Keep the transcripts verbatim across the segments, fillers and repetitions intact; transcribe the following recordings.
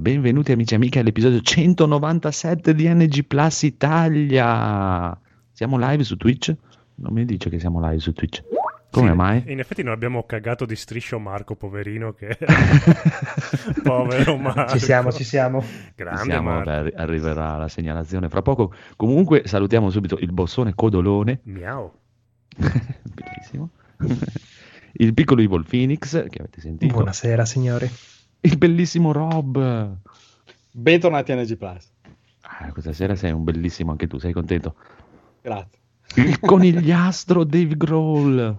benvenuti amici e amiche all'episodio centonovantasette di N G Plus Italia. Siamo live su Twitch? Non mi dice che siamo live su Twitch. Come sì, mai? In effetti non abbiamo cagato di striscio Marco, poverino, che povero Marco. Ci siamo, ci siamo. Grande Ci siamo, Marco. beh, arriverà la segnalazione fra poco. Comunque salutiamo subito il bossone Codolone. Miau. Bellissimo. Il piccolo Evil Phoenix, che avete sentito. Buonasera signori. Il bellissimo Rob. Bentornati a N G Plus. Ah, questa sera sei un bellissimo anche tu, sei contento? Grazie. Il conigliastro Dave Grohl.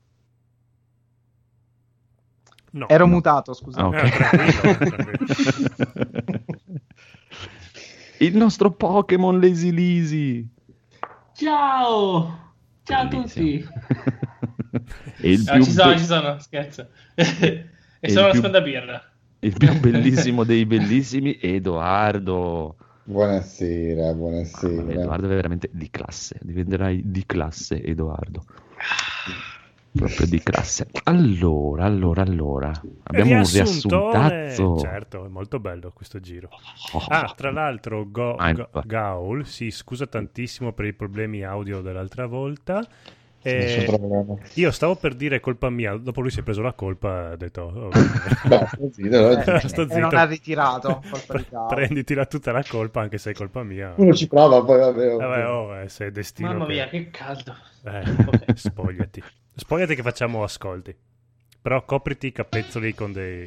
No. Ero No. mutato, scusate. Ah, ok. Eh, tranquillo, tranquillo. Il nostro Pokémon Lazy Lisi. Ciao! Ciao a Bellissimo. tutti! E il No, più ci sono, be- ci sono, scherzo. e il sono la più- seconda birra. il più bellissimo dei bellissimi, Edoardo. Buonasera, Ah, buonasera. Edoardo è veramente di classe, diventerai di classe, Edoardo. Proprio di classe. Allora, allora, allora. Abbiamo un Riassuntone. riassuntazzo. Certo, è molto bello questo giro. Oh. Ah, tra l'altro, Go- Ah, Go- infatti. Gaul si scusa tantissimo per i problemi audio dell'altra volta. Nessun E problema. io stavo per dire colpa mia, dopo lui si è preso la colpa e ha detto oh, Beh, così, allora, Eh, sto e non zitto. ha ritirato. colpa di Gaul. Prenditela tutta la colpa anche se è colpa mia. uno ci prova, poi vabbè. Vabbè, oh, eh, se è destino Mamma che- mia, che caldo. Eh, Ok. spogliati. Spogliati che facciamo ascolti. Però copriti i capezzoli con dei...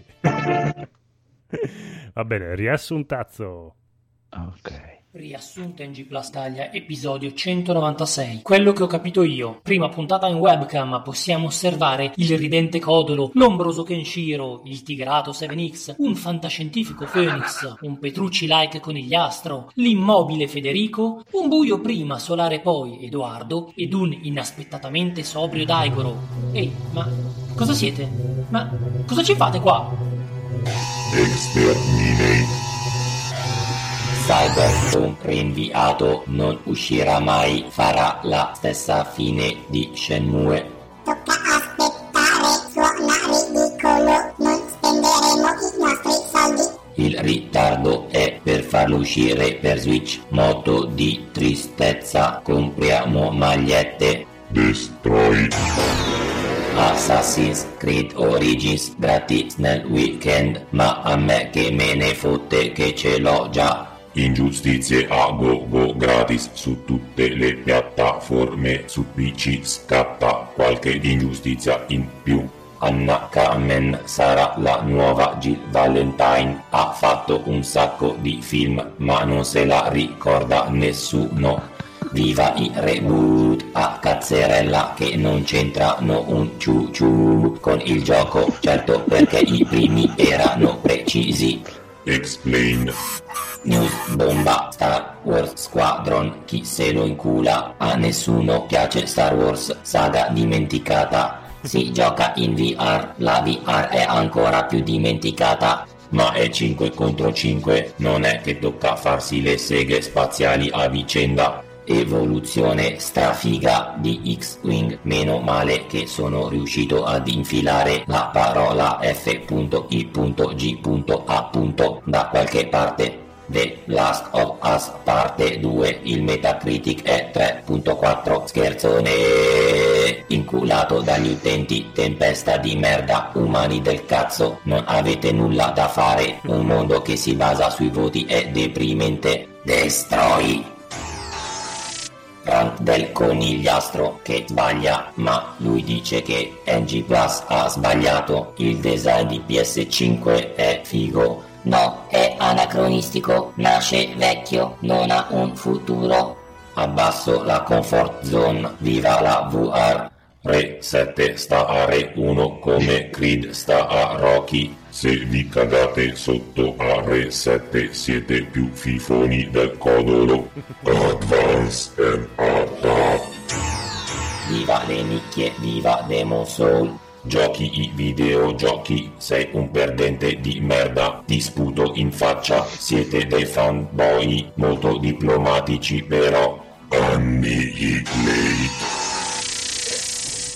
Va bene, riassuntazzo. Ok. Riassunto N G Plus Italia, episodio centonovantasei. Quello che ho capito io. Prima puntata in webcam, possiamo osservare il ridente Codolo, l'ombroso Kenshiro, il tigrato seven X, un fantascientifico Phoenix, un Petrucci-like conigliastro, l'immobile Federico, un buio prima, solare poi Edoardo ed un inaspettatamente sobrio Daigoro. Ehi, ma cosa siete? Ma cosa ci fate qua? Cyberpunk rinviato, non uscirà mai, farà la stessa fine di Shenmue. Tocca aspettare, suona ridicolo, non spenderemo i nostri soldi. Il ritardo è per farlo uscire per Switch, moto di tristezza, compriamo magliette. Destroy. Assassin's Creed Origins gratis nel weekend, ma a me che me ne fotte che ce l'ho già. Ingiustizie a go-go gratis su tutte le piattaforme, su P C scatta qualche ingiustizia in più. Anna Kamen sarà la nuova Jill Valentine, ha fatto un sacco di film ma non se la ricorda nessuno. Viva i reboot a cazzerella che non c'entrano un ciu ciu con il gioco, certo perché i primi erano precisi. Explain. News bomba, Star Wars Squadron, chi se lo incula, a nessuno piace Star Wars, saga dimenticata, si gioca in V R, la V R è ancora più dimenticata. Ma è cinque contro cinque, non è che tocca farsi le seghe spaziali a vicenda. Evoluzione strafiga di X-Wing, meno male che sono riuscito ad infilare la parola F I G A da qualche parte. The Last of Us parte due, il Metacritic è tre virgola quattro, scherzone, inculato dagli utenti, tempesta di merda, umani del cazzo, non avete nulla da fare, un mondo che si basa sui voti è deprimente. Destroy. Rant del conigliastro che sbaglia, ma lui dice che N G Plus ha sbagliato, il design di P S cinque è figo. No, è anacronistico, nasce vecchio, non ha un futuro. Abbasso la comfort zone, viva la V R. Re sette sta a Re uno come Creed sta a Rocky. Se vi cagate sotto a Re sette siete più fifoni del Codolo. Advance and Attack. Viva le nicchie, viva Demon Soul. Giochi i videogiochi, sei un perdente di merda, ti sputo in faccia, siete dei fanboy molto diplomatici però. Annihilate.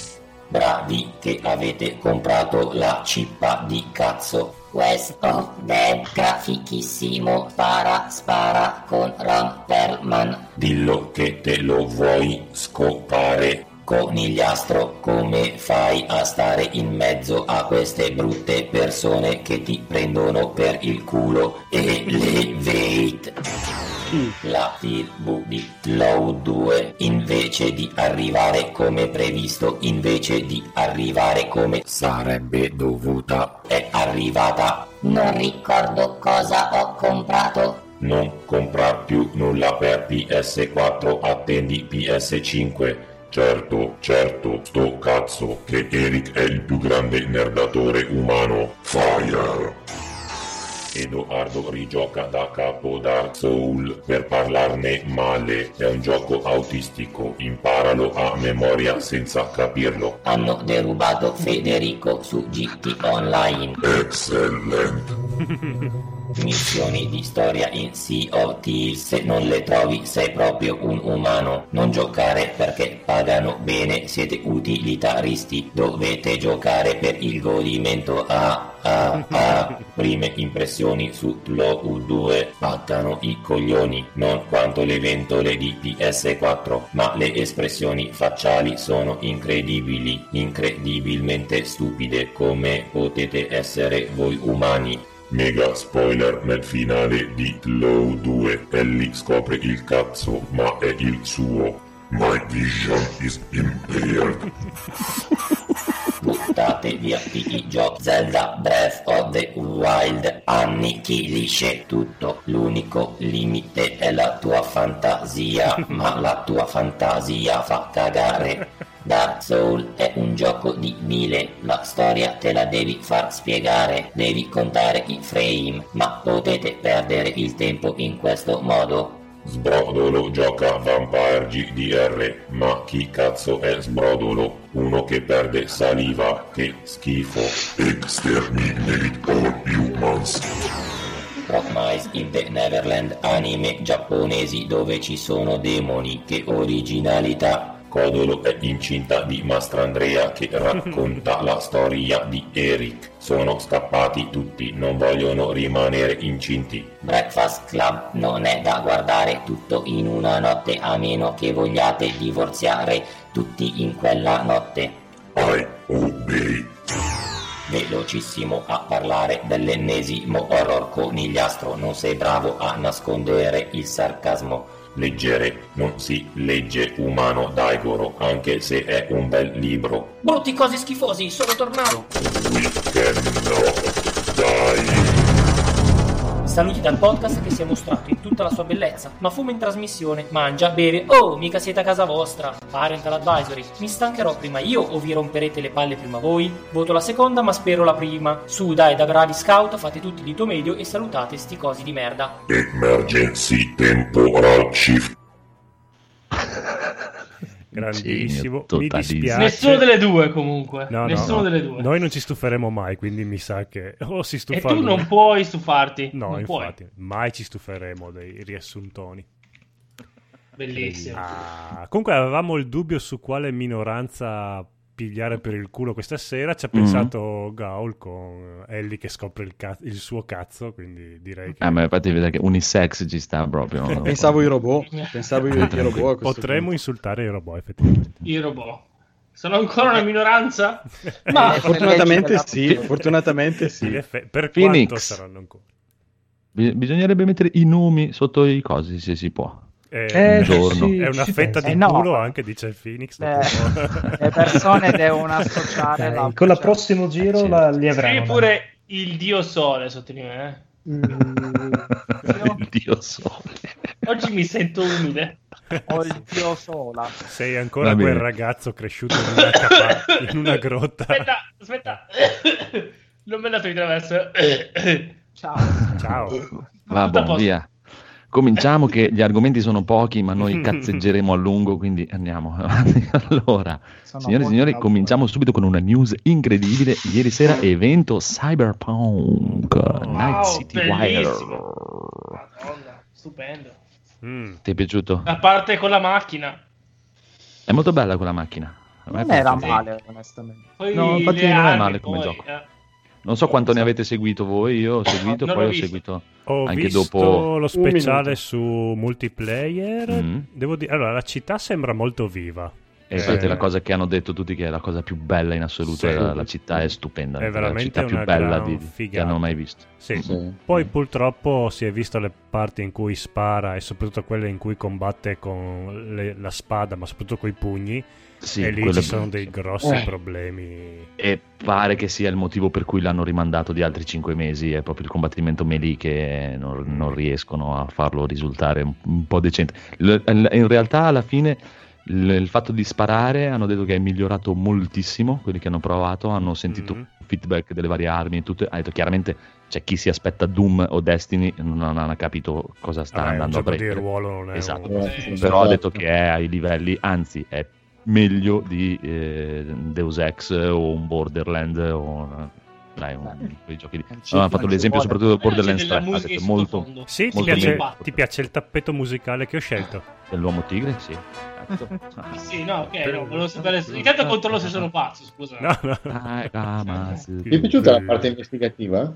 Bravi che avete comprato la cippa di cazzo. West of Dead, grafichissimo, spara, spara con Ron Perlman. Dillo che te lo vuoi scopare. Conigliastro, come fai a stare in mezzo a queste brutte persone che ti prendono per il culo? Elevate. La tirbu di Tlow due, invece di arrivare come previsto, invece di arrivare come sarebbe dovuta, è arrivata. Non ricordo cosa ho comprato. Non comprar più nulla per P S quattro, attendi P S cinque. Certo, certo, sto cazzo, che Eric è il più grande nerdatore umano. Fire! Edoardo rigioca da capo Dark Soul per parlarne male. È un gioco autistico, imparalo a memoria senza capirlo. Hanno derubato Federico su G T Online. Excellent! Missioni di storia in Sea of Thieves, se non le trovi sei proprio un umano. Non giocare perché pagano bene, siete utilitaristi, dovete giocare per il godimento. Ah ah ah, prime impressioni su Tlow due, spaccano i coglioni, non quanto le ventole di P S quattro, ma le espressioni facciali sono incredibili, incredibilmente stupide, come potete essere voi umani. Mega spoiler nel finale di Tlow due, Ellie scopre il cazzo, ma è il suo. My vision is impaired. Buttate via i giochi. Zelda Breath of the Wild annichilisce tutto, l'unico limite è la tua fantasia, ma la tua fantasia fa cagare. Dark Souls è un gioco di bile, la storia te la devi far spiegare, devi contare i frame, ma potete perdere il tempo in questo modo? Sbrodolo gioca Vampire G D R, ma chi cazzo è Sbrodolo? Uno che perde saliva, che schifo. Exterminate all humans. Promise in the Neverland, anime giapponesi dove ci sono demoni, che originalità. Codolo è incinta di Mastrandrea che racconta la storia di Eric. Sono scappati tutti, non vogliono rimanere incinti. Breakfast Club non è da guardare tutto in una notte, a meno che vogliate divorziare tutti in quella notte. I obey. Velocissimo a parlare dell'ennesimo horror conigliastro, non sei bravo a nascondere il sarcasmo. Leggere non si legge umano Daigoro, anche se è un bel libro. Brutti cosi schifosi, sono tornato. We cannot die. Saluti dal podcast che si è mostrato in tutta la sua bellezza, ma fuma in trasmissione, mangia, beve. Oh, mica siete a casa vostra. Parental advisory. Mi stancherò prima io o vi romperete le palle prima voi? Voto la seconda, ma spero la prima. Su, dai, da bravi scout, fate tutti dito medio e salutate sti cosi di merda. Emergency temporal shift. Grandissimo, Genio, mi dispiace. Nessuno delle due comunque. No, Nessuno no, no. delle due. Noi non ci stuferemo mai, quindi mi sa che o si E stufa tu lui. non puoi stufarti. No, non infatti, mai ci stuferemo dei riassuntoni. Puoi. Bellissimo. Ah, comunque avevamo il dubbio su quale minoranza pigliare per il culo questa sera. Ci ha Mm-hmm. pensato Gaul con Ellie che scopre il, ca- il suo cazzo, quindi direi che Ah, ma infatti vedere che unisex ci sta proprio. Pensavo i robot. Pensavo i, i robot. a questo potremmo punto. insultare i robot effettivamente. I robot. Sono ancora una minoranza? Ma Eh, fortunatamente legge sì, fortunatamente In sì. effe- per Phoenix. quanto saranno ancora? Bi- bisognerebbe mettere i nomi sotto i cosi se si può. Eh, Eh, un giorno. sì, è una ci fetta penso. di Eh, no. culo anche, dice il Phoenix. dopo un po'. Le persone devono associare Dai, la... con la prossimo giro Sì. la, li Scrivi avremo. pure il dio sole sotto di me. Eh. Mm, Il Dio sole. Oggi mi sento umile. o il dio sola. Sei ancora Va quel bene. ragazzo cresciuto in una, capa- in una grotta. Aspetta, aspetta. Non me la trovi attraverso. Ciao. Ciao. Va Tutto a buon, posto. via. Cominciamo che gli argomenti sono pochi, ma noi cazzeggeremo a lungo, quindi andiamo avanti. Allora, Sono signore e molto signori, bravo. cominciamo subito con una news incredibile. Ieri sera evento Cyberpunk Night City Wire. Madonna, stupendo. Mm. Ti è piaciuto? A parte con la macchina. È molto bella quella macchina. A me Non era piace. male, onestamente. Poi No, infatti le non è armi, male come poi, gioco. eh. Non so quanto ne avete seguito voi, io ho seguito, non poi l'ho ho visto. seguito Ho anche visto dopo. lo speciale minuto. su multiplayer. Mm. Devo dire, allora la città sembra molto viva. E infatti Eh, la cosa che hanno detto tutti che è la cosa più bella in assoluto, Sì. è la, la città è stupenda, È è la veramente città più una bella gran di, che figata. hanno mai visto. Sì. Sì. Poi purtroppo si è visto le parti in cui spara e soprattutto quelle in cui combatte con le- la spada, ma soprattutto con i pugni. Sì, e lì quello ci è- sono dei grossi Eh. problemi. E pare che sia il motivo per cui l'hanno rimandato di altri cinque mesi, è proprio il combattimento melee che non, non riescono a farlo risultare un, un po' decente. L- l- in realtà alla fine il, il fatto di sparare hanno detto che è migliorato moltissimo, quelli che hanno provato hanno sentito Mhm. feedback delle varie armi e tutto, ha detto chiaramente c'è chi si aspetta Doom o Destiny non ha capito cosa sta Vabbè, un andando a gioco di prendere. ruolo non è Esatto. un... Sì, Però ha esatto. detto che è ai livelli, anzi è meglio di eh, Deus Ex o un Borderland o dai, un, quei giochi di... Non ci- No, ha fatto non ci l'esempio vuole. soprattutto del Eh, c'è Borderlands della tre, ha musica detto in molto sottofondo. Sì, ti molto piace, meglio. ti piace il tappeto musicale che ho scelto? dell'uomo tigre, sì. Ecco. Sì, no, ok, no, volevo sapere. Intanto controllo se sono pazzo, scusa. No, no. Ah, ah, ma sì. Ti è piaciuta la parte investigativa?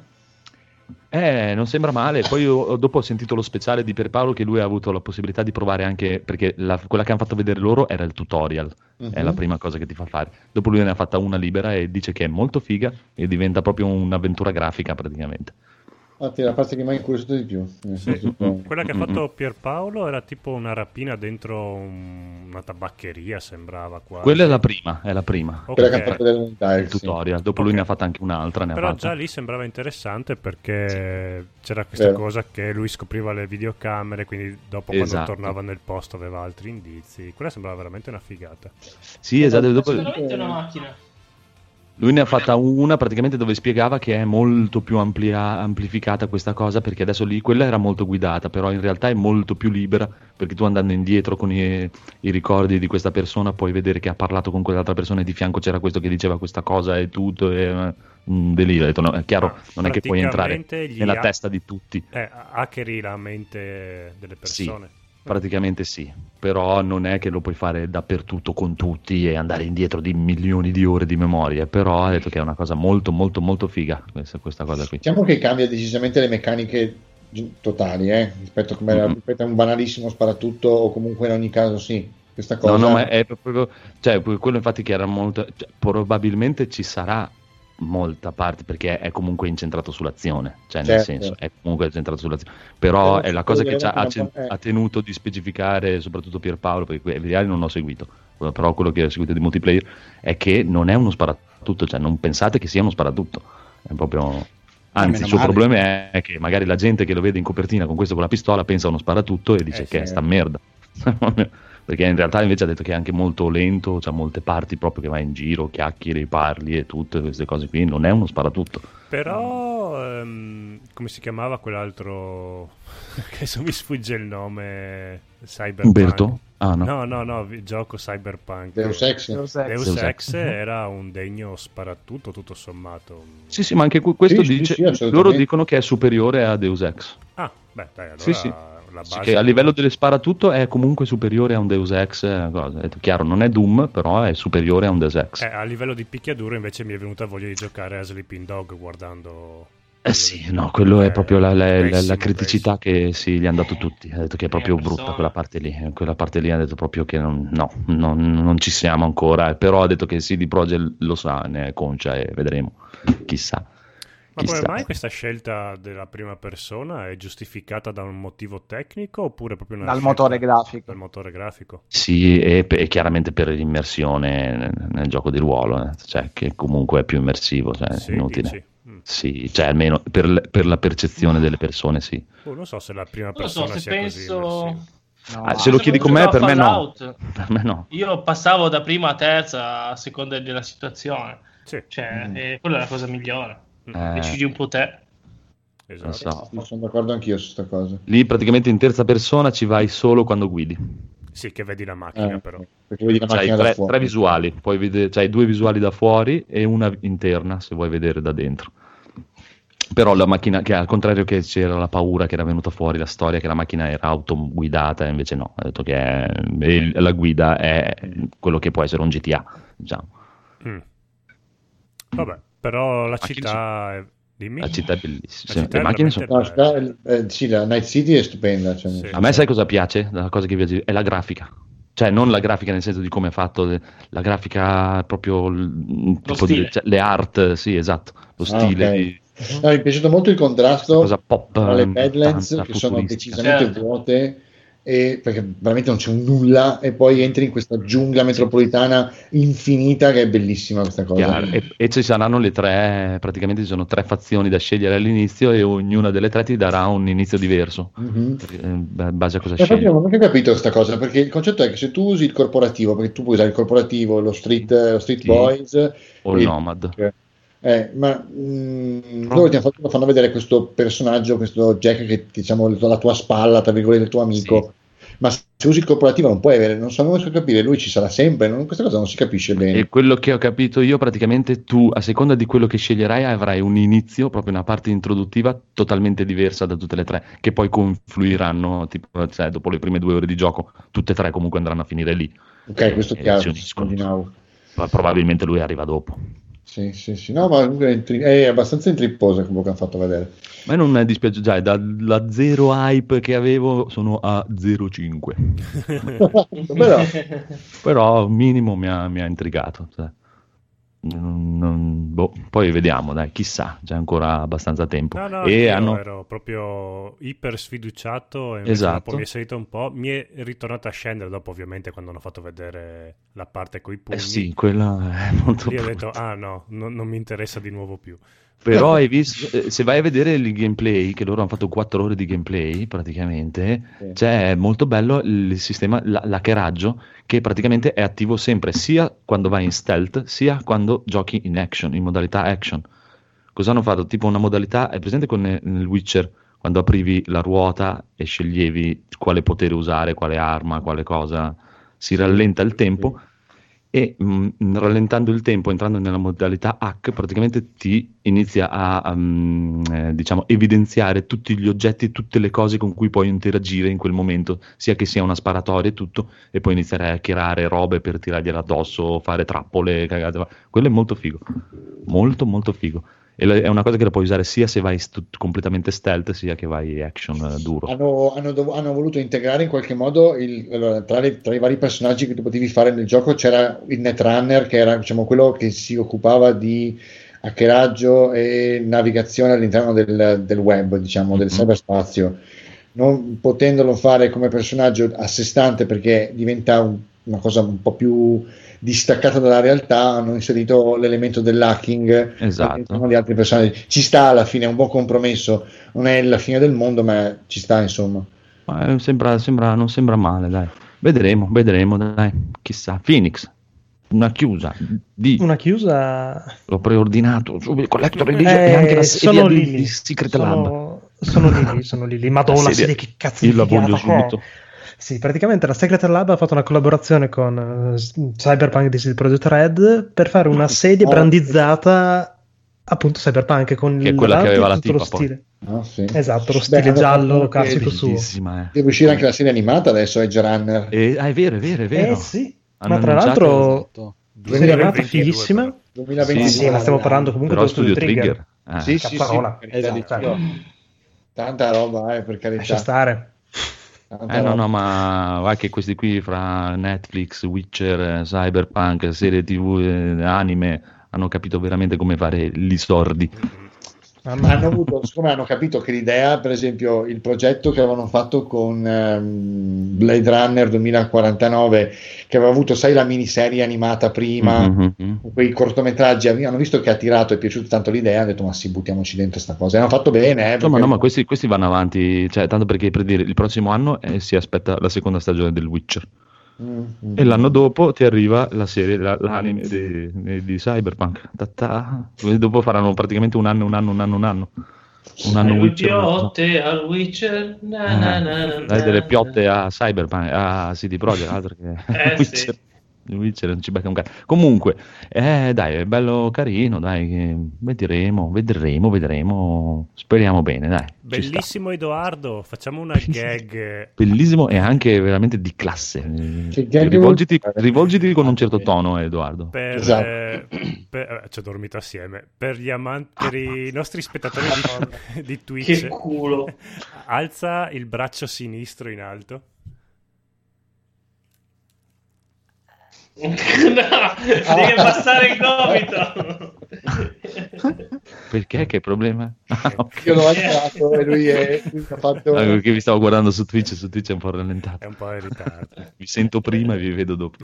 Eh, non sembra male. Poi io, dopo ho sentito lo speciale di Pierpaolo che lui ha avuto la possibilità di provare anche, perché la- quella che hanno fatto vedere loro era il tutorial, è Mhm. la prima cosa che ti fa fare. Dopo lui ne ha fatta una libera e dice che è molto figa e diventa proprio un'avventura grafica praticamente. Infatti, la parte che mi ha incuriosito di più. Nel senso che- Quella che ha fatto Pierpaolo era tipo una rapina dentro un- una tabaccheria, sembrava quasi. Quella è la prima, è la prima. Ok. Quella che ha fatto dell'unità, Il tutorial. Dopo lui Ok. ne ha fatta anche un'altra. Ne ha Però fatta. già lì sembrava interessante perché c'era questa Vero. cosa che lui scopriva le videocamere, quindi dopo Esatto. quando tornava nel posto aveva altri indizi. Quella sembrava veramente una figata. Sì, esatto. Dopo... Sicuramente è una macchina. Lui ne ha fatta una praticamente dove spiegava che è molto più amplia- amplificata questa cosa, perché adesso lì quella era molto guidata, però in realtà è molto più libera, perché tu andando indietro con i, i ricordi di questa persona puoi vedere che ha parlato con quell'altra persona e di fianco c'era questo che diceva questa cosa e tutto, è eh, un delirio. Ho detto, no, è chiaro, Ah, non è che puoi entrare praticamente gli nella ha- testa di tutti. Eh, hackeri la mente delle persone. Praticamente sì, però non è che lo puoi fare dappertutto con tutti e andare indietro di milioni di ore di memoria, però ha detto che è una cosa molto molto molto figa questa, questa cosa qui. Diciamo che cambia decisamente le meccaniche gi- totali, eh, rispetto, a come era- Mhm. rispetto a un banalissimo sparatutto o comunque in ogni caso sì. Questa cosa... No, no, ma è proprio, cioè, quello infatti che era molto, cioè, probabilmente ci sarà molta parte perché è comunque incentrato sull'azione, cioè nel Certo. senso è comunque incentrato sull'azione, però Però è la cosa che ci ha, ha, un po', eh. ha tenuto di specificare soprattutto Pierpaolo, perché que- Viali non l'ho seguito, però quello che ho seguito di multiplayer è che non è uno sparatutto, cioè non pensate che sia uno sparatutto, è proprio... Anzi, meno il suo male. problema è, è che magari la gente che lo vede in copertina con questo con la pistola pensa a uno sparatutto e dice Eh, che sì. è sta merda. Perché in realtà invece ha detto che è anche molto lento, c'ha molte parti proprio che vai in giro, chiacchieri, parli e tutte queste cose qui, non è uno sparatutto. Però, ehm, come si chiamava quell'altro? Che adesso mi sfugge il nome. Cyberpunk. Umberto? Ah no. No, no, no, vi- gioco Cyberpunk. Deus Ex. Deus Ex. Deus Deus Ex Ex. era un degno sparatutto, tutto sommato. Sì, sì, ma anche que- questo Sì, sì, dice, sì, assolutamente. loro dicono che è superiore a Deus Ex. Ah, beh, dai, allora Sì, sì. la Sì, base... che a livello delle sparatutto è comunque superiore a un Deus Ex. eh, cosa. È detto, chiaro, non è Doom, però è superiore a un Deus Ex. Eh, a livello di picchiaduro invece mi è venuta voglia di giocare a Sleeping Dog guardando... Eh sì, no, quello è Eh, proprio la, la- la- la pessimo, criticità che sì, gli hanno dato tutti. Ha detto che è proprio Prima brutta persona. quella parte lì. eh, Quella parte lì ha detto proprio che non, no, non, non ci siamo ancora. eh, Però ha detto che C D Projekt lo sa, ne è conscia e vedremo. Chissà. Ma come Chissà. mai questa scelta della prima persona è giustificata da un motivo tecnico oppure proprio una Dal scelta motore grafico. dal motore grafico? Sì, e, e chiaramente per l'immersione nel, nel gioco di ruolo, eh, cioè che comunque è più immersivo, cioè Sì, è inutile. dici? Mm. Sì, cioè almeno per, l- per la percezione delle persone, sì. Oh, non so se la prima Non lo so, persona se sia penso... così immersiva. No, Ah, se lo chiedi con me, per me no. Fallout, Per me no. Io passavo da prima a terza a seconda della situazione. Sì, Cioè, Mm. eh, quella è la cosa migliore. Eh, Decidi un po' te. esatto. non so. Sì, sono d'accordo anch'io su questa cosa. Lì praticamente in terza persona ci vai solo quando guidi. Sì, che vedi la macchina Eh, però. perché vedi la C'hai macchina da tre, fuori. tre visuali, puoi vedere, c'hai due visuali da fuori e una interna se vuoi vedere da dentro. Però la macchina, che al contrario che c'era la paura che era venuta fuori la storia che la macchina era autoguidata, invece no, ha detto che è, è- la guida è quello che può essere un G T A, diciamo. Mm. Vabbè, però la Macchine città è... Dimmi. La città è bellissima. La città Le è macchine sono... veramente No, bella. sta- eh, sì, la Night City è stupenda. Cioè, Sì. A me sai cosa piace? La cosa che piace è la grafica. Cioè, non la grafica nel senso di come è fatto, le- la grafica proprio l- tipo stile. di- cioè, le art, sì, esatto, lo Ah, stile ok. di No, mi è piaciuto molto il contrasto cosa pop tra le eh, Badlands, tanta che sono futuristica. decisamente Certo. vuote, e perché veramente non c'è un nulla, e poi entri in questa giungla metropolitana infinita, che è bellissima questa cosa. Chiaro. E, e ci saranno le tre, praticamente ci sono tre fazioni da scegliere all'inizio e ognuna delle tre ti darà un inizio diverso, Mhm. eh, in base a cosa E infatti scegli. non ho neanche capito questa cosa, perché il concetto è che se tu usi il corporativo, perché tu puoi usare il corporativo, lo street, lo street Sì. boys, O il e- nomad. eh, ma mh, loro ti fanno, fanno vedere questo personaggio, questo Jack che, che diciamo la tua spalla, tra virgolette, il tuo amico. Ma se usi il corporativo non puoi avere, non so, non riesco a capire, lui ci sarà sempre, non- questa cosa non si capisce bene. E quello che ho capito io, praticamente tu, a seconda di quello che sceglierai, avrai un inizio, proprio una parte introduttiva totalmente diversa da tutte le tre, che poi confluiranno, tipo, cioè, dopo le prime due ore di gioco, tutte e tre comunque andranno a finire lì. Ok, questo è E chiaro, si uniscono. immaginavo. Ma probabilmente lui arriva dopo. Sì, sì, sì, no, ma comunque è, intri- è abbastanza intripposa quello che hanno fatto vedere. A me non è dispiaciuto, già, dalla zero hype che avevo sono a zero virgola cinque. Però, Però minimo mi ha, mi ha intrigato. Cioè. Non- non- boh, poi vediamo, dai, chissà, c'è ancora abbastanza tempo. No, no, e io hanno... ero proprio iper sfiduciato e invece Esatto. dopo mi è salito un po', mi è ritornato a scendere dopo ovviamente quando hanno fatto vedere la parte coi pugni. Eh sì, quella è molto Lì ho brutta. detto, ah no, non, non mi interessa di nuovo più. Però hai visto, eh, se vai a vedere il gameplay, che loro hanno fatto quattro ore di gameplay praticamente, Sì. c'è molto bello il sistema, la- l'hackeraggio, che praticamente è attivo sempre, sia quando vai in stealth, sia quando giochi in action, in modalità action. Cosa hanno fatto? Tipo una modalità, è presente con nel Witcher, quando aprivi la ruota e sceglievi quale potere usare, quale arma, quale cosa, si rallenta il tempo. E mh, rallentando il tempo, entrando nella modalità hack, praticamente ti inizia a, a, mh, eh, diciamo, evidenziare tutti gli oggetti, tutte le cose con cui puoi interagire in quel momento, sia che sia una sparatoria e tutto, e poi iniziare a hackerare robe per tirargliela addosso, fare trappole, cagate. Quello è molto figo, molto molto figo. E la- è una cosa che la puoi usare sia se vai stu- completamente stealth, sia che vai action eh, duro. hanno, hanno dov- hanno voluto integrare in qualche modo il- allora, tra, le- tra i vari personaggi che tu potevi fare nel gioco c'era il Netrunner, che era diciamo quello che si occupava di hackeraggio e navigazione all'interno del, del web, diciamo, del Mhm. cyberspazio. Non potendolo fare come personaggio a sé stante perché diventa un- una cosa un po' più distaccata dalla realtà, hanno inserito l'elemento dell'hacking Esatto. all'interno di altri personaggi. Ci sta, alla fine è un buon compromesso, non è la fine del mondo, ma ci sta, insomma. Ma, eh, sembra, sembra- non sembra male, dai. Vedremo, vedremo, dai. Chissà. Phoenix, una chiusa di... Una chiusa. L'ho preordinato subito, Collector Edition e Eh, anche la sedia sono di, lì, di Secret Lab. sono, sono lì, lì, sono lì, lì. Madonna, La sedia- sedia, che cazzo Io di la voglio figata che è. subito. Sì, praticamente la Secret Lab ha fatto una collaborazione con eh, Cyberpunk di C D Projekt Red per fare una sedia Oh. brandizzata appunto Cyberpunk con Che è il quella che aveva la tutto lo tipa, poi. stile. Ah, sì. Esatto, lo Beh, stile hanno giallo fatto anche- classico suo. Bellissima, eh. Deve uscire anche la serie animata adesso, Edge Runner. E, ah, è vero, è vero, è vero. Eh sì, Hanno ma tra annunciato- l'altro Esatto. serie animata duemilaventidue, fighissima. però. duemilaventi. Sì, sì, ma stiamo parlando comunque Però dello studio Studio Trigger. Trigger. Eh. Sì, sì, sì, Cazzarola. per carità di Esatto. Dio. Tanta roba, eh, per carità. Lascia stare. Tanta Eh no, roba. no, ma va che questi qui fra Netflix, Witcher, eh, Cyberpunk, serie tv, eh, anime, hanno capito veramente come fare gli sordi. Mamma Hanno avuto, siccome hanno capito che l'idea, per esempio, il progetto che avevano fatto con ehm, Blade Runner duemilaquarantanove, che aveva avuto, sai, la miniserie animata prima, Mhm, mhm. quei cortometraggi, hanno visto che ha tirato e è piaciuta tanto l'idea, hanno detto ma sì, buttiamoci dentro sta cosa. E hanno fatto bene, eh, No, ma perché- no, ma questi, questi vanno avanti, cioè, tanto perché per dire il prossimo anno eh, si aspetta la seconda stagione del Witcher Mm, mm. e l'anno dopo ti arriva la serie, la- l'anime di, di- di Cyberpunk. Ta-ta. Dopo faranno praticamente un anno, un anno, un anno, un anno. Un anno Al Witcher. un anno- piotte, al Witcher, na, na, na, na, Eh, dai delle na. piotte a Cyberpunk, a C D Projekt, altro che Eh, Witcher. sì. The Witcher non ci becca un cazzo. Comunque, eh, dai, è bello carino, dai, che vedremo, vedremo, vedremo. Speriamo bene, dai. Bellissimo Edoardo, facciamo una gag. Bellissimo e anche veramente di classe. Rivolgiti, rivolgiti con un certo tono, Edoardo. Per, Esatto. eh, per, eh, ci ho dormito assieme. Per gli amanti, per i nostri spettatori di, di Twitch, Che culo. alza il braccio sinistro in alto. No, devi passare il gomito. Perché? Che problema? Ah, okay. Io l'ho alzato e lui, è, lui ha fatto... Ah, perché vi stavo guardando su Twitch, su Twitch è un po' rallentato. È un po' in ritardo. Vi sento prima e vi vedo dopo.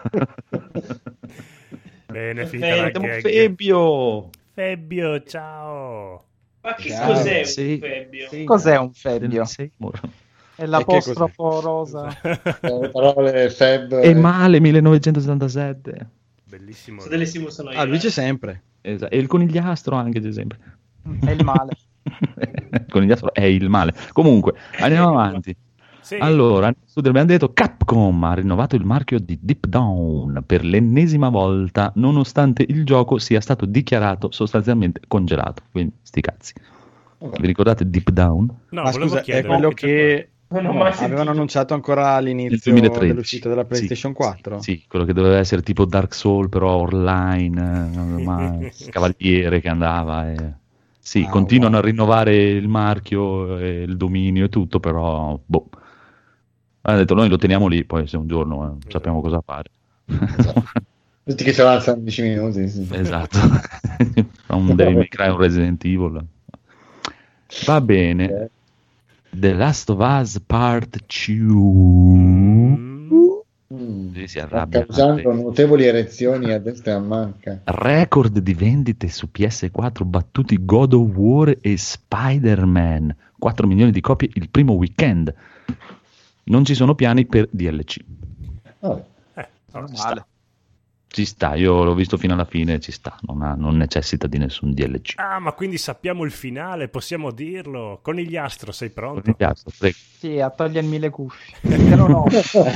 Bene, finita la gag. Febbio! Febbio, ciao! Ma che Ciao. cos'è Sì. un febbio? Sì. Cos'è un febbio? Seymour. È l'apostrofo rosa. Le parole Feb... È male millenovecentosettantasette. Bellissimo. Bellissimo sono io. Ah, lui eh. c'è sempre. Esatto. E il conigliastro anche, ad esempio. È il male. Il conigliastro è il male. Comunque, andiamo avanti. Sì. Allora, abbiamo detto Capcom ha rinnovato il marchio di Deep Down per l'ennesima volta, nonostante il gioco sia stato dichiarato sostanzialmente congelato. Quindi, sti cazzi. Vi ricordate Deep Down? No, Ma volevo scusa, è chiedere quello che che Non ho no, mai avevano sentito. annunciato ancora Nel all'inizio duemilatredici. dell'uscita della PlayStation Sì. quattro? Sì, quello che doveva essere tipo Dark Soul, però online, eh, ma cavaliere che andava. E... Sì, Ah, continuano wow. a rinnovare il marchio, e il dominio e tutto, però boh. Hanno detto noi lo teniamo lì, poi se un giorno eh, sappiamo cosa fare. Esatto. Tutti che ce l'avanzano in dieci minuti. Sì. Esatto. Un Devil May Cry, un Resident Evil. Va bene. The Last of Us Part due. Mm. Sì, si Sta arrabbia. causando notevoli erezioni a destra e a manca. Record di vendite su P S quattro battuti God of War e Spider-Man. quattro milioni di copie il primo weekend. Non ci sono piani per D L C. Vabbè. Eh, Ci sta. Ci sta, io l'ho visto fino alla fine, ci sta, non, ha, non necessita di nessun D L C. Ah, ma quindi sappiamo il finale, possiamo dirlo. Conigliastro, sei pronto? Conigliastro, prego. Sì, a togliermi le cuffie. Che non ho.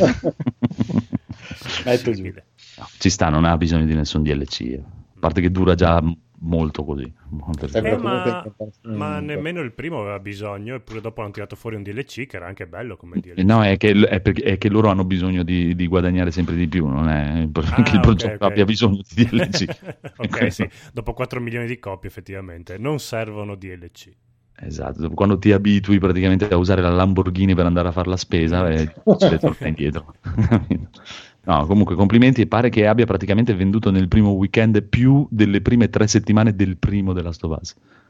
Metto giù. No, ci sta, non ha bisogno di nessun D L C. A parte che dura già molto così. Molto Sempre Eh, comunque ma, incontrarsi- ma nemmeno il primo aveva bisogno, eppure dopo hanno tirato fuori un D L C che era anche bello come D L C. No, è che, è, perché, è che loro hanno bisogno di, di guadagnare sempre di più, non è che Ah, il ok, progetto ok. abbia bisogno di D L C. Ok, sì, dopo quattro milioni di copie effettivamente non servono D L C. Esatto, quando ti abitui praticamente a usare la Lamborghini per andare a fare la spesa, eh, ci le torna indietro. No, comunque complimenti, e pare che abbia praticamente venduto nel primo weekend più delle prime tre settimane del primo della Last of Us.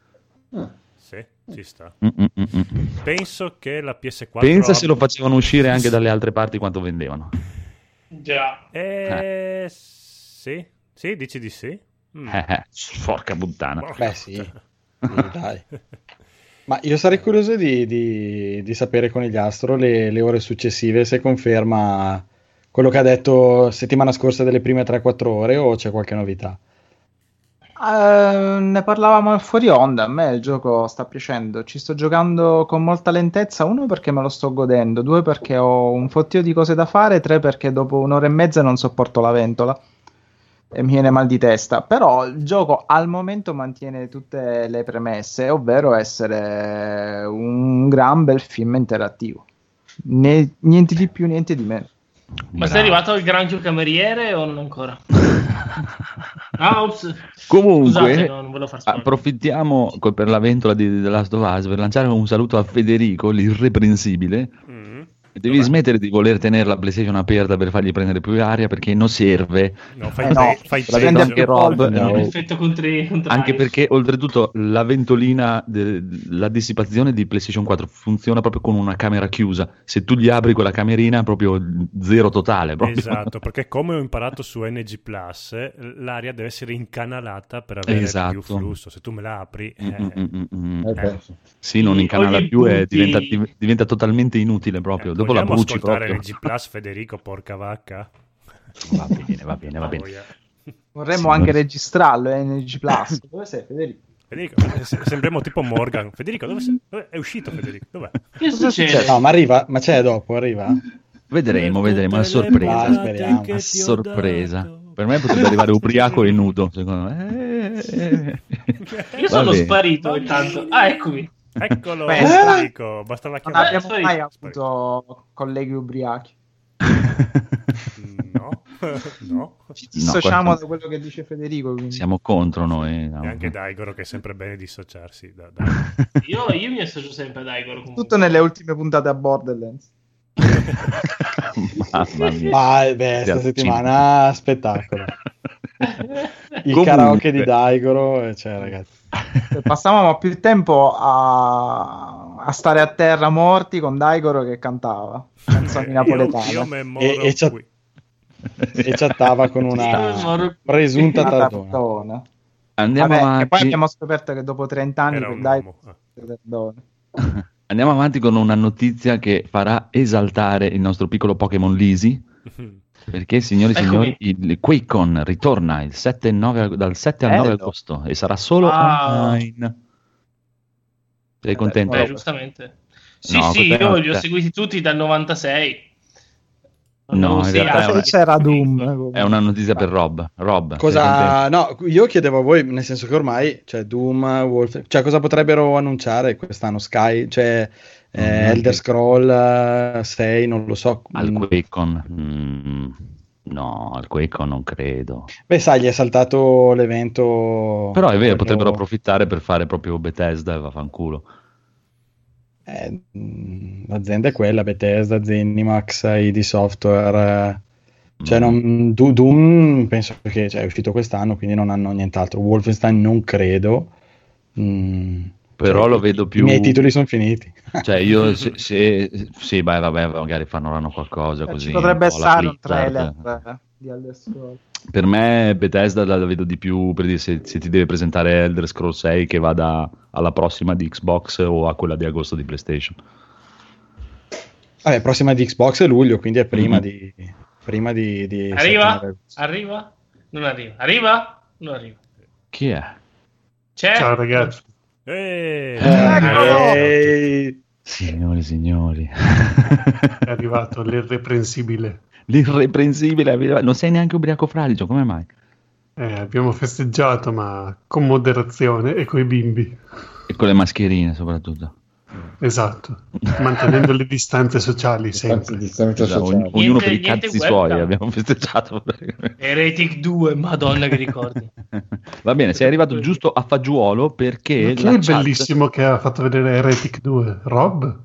Sì, ci sta. Mm-mm-mm. Penso che la P S quattro Pensa ha- se lo facevano uscire anche dalle altre parti quanto vendevano. Già. Eh, sì, sì, dici di sì? Mm. Eh, eh, porca puttana. Beh, sì. Sì, dai. Ma io sarei curioso di, di, di sapere Conigliastro le, le ore successive se conferma quello che ha detto settimana scorsa delle prime tre quattro ore o c'è qualche novità. Eh, ne parlavamo fuori onda. A me il gioco sta piacendo. Ci sto giocando con molta lentezza. Uno, perché me lo sto godendo. Due, perché ho un fottio di cose da fare. Tre, perché dopo un'ora e mezza non sopporto la ventola e mi viene mal di testa. Però il gioco al momento mantiene tutte le premesse, ovvero essere un gran bel film interattivo. Ne- niente di più, niente di meno. Ma sei arrivato al Grangio Cameriere o non ancora? Ah, ops. Comunque, Scusate, no, non volevo far spoiler. approfittiamo co- per la ventola di The Last of Us per lanciare un saluto a Federico, l'irreprensibile. Devi smettere di voler tenere la PlayStation aperta per fargli prendere più aria, perché non serve. No, fai, Eh no, fai l'ha detto peggio. anche Rob. No, no. effetto contri- contrario. Anche perché oltretutto la ventolina, de- la dissipazione di PlayStation quattro funziona proprio con una camera chiusa. Se tu gli apri quella camerina, proprio zero totale. Proprio. Esatto, perché come ho imparato su N G Plus, l'aria deve essere incanalata per avere Esatto. più flusso. Se tu me la apri, eh, Mm, mm, mm, mm. Eh, Sì, non Sì, incanala ogni più e punti- diventa, div- diventa totalmente inutile proprio. Dopo la vogliamo bruci ascoltare proprio. N G Plus, Federico, porca vacca? Va bene, va bene, va bene. Boia. Vorremmo Sì, anche non- registrarlo eh, in G Plus. Dove sei, Federico? Federico, eh, se- sembriamo tipo Morgan. Federico, dove sei? Dove- È uscito Federico? Dov'è? Che succede? No, ma arriva, ma c'è dopo, arriva? Vedremo, vedremo, a sorpresa. Ah, speriamo. A sorpresa. Per me potrebbe arrivare ubriaco e nudo, secondo me. Eh, Io sono vabbè. sparito intanto. Ah, eccomi. Eccolo, Beh, Federico, bastava Non chiamare. abbiamo mai avuto colleghi ubriachi. No, no. Ci No, dissociamo questo- da quello che dice Federico. Quindi. Siamo contro noi. no. E anche Daigoro che è sempre bene dissociarsi. Da, da... Io, io mi associo sempre ad Igor. Comunque. Tutto nelle ultime puntate a Borderlands. Mamma mia. Ma beh, sta Sì, settimana spettacolo. Il Comunque. karaoke di Daigoro, cioè ragazzi. Passavamo più tempo a... a stare a terra morti con Daigoro che cantava canzoni io, napoletane. io me moro E, e, chat- qui. e chattava con una presunta Una tartona. tartona. Andiamo Vabbè, avanti. e poi abbiamo scoperto che dopo trenta anni Era che un Daigoro uomo. perdona. Andiamo avanti con una notizia che farà esaltare il nostro piccolo Pokémon Lisi. Perché, signori e Eccomi. signori, il QuakeCon ritorna il sette e nove, dal sette al nove Bello. agosto e sarà solo Ah. online. Sei contento? Beh, giustamente. Sì, No, sì, questa è io una- li ho seguiti tutti dal novantasei. No, Avevo in sei realtà è anni. una- C'era Doom. È una notizia per Rob. Rob, sei Cosa? No, io chiedevo a voi, nel senso che ormai, cioè Doom, Wolf, cioè cosa potrebbero annunciare quest'anno? Sky, cioè eh, Mm, Elder sì. Scroll eh, sei, non lo so. Al Mm. QuakeCon? Mm, no, al QuakeCon non credo. Beh, sai, gli è saltato l'evento. Però è vero, quello- potrebbero approfittare per fare proprio Bethesda e vaffanculo. Eh, mm, l'azienda è quella, Bethesda, Zenimax, I D Software. eh, Cioè, Mm. non, Do- Doom penso che cioè, è uscito quest'anno, quindi non hanno nient'altro. Wolfenstein non credo. Mm, Però cioè, lo i- vedo più... I miei titoli sono finiti. Cioè io, se, se- sì, beh, vabbè, magari faranno qualcosa Eh, così. Ci potrebbe un po' alla essere un Blizzard. trailer eh, di Elder Scrolls. Per me Bethesda la vedo di più, per dire, se, se ti deve presentare Elder Scrolls sei che vada alla prossima di Xbox o a quella di agosto di PlayStation. Vabbè, prossima di Xbox è luglio, quindi è prima Mhm. di... Prima di, di Arriva? settembre. Arriva? Non arriva. Arriva? Non arriva. Chi è? C'è? Ciao ragazzi. Eh, Ehi! Signori, signori. È arrivato l'irreprensibile. L'irreprensibile, non sei neanche ubriaco fradicio, come mai? Eh, abbiamo festeggiato, ma con moderazione e coi bimbi. E con le mascherine soprattutto. Esatto, mantenendo le distanze sociali sempre. Distanza Esatto, sociale. ogn- ognuno Niente- per i niente cazzi webcam. suoi abbiamo festeggiato. Heretic due, madonna che ricordi. Va bene, sei arrivato giusto a fagiolo perché Ma chi la è il chat- bellissimo che ha fatto vedere Heretic due? Rob?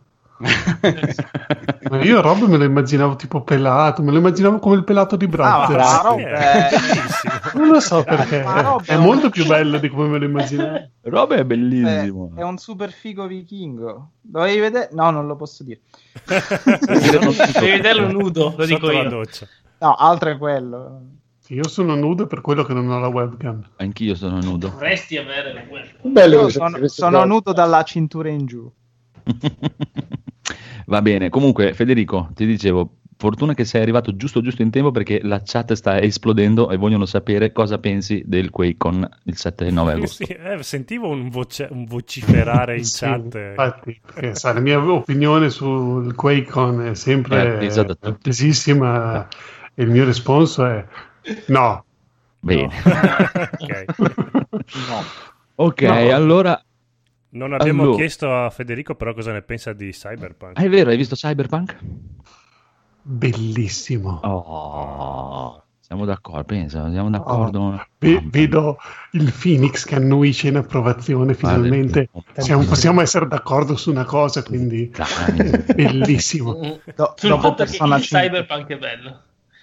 Ma io Rob me lo immaginavo tipo pelato, me lo immaginavo come il pelato di Ah, Brazzer. ma Rob Sì, è... Non lo so perché, Ma Rob è è un- molto più bello di come me lo immaginavo. Rob è è, bellissimo. è un super figo vichingo. Dovevi vedere? No, non lo posso dire. Devi vederlo nudo, lo dico sotto la io. doccia. No, altro è quello. Io sono nudo per quello che non ho la webcam. Anch'io sono nudo. Dovresti avere la web. Bello Io che sono, sapete sono questo- nudo dalla cintura in giù. Va bene, comunque Federico, ti dicevo, fortuna che sei arrivato giusto giusto in tempo perché la chat sta esplodendo e vogliono sapere cosa pensi del QuakeCon il sette e nove agosto. Sì, eh, sentivo un, voce- un vociferare in Sì, chat. infatti, perché, sai, la mia opinione sul QuakeCon è sempre È attesa da tutti. attesissima e il mio risponso è no. Bene. Ok. Ok, No. allora... Non abbiamo Allora. chiesto a Federico però cosa ne pensa di Cyberpunk. Ah, è vero, hai visto Cyberpunk? Bellissimo. Oh, siamo d'accordo, pensa, siamo d'accordo. Ve- vedo il Phoenix che annuisce in approvazione finalmente. Vale. Siamo- possiamo essere d'accordo su una cosa, quindi Dai. bellissimo. Do- Sul dopo fatto che Persona il cinque. Cyberpunk è bello.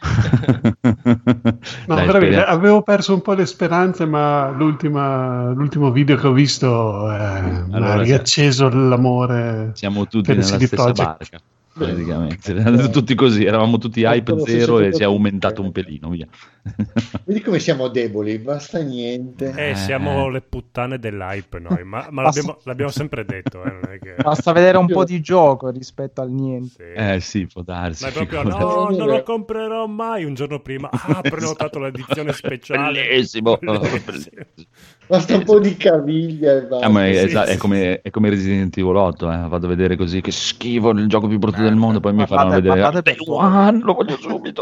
No, Dai, veramente, speriamo. avevo perso un po' le speranze, ma l'ultima- l'ultimo video che ho visto eh, mi Allora, ha sì. riacceso l'amore. Siamo tutti per il nella C D stessa Projekt. barca, praticamente. Tutti così, eravamo tutti hype Lo stesso zero e si è prodotto. aumentato un pelino, via. Vedi come siamo deboli, basta niente. Eh, siamo le puttane dell'hype noi, ma, ma Basta- l'abbiamo, l'abbiamo sempre detto. Eh, non è che... Basta vedere un po' di gioco rispetto al niente. Sì. Eh sì, può darsi. Ma è proprio figurati. no, non lo comprerò mai un giorno prima. Ah, ho prenotato l'edizione speciale. Bellissimo. Bellissimo. Basta un po' di caviglia e basta. Ah, ma è, Sì, esa- sì. è come, è come Resident Evil otto, eh. Vado a vedere così che schifo, il gioco più brutto del mondo, poi mi faranno Parlate- vedere parlate Day per One, lo voglio subito.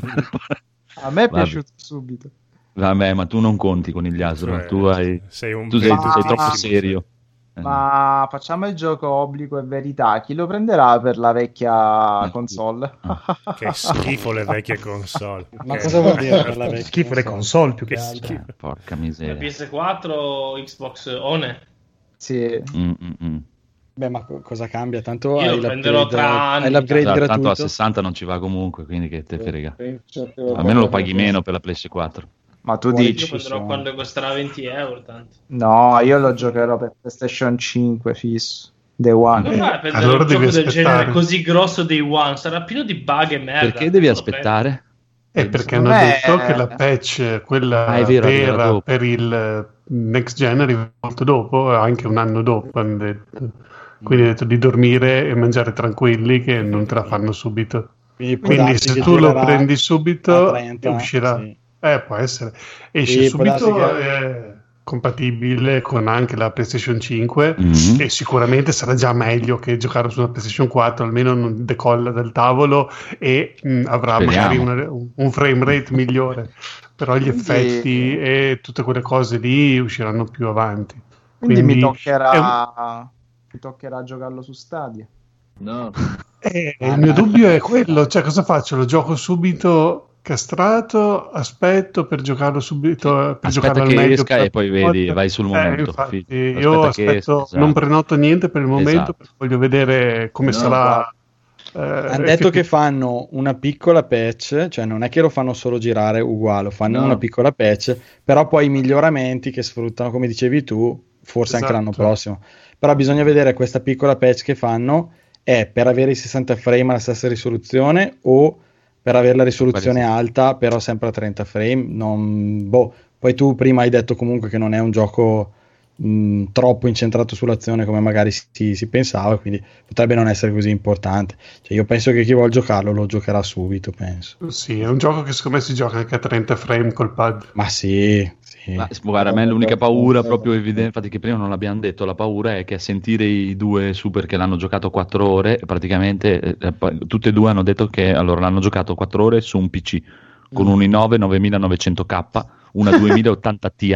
A me è Vabbè. piaciuto subito. Vabbè, ma tu non conti con gli astro, Cioè, tu, hai, sei un tu sei, Ma- sei troppo serio. Eh. Ma facciamo il gioco obbligo e verità. Chi lo prenderà per la vecchia Eh, console? Che schifo le vecchie console. Ma Che- cosa vuol dire per la vecchia Schifo le console più che, Che altro. schifo. Porca La miseria. P S quattro o Xbox One? Sì. Mm, mm, mm. Beh, ma co- cosa cambia? Tanto Io hai lo prenderò l'upgrade, tra anni. hai l'upgrade Esatto, tanto gratuito. a sessanta non ci va comunque, quindi che te frega. Penso che lo Almeno lo possa- paghi meno per la PlayStation quattro. Ma tu Fuori Io dici? prenderò quando costerà venti euro. Tanto. No, io lo giocherò per PlayStation cinque fisso. Day One. Come fai a prendere Allora un gioco devi del aspettare. genere così grosso Day One? Sarà pieno di bug e merda. Perché devi Lo aspettare? È perché Secondo hanno me- detto che la patch, quella Ah, è vero, arriverà vera dopo. per il eh, next gen, arriva molto dopo, anche un anno dopo. Hanno detto. Quindi hanno detto di dormire e mangiare tranquilli, che non te la fanno subito. Quindi, può Quindi darsi se che tu lo girerà prendi a subito, trenta, uscirà. sì. Eh, può essere. Esce Sì, può darsi subito, che- è compatibile con anche la PlayStation cinque Mhm. e sicuramente sarà già meglio che giocare su una PlayStation quattro, almeno non decolla dal tavolo e mh, avrà Speriamo. magari una- un, un frame rate migliore, però gli Quindi- effetti e tutte quelle cose lì usciranno più avanti. Quindi, mi Quindi toccherà è un- mi toccherà giocarlo su Stadia. No. Eh, il mio dubbio è quello, cioè cosa faccio? Lo gioco subito castrato, aspetto per giocarlo subito, per Aspetta giocarlo al che meglio esca per la e poi prima vedi, volta. vai sul Eh, momento. infatti, Fi- io aspetta che aspetto, esca, esatto. non prenoto niente per il momento, Esatto. perché voglio vedere come No, sarà. eh, Hanno detto effettivamente. che fanno una piccola patch, cioè non è che lo fanno solo girare uguale, fanno No. una piccola patch, però poi i miglioramenti che sfruttano, come dicevi tu, forse anche Esatto. l'anno prossimo. Però bisogna vedere questa piccola patch che fanno è per avere i sessanta frame alla stessa risoluzione o per avere la risoluzione Quale sì. alta, però sempre a trenta frame. Non... Boh. Poi tu prima hai detto comunque che non è un gioco mh, troppo incentrato sull'azione come magari si, si pensava, quindi potrebbe non essere così importante. Cioè, io penso che chi vuole giocarlo lo giocherà subito, penso. Sì, è un gioco che secondo me si gioca anche a trenta frame col pad. Ma sì, sì. Ma, guarda, a me l'unica paura proprio evidente, infatti che prima non l'abbiamo detto, la paura è che a sentire i due super che l'hanno giocato quattro ore, praticamente eh, poi tutte e due hanno detto che allora l'hanno giocato quattro ore su un P C con un i nove novantanovecento K, una duemila ottanta Ti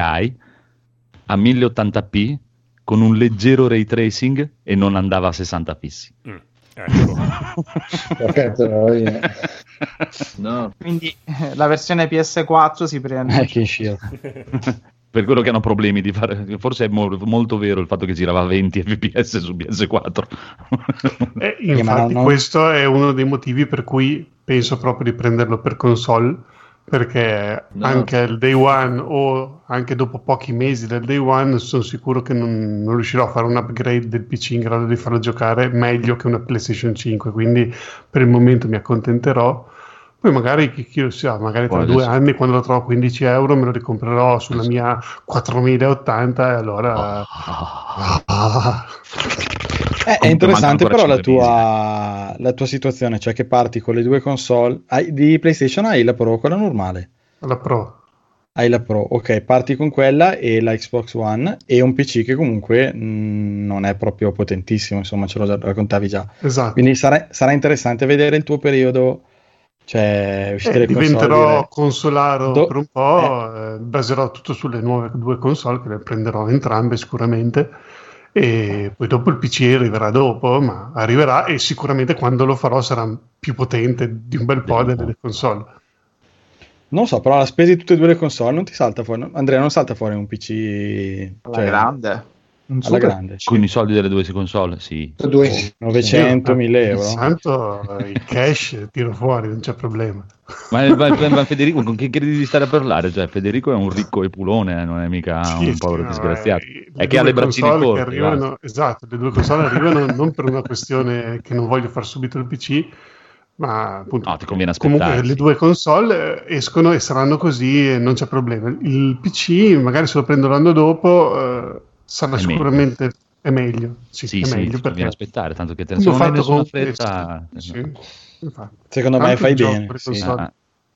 a mille ottanta p con un leggero ray tracing e non andava a sessanta fissi. Mm, ecco. Porca troia. No. Quindi eh, la versione P S quattro si prende. Eh, che shield. Per quello che hanno problemi di fare, forse è mo- molto vero il fatto che girava a venti F P S su P S quattro. Eh, ma infatti non- questo è uno dei motivi per cui penso proprio di prenderlo per console, perché No. anche il day one o anche dopo pochi mesi del day one sono sicuro che non, non riuscirò a fare un upgrade del P C in grado di farlo giocare meglio che una PlayStation cinque, quindi per il momento mi accontenterò. Poi magari, chi, chi lo sa, magari tra Poi due adesso- anni, quando lo trovo a quindici euro, me lo ricomprerò sulla mia quattromila ottanta e allora... Ah. Eh, è Comunque interessante manca però ancora la cinque tua, la tua situazione, cioè che parti con le due console. Hai, di PlayStation hai la Pro o quella normale? La Pro. Hai la Pro, ok, parti con quella e la Xbox One e un P C che comunque mh, non è proprio potentissimo, insomma, ce lo già- raccontavi già. Esatto. Quindi sarà, sarà interessante vedere il tuo periodo, cioè uscite Eh, le console. diventerò dire- consolaro Do- per un po', eh, baserò tutto sulle nuove due console che le prenderò entrambe sicuramente e poi dopo il P C arriverà dopo, ma arriverà e sicuramente quando lo farò sarà più potente di un bel po' delle console. Non so, però la spesa di tutte e due le console non ti salta fuori. Andrea, non salta fuori un P C Alla cioè, grande. Un alla super- grande. Con i soldi delle due console, sì. Due. novecento, mille euro. Tanto eh, il cash tiro fuori, non c'è problema. Ma, ma- ma Federico, con chi credi di stare a parlare? Cioè, Federico è un ricco e pulone, eh, non è mica Sì, un sì, povero no, disgraziato. eh, È che ha le due braccine console che corte. arrivano, basta. esatto, le due console arrivano non per una questione che non voglio far subito il P C, ma appunto No, ti conviene aspettare. comunque le sì. due console eh, escono e saranno così e non c'è problema. Il P C magari se lo prendo l'anno dopo eh, sarà È sicuramente è meglio, sì, Sì, è sì, meglio ti perché conviene aspettare, tanto che te come se ho non hai fatto nessuna con fretta... sì, infatti. Secondo me Tanto fai gioco bene. per Sì. console. Ah,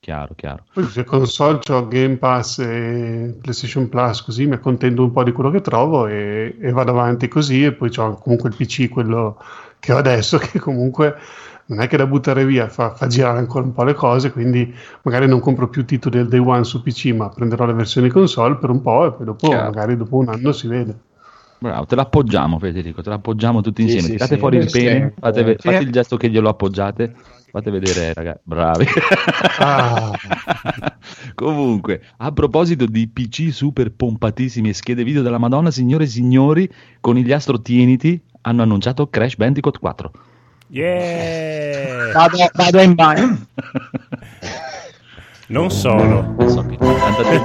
chiaro, chiaro. Poi se console c'ho Game Pass e PlayStation Plus, così mi accontento un po' di quello che trovo e, e vado avanti così, e poi c'ho comunque il P C, quello che ho adesso, che comunque non è che da buttare via, fa, fa girare ancora un po' le cose, quindi magari non compro più titoli del day one su P C, ma prenderò le versioni console per un po' e poi dopo, Chiaro. magari dopo un anno si vede. Bravo, te l'appoggiamo Federico, te l'appoggiamo tutti Sì, insieme. sì, Tirate sì. fuori il pene, Sì. fate, ve- Sì. fate il gesto che glielo appoggiate, fate vedere ragazzi, bravi. Ah. Comunque, a proposito di P C super pompatissimi e schede video della Madonna, signore e signori, Conigliastro tieniti, hanno annunciato Crash Bandicoot quattro. Yeah! Vado, vado in bagno. Non solo. Non so che- andate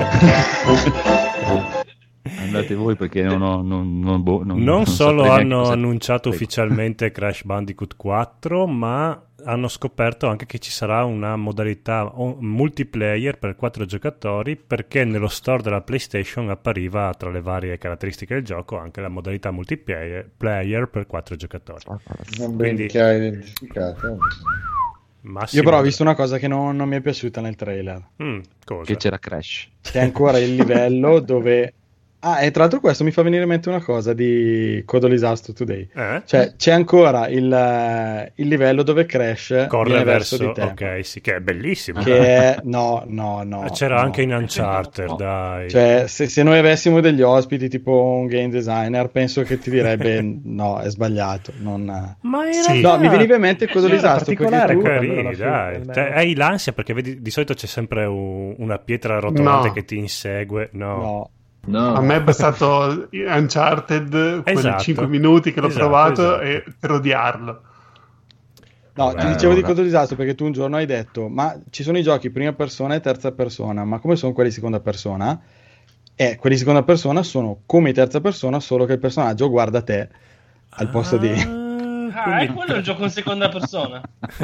voi. Andate voi perché non ho... Non, non, boh, non, Non non solo saprei neanche hanno cosa- annunciato Prego. ufficialmente Crash Bandicoot quattro, ma hanno scoperto anche che ci sarà una modalità o- multiplayer per quattro giocatori, perché nello store della PlayStation appariva tra le varie caratteristiche del gioco anche la modalità multiplayer player per quattro giocatori. Non ben Quindi- chiaro identificato. Massimo- Io però ho visto una cosa che non, non mi è piaciuta nel trailer, Mm, cosa? Che c'era Crash. che è ancora il livello dove... Ah, e tra l'altro questo mi fa venire in mente una cosa di Codolizastro Today. Eh? Cioè, c'è ancora il, eh, il livello dove Crash Corre viene verso, verso di te. ok, sì, che è bellissimo. Che è... No, no, no. C'era no. anche in Uncharted, dai. Cioè, se, se noi avessimo degli ospiti tipo un game designer, penso che ti direbbe no, è sbagliato. Non... Ma in Sì. realtà- No, mi veniva in mente Codolizastro perché particolare tu... quello. Carini, alla fine, dai. almeno. Te- hai l'ansia perché vedi di solito c'è sempre un- una pietra rotolante No. che ti insegue. No. No. No. A me è bastato Uncharted, quei Esatto. cinque minuti che l'ho Esatto, provato esatto. e per odiarlo. No, Vabbè, ti dicevo allora. di Codolizastro perché tu un giorno hai detto ma ci sono i giochi prima persona e terza persona, ma come sono quelli seconda persona? E quelli seconda persona sono come i terza persona, solo che il personaggio guarda te al posto di... Ah, è quello il gioco in seconda persona.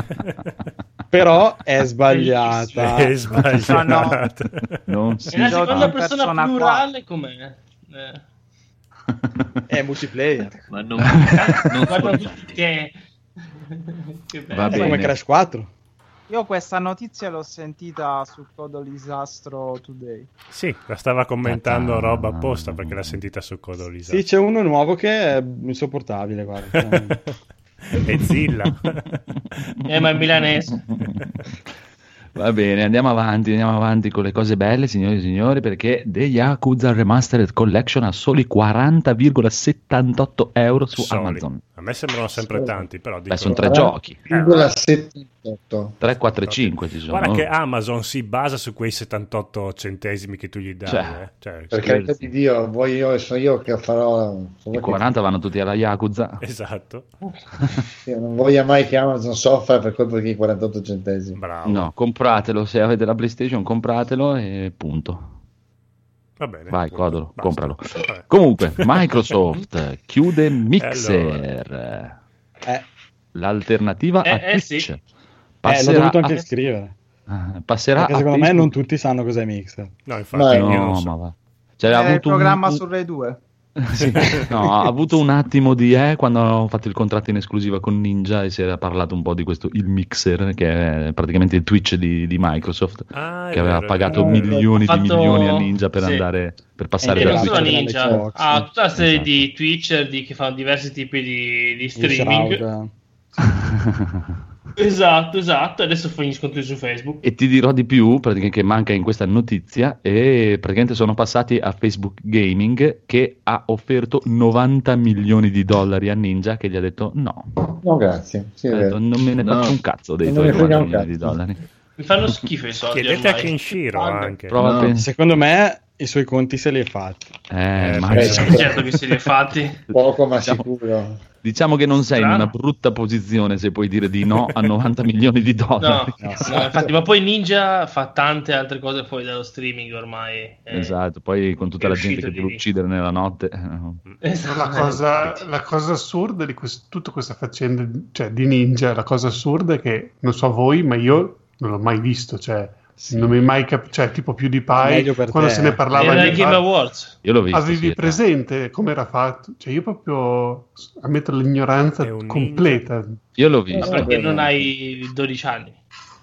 Però è sbagliata. È sbagliato. Non E si la Giochi seconda in persona persona plurale com'è? Eh. È multiplayer. Ma non, non Guarda so- tutti che... che bello. Va È bene. come Crash quattro. Io questa notizia l'ho sentita su Codolizastro Today. Sì, la stava commentando roba apposta perché l'ha sentita su Codolizastro. Sì, c'è uno nuovo che è insopportabile, guarda. E Zilla. Eh, ma è milanese. Va bene, andiamo avanti, andiamo avanti con le cose belle, signori e signori, perché The Yakuza Remastered Collection a soli quaranta virgola settantotto euro su Soli. Amazon. A me sembrano sempre tanti, però dico... Beh, sono tre giochi. virgola settantotto. tre, quattro e cinque ci sono. Guarda che Amazon si basa su quei settantotto centesimi che tu gli dai. Cioè, eh. Cioè, Per carità di Dio, vuoi io, sono io che farò. I quaranta vanno tutti alla Yakuza. Esatto. Io non voglio mai che Amazon soffra per colpa di quarantotto centesimi. Bravo. No, compratelo, se avete la PlayStation compratelo e punto. Va bene. Vai, punto. Codolo, Basta. compralo. Vabbè. Comunque, Microsoft chiude Mixer. Eh, L'alternativa Eh, a eh, Twitch. sì. eh, l'ho Passerà dovuto anche a- scrivere. ah, passerà Perché a secondo me Facebook. non tutti sanno cos'è Mixer. No, infatti, Ma io No, non so. ma va. Cioè, È ha il avuto un- programma un- su Rai due. Sì, no, ha avuto un attimo di eh quando hanno fatto il contratto in esclusiva con Ninja e si era parlato un po' di questo il Mixer, che è praticamente il Twitch di, di Microsoft, Ah, è che aveva vero, è pagato vero. milioni Ha di fatto- milioni a Ninja per sì. andare per passare E da non Twitch. solo Twitch. Ninja, Xbox. ha tutta una serie Esatto. di Twitcher di, che fanno diversi tipi di, di Di streaming. Shroud. Esatto, esatto. Adesso fa gli scontri su Facebook. E ti dirò di più, praticamente, che manca in questa notizia, e praticamente sono passati a Facebook Gaming, che ha offerto novanta milioni di dollari a Ninja, che gli ha detto no, No, grazie. Sì, è ha detto, vero. non me ne No. faccio un cazzo dei Non tuoi me ne frega novanta un milioni di cazzo. dollari. Mi fanno schifo i soldi Chiedete a ormai. Kenshiro anche. Prova No. a pens- Secondo me i suoi conti se li ha fatti. eh, Eh, ma- beh, Sì, certo che si li è fatti. Poco ma Diciamo- sicuro. Diciamo che non sei in Strano. una brutta posizione se puoi dire di no a novanta milioni di No, dollari. no, infatti, ma poi Ninja fa tante altre cose fuori dallo streaming ormai. eh. Esatto, poi con tutta è la gente uscito che deve di- uccidere nella notte. eh, Esatto. La cosa, la cosa assurda di quest- tutta questa faccenda, cioè di Ninja, la cosa assurda è che, non so voi, ma io non l'ho mai visto, cioè non mi è mai cap- cioè tipo PewDiePie, Meglio per quando te, se ne eh. parlava Era anni ai Game fa, Awards. Io l'ho visto. avevi sì, presente come era fatto? Cioè io proprio ammetto l'ignoranza È un completa. Io l'ho Ma visto. perché non hai dodici anni?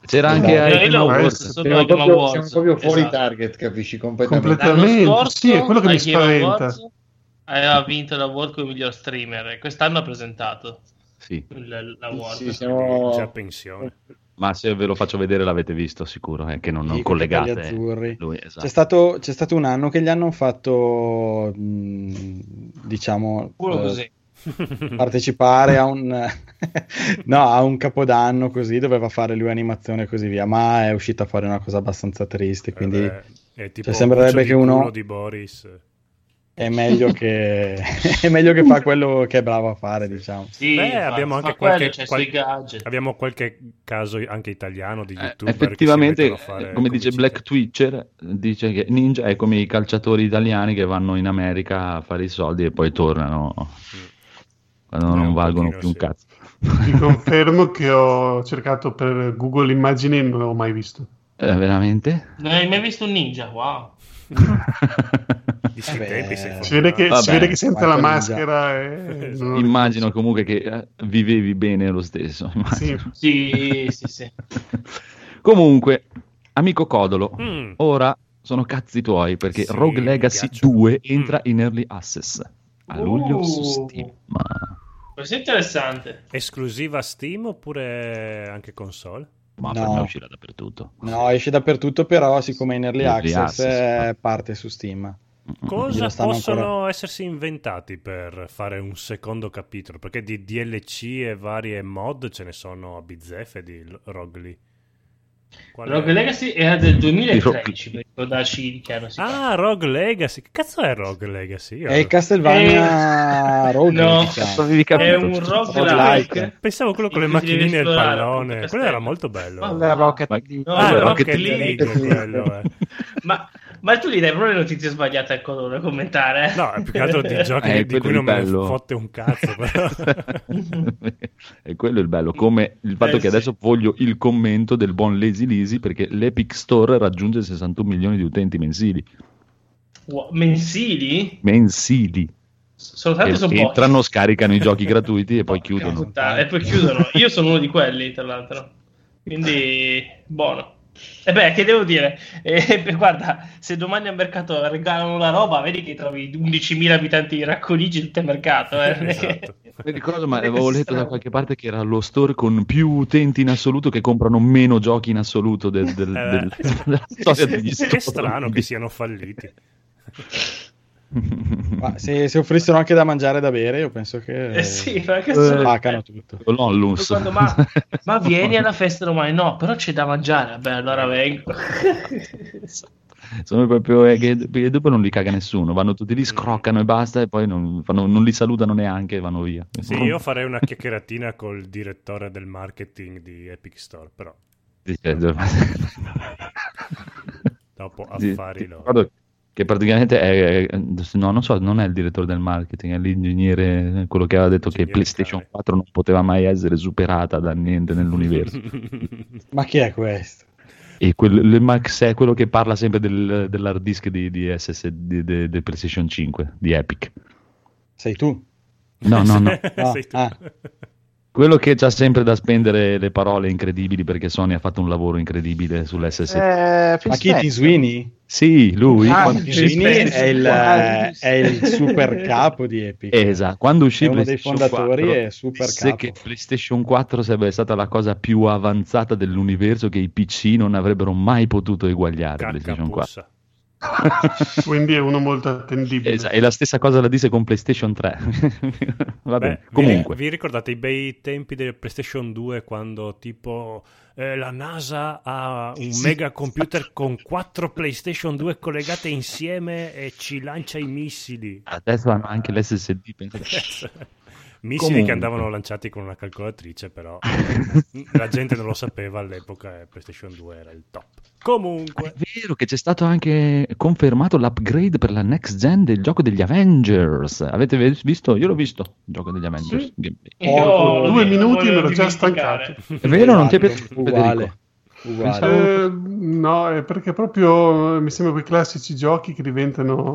C'era anche no, ai Halo Game Wars, Awards. solo Siamo ai Game proprio, Awards. siamo proprio fuori Esatto. target, capisci? Completamente. Completamente. L'anno scorso, Sì, è quello che mi ai Game spaventa. Awards, aveva vinto l'award come miglior streamer e quest'anno ha presentato Sì. il- l'award. Sì, siamo... Già pensione. Ma se ve lo faccio vedere l'avete visto sicuro, eh, che non, non Sì, con i capelli collegate azzurri. lui, esatto. C'è stato, c'è stato un anno che gli hanno fatto, mh, diciamo, Puro eh, così. partecipare a un no, a un capodanno così, doveva fare lui animazione e così via, ma è uscita fuori una cosa abbastanza triste, quindi Eh beh, è tipo cioè, sembrerebbe Buccio che di uno culo di Boris. è meglio che è meglio che fa quello che è bravo a fare, diciamo. Sì, Beh, fa- abbiamo fa anche quello, qualche, c'è qual- sui gadget. abbiamo qualche caso anche italiano di Eh, youtuber effettivamente, che si mettono a fare come dice comicità. Black Twitcher, dice che Ninja è come i calciatori italiani che vanno in America a fare i soldi e poi tornano quando Eh, non un valgono pochino, più un sì. cazzo. Ti confermo che ho cercato per Google Immagini e non l'ho mai visto. Eh, veramente? Non hai mai visto un ninja? Wow. Di sti Eh beh, tempi sei Si vede che, Vabbè, si vede che senza la quanto maschera e non lo Immagino comunque che eh, vivevi bene lo stesso. Sì. Sì, sì, sì. Comunque, amico Codolo, Mm. ora sono cazzi tuoi perché Sì, Rogue mi Legacy piacciono. due entra Mm. in Early Access a luglio su Uh. Steam. Ma... Questo è interessante. Esclusiva Steam oppure anche console? Ma No. per me uscirà dappertutto. No, esce dappertutto, però siccome è in early Early access, access. eh, parte su Steam. Cosa Glielo stanno possono ancora- essersi inventati per fare un secondo capitolo? Perché di D L C e varie mod ce ne sono a bizzeffe di L- Rogue Lee. Qual è? Rogue Legacy era del duemilatredici, per ricordarci che anno si fa. Ah, Rogue Legacy. Che cazzo è Rogue Legacy? Io È il Castlevania Eh, Rogue, no. diciamo. Avevi È capito? un Roguelike. roguelike. pensavo quello con le in cui devi macchinine e il esplorare pallone. un Quello castello. era molto bello. Quello è Rocket Ma- League. No, ah, no, Rocket Rocket League, League. quello è. Ma, ma tu gli dai proprio le notizie sbagliate al Codolo da commentare? No, è più che altro di giochi Eh, di quello cui è non me ne bello. fotte un cazzo. Però. E quello è il bello, come il fatto Eh, che sì. adesso voglio il commento del buon Lazy Lisi perché l'Epic Store raggiunge sessantuno milioni di utenti mensili. Wow, mensili? Mensili. Sono tanti, Che sono pochi. entrano, scaricano i giochi gratuiti e poi Porca chiudono. puttana, e poi chiudono. Io sono uno di quelli, tra l'altro. Quindi, buono. E beh, che devo dire? Eh, beh, guarda, se domani al mercato regalano la roba, vedi che trovi undicimila abitanti racconigi tutto il mercato. Eh. Esatto. Vedi cosa? Ma Non è che avevo si letto da strano. qualche parte che era lo store con più utenti in assoluto che comprano meno giochi in assoluto del- del- Eh, del- della storia degli store. Che strano che siano falliti. Ma se, se offrissero anche da mangiare e da bere, io penso che Eh sì, ma che Eh, sono- spaccano tutto. L'Onlus. Quando, ma, ma vieni alla festa domani? No, però c'è da mangiare. Vabbè, allora vengo. Sono proprio eh, che, perché dopo non li caga nessuno, vanno tutti lì, scroccano e basta e poi non, fanno- non li salutano neanche e vanno via. Sì, io farei una chiacchieratina col direttore del marketing di Epic Store, però dopo Sì, affari ti loro. ricordo che praticamente è, è- no, non so, non è il direttore del marketing, è l'ingegnere, quello che aveva detto che Ingegnere PlayStation Cave. quattro non poteva mai essere superata da niente nell'universo. Ma chi è questo? E quel, il Max è quello che parla sempre del, dell'hard disk di, di S S D di, di PlayStation cinque, di Epic. Sei tu? No, no, no. No, Sei tu. ah. Quello che c'ha sempre da spendere le parole incredibili perché Sony ha fatto un lavoro incredibile sull'S S D. Eh, Phil Ma chi, Tim Spencer. Sweeney? Sì, lui. Ah, quando- Tim Phil Sweeney Spencer. è il, Ah, è il super capo di Epic. Esatto, quando uscì È uno dei PlayStation fondatori quattro, e super disse capo. che PlayStation quattro sarebbe stata la cosa più avanzata dell'universo che i P C non avrebbero mai potuto eguagliare. PlayStation quattro. Caccapussa. Quindi è uno molto attendibile. Esatto, e la stessa cosa la disse con PlayStation tre. Va bene, Beh, vi- comunque. vi, ricordate i bei tempi del PlayStation due quando tipo eh, la NASA ha un mega computer con quattro PlayStation due collegate insieme e ci lancia i missili? Adesso hanno anche l'S S D. Pensate. Missili Comunque. che andavano lanciati con una calcolatrice, però la gente non lo sapeva all'epoca e PlayStation due era il top. Comunque, È vero che c'è stato anche confermato l'upgrade per la next gen del gioco degli Avengers. Avete ve- visto? Io l'ho visto, il gioco degli Avengers. Sì. Gameplay. Io Oh, lo due devo- minuti voglio me l'ho già dimenticare. stancato. È vero, non ti è Esatto, piaciuto, uguale. Federico? Uguale. Pensavo- Eh, no, è perché proprio mi sembra quei classici giochi che diventano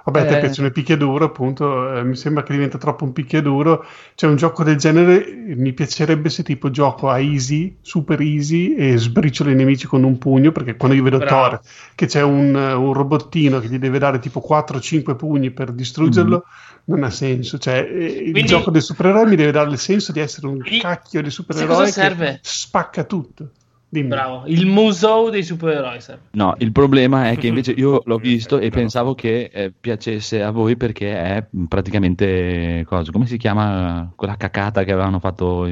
Vabbè, a te Eh. piacciono i picchiaduro, appunto, eh, mi sembra che diventa troppo un picchiaduro. C'è un gioco del genere, mi piacerebbe se tipo gioco a easy, super easy, e sbriciolo i nemici con un pugno, perché quando io vedo Bravo. Thor che c'è un, un robottino che gli deve dare tipo quattro cinque pugni per distruggerlo, non ha senso. Cioè, eh, il Quindi- gioco dei supereroi mi deve dare il senso di essere un Quindi- cacchio di Sai supereroi cosa che serve? spacca tutto. Dimmi. Bravo, il musou dei supereroi serve. No, il problema è che invece io l'ho visto e pensavo che eh, piacesse a voi perché è praticamente cosa, come si chiama quella cacata che avevano fatto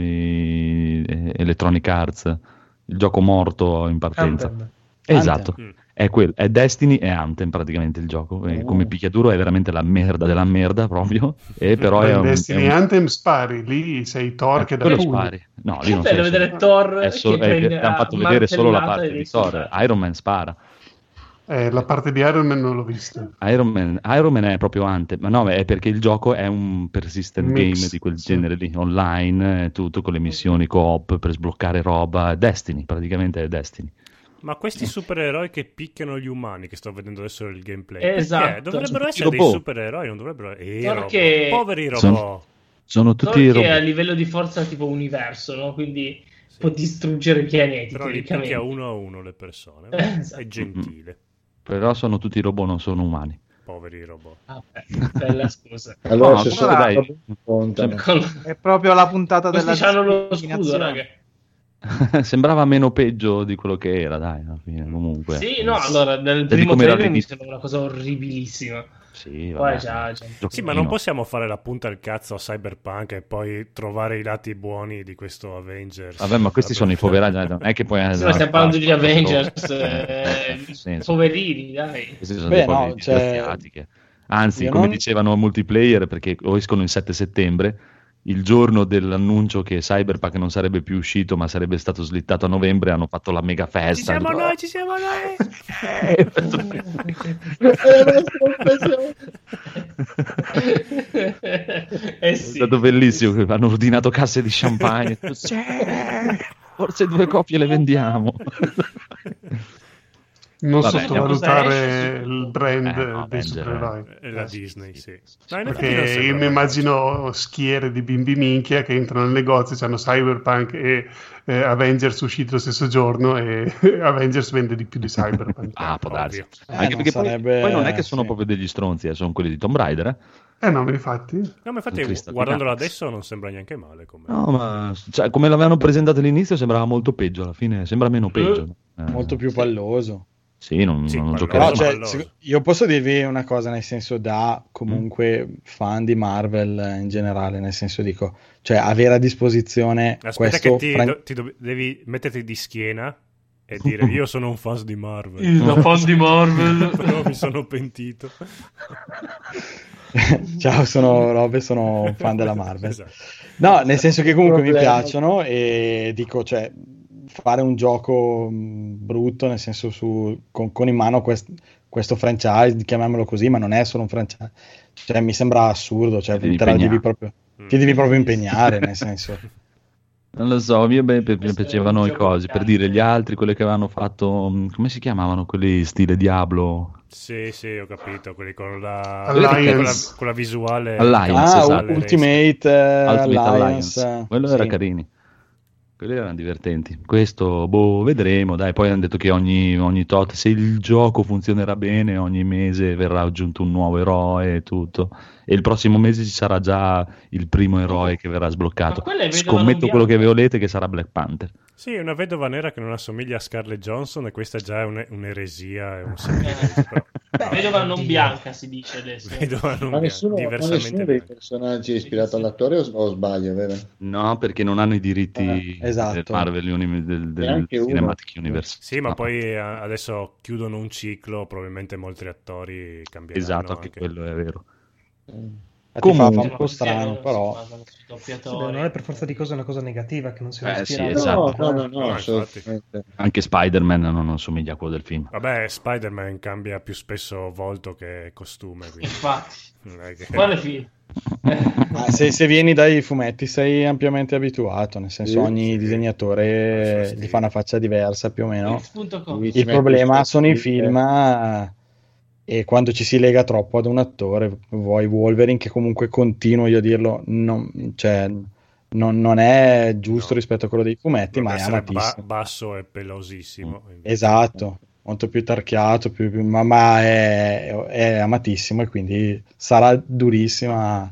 i eh, Electronic Arts, il gioco morto in partenza. Anthem. Esatto, Anthem. è quello, è Destiny e Anthem praticamente il gioco. E Oh. come picchiaduro è veramente la merda della merda proprio, e però è in un, Destiny è un- Anthem spari, lì sei Thor eh, che dà quello pugni. spari. No, lì Che non bello sei vedere solo- Thor è solo- che è- prende hanno a fatto vedere solo la martellate parte dei di Thor. soldati. Iron Man spara. Eh, la parte di Iron Man non l'ho vista. Iron Man, Iron Man è proprio Anthem, ma no, è perché il gioco è un persistent Mix, game di quel sì. genere lì, online, eh, tutto con le missioni co-op per sbloccare roba. Destiny, praticamente è Destiny. Ma questi supereroi che picchiano gli umani, che sto vedendo adesso il gameplay, Esatto. perché dovrebbero Sono essere tutti dei robot. supereroi, non dovrebbero... Eh, Perché- robot. Poveri robot. Sono- Sono Thor tutti che robot. a livello di forza tipo universo, no? Quindi Sì. può distruggere pianeti, Però li teoricamente. picchia uno a uno le persone. Eh, esatto. È gentile. Però sono tutti robot, non sono umani. Poveri robot. Ah, beh, bella scusa. Allora, No, se però sono dai. robot, contano. Con- È proprio la puntata Questi della hanno lo scudo, discriminazione. raga. Sembrava meno peggio di quello che era, dai, alla fine, comunque. Sì, no, allora nel Vedi primo come era trailer mi all'inizio. sembra una cosa orribilissima. Sì, Poi vabbè, già, già. Sì, ma non possiamo fare la punta al cazzo a Cyberpunk e poi trovare i lati buoni di questo Avengers. Vabbè, ma questi sono i poveraggi, dai, non è che poi... Sì, ma stiamo parlando di Avengers, Eh, eh, nel senso. poverini, dai. Questi sono Beh, dei no, poveri cioè- disgraziati che- Anzi, Io come non- dicevano multiplayer, perché o escono il sette settembre, il giorno dell'annuncio che Cyberpunk non sarebbe più uscito, ma sarebbe stato slittato a novembre, hanno fatto la mega festa. Ci siamo Dico, noi, ci siamo noi! "Eh, eh È sì. stato bellissimo, hanno ordinato casse di champagne. Sì, forse due copie le vendiamo. Non Vabbè, sottovalutare andiamo- il brand Eh, no, dei Avenger, supereroi. E la Disney, sì. No, in effetti non Perché sembra io mi male. immagino schiere di bimbi minchia che entrano nel negozio, c'hanno Cyberpunk e eh, Avengers usciti lo stesso giorno e Avengers vende di più di Cyberpunk. Ah, può darsi. Ovvio. Eh, Anche non perché poi, sarebbe- poi non è che sono sì. proprio degli stronzi, eh, sono quelli di Tomb Raider. Eh? Eh no, ma infatti. No, ma infatti Crystal guardandolo Dynamics. adesso non sembra neanche male. Come... No, ma cioè, come l'avevano presentato all'inizio sembrava molto peggio, alla fine sembra meno peggio. Eh, Molto più palloso. Sì, non, Sì, non palloso. giocherei Però, mai. cioè, palloso. sec- io posso dirvi una cosa, nel senso, da comunque fan di Marvel eh, in generale, nel senso dico, cioè avere a disposizione Aspetta questo che ti, fran- do- ti do- devi metterti di schiena e dire io sono un fan di Marvel. Il da fan di Marvel. Però mi sono pentito. Ciao, sono Rob e sono un fan della Marvel. Esatto. No, nel senso che comunque mi Problema. piacciono e dico, cioè, fare un gioco mh, brutto, nel senso su, con, con in mano quest- questo franchise, chiamiamolo così, ma non è solo un franchise. Cioè, mi sembra assurdo, cioè, Ti devi te la devi impegnare. proprio, ti devi proprio impegnare, nel senso. Non lo so, a me beh, mi Questo è piacevano un i gioco cosi, di per cazzo. dire gli altri, quelli che avevano fatto, mh, come si chiamavano, quelli stile Diablo? Sì, sì, ho capito. Quelli con la, Alliance. con la, con la visuale. Alliance, Ah, esatto. Ultimate, eh, Ultimate Alliance. Alliance, quello sì. era carini. Quelli erano divertenti. Questo, boh, vedremo. Dai, poi hanno detto che ogni, ogni tot, se il gioco funzionerà bene, ogni mese verrà aggiunto un nuovo eroe e tutto. E il prossimo mese ci sarà già il primo eroe che verrà sbloccato. Ma quella è vedova Scommetto non quello che bianca. volete che sarà Black Panther. Sì, una vedova nera che non assomiglia a Scarlett Johnson e questa già è un- un'eresia. È un sacrilegio, però- Beh, vedova non bianca si dice adesso. Vedova non Ma bianca, nessuno, ma diversamente nessuno dei bianca. personaggi è ispirato all'attore o, o sbaglio, vero? No, perché non hanno i diritti Eh, esatto. del Marvel Uni- del, del Neanche uno. Cinematic Universe. Sì, ma No. poi eh, adesso chiudono un ciclo, probabilmente molti attori cambieranno. Esatto, anche anche. quello è vero. Infatti fa, fa Comunque- un po' strano, però. Sì, beh, non è per forza di cosa una cosa negativa che non sia Eh, sì, ispirato. esatto. No, no, no, no, No, assolutamente. Anche Spider-Man non assomiglia a quello del film. Vabbè, Spider-Man cambia più spesso volto che costume, quindi Infatti, non è che... quale film? Ma se, se vieni dai fumetti sei ampiamente abituato, nel senso Sì, ogni sì. disegnatore Sì, sì. gli fa una faccia diversa più o meno. X punto com. Sì. Il Ci metti problema il sono i suo film, eh, e quando ci si lega troppo ad un attore, vuoi Wolverine che comunque continuo io a dirlo, non, cioè, non, non è giusto No. rispetto a quello dei fumetti, Dovrebbe ma è essere amatissimo. ba- basso e pelosissimo. Esatto, molto più tarchiato, più, più- ma, ma è, è amatissimo e quindi sarà durissima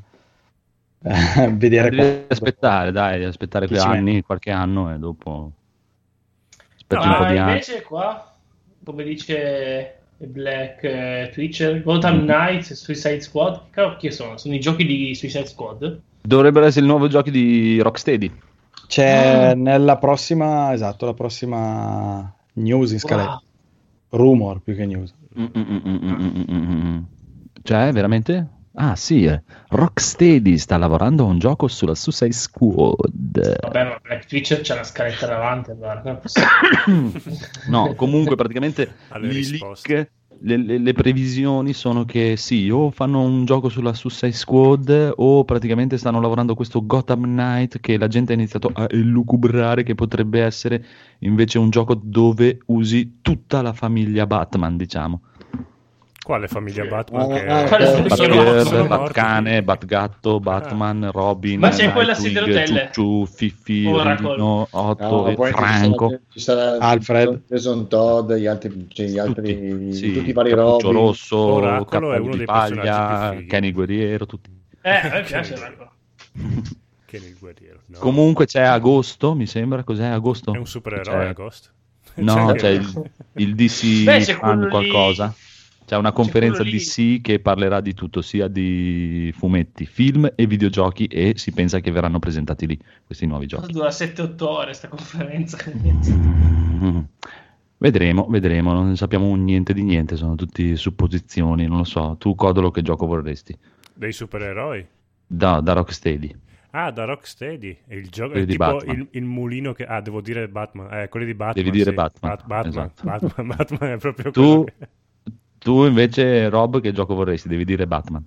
eh, vedere Devi quando- aspettare, dai, aspettare quei Dieci anni, qualche anno e dopo aspetti No, un po' ma di anni. invece qua, come dice Black eh, Twitcher, Gotham Mm. Knights e Suicide Squad, che cacchio sono? Sono i giochi di Suicide Squad? Dovrebbero essere il nuovo giochi di Rocksteady. c'è Ah. nella prossima, esatto, la prossima news in scaletta, Wow. rumor più che news. Mm, mm, mm, mm, mm, mm, mm. Cioè, veramente? Ah, sì, eh. Rocksteady sta lavorando a un gioco sulla Suicide Squad. Vabbè, ma Black Twitcher c'è una scaletta davanti, guarda. Non è possibile. No, comunque praticamente Alle i risposte. leak, le, le- le previsioni sono che sì, o fanno un gioco sulla Suicide Squad o praticamente stanno lavorando a questo Gotham Knight che la gente ha iniziato a elucubrare che potrebbe essere invece un gioco dove usi tutta la famiglia Batman, diciamo. Quale famiglia Batman? Ah, che ah, Quale eh, famiglia sono, Batgirl, sono morti. Batcane, Batgatto, Batman, Robin, Ma c'è quella Nightwing, sì delle rotelle? Ciucciù, Fiffi, Oracle. Rino, Otto, No, e poi Franco. ci sarà, ci sarà Alfred. Jason Todd, gli altri, cioè gli altri Tutti, sì, tutti i vari Cappuccio Robin. Rosso, Oracolo è Cappello uno di dei personaggi Paglia, più fighi. Kenny Guerriero, tutti. Eh, a me piace Oracle. Che nel guerriero. No. Comunque c'è agosto, mi sembra, cos'è agosto? È un supereroe C'è- Ghost? No, anche c'è lui. il, il D C Beh, c'è fan quello lì- qualcosa. C'è una conferenza quello lì- D C che parlerà di tutto, sia di fumetti, film e videogiochi e si pensa che verranno presentati lì questi nuovi giochi. Dura sette otto ore sta conferenza. Mm. Vedremo, vedremo, non sappiamo niente di niente, sono tutti supposizioni, non lo so. Tu, Codolo, che gioco vorresti? Dei supereroi? Da, da Rocksteady. Ah, da Rocksteady. È il gioco, è Quelli di tipo Batman. il, il mulino che... Ah, devo dire Batman. Eh, quelli di Batman. Devi dire sì. Batman, Bat- Batman. esatto. Batman. Batman è proprio Tu, quello che... tu invece, Rob, che gioco vorresti? Devi dire Batman.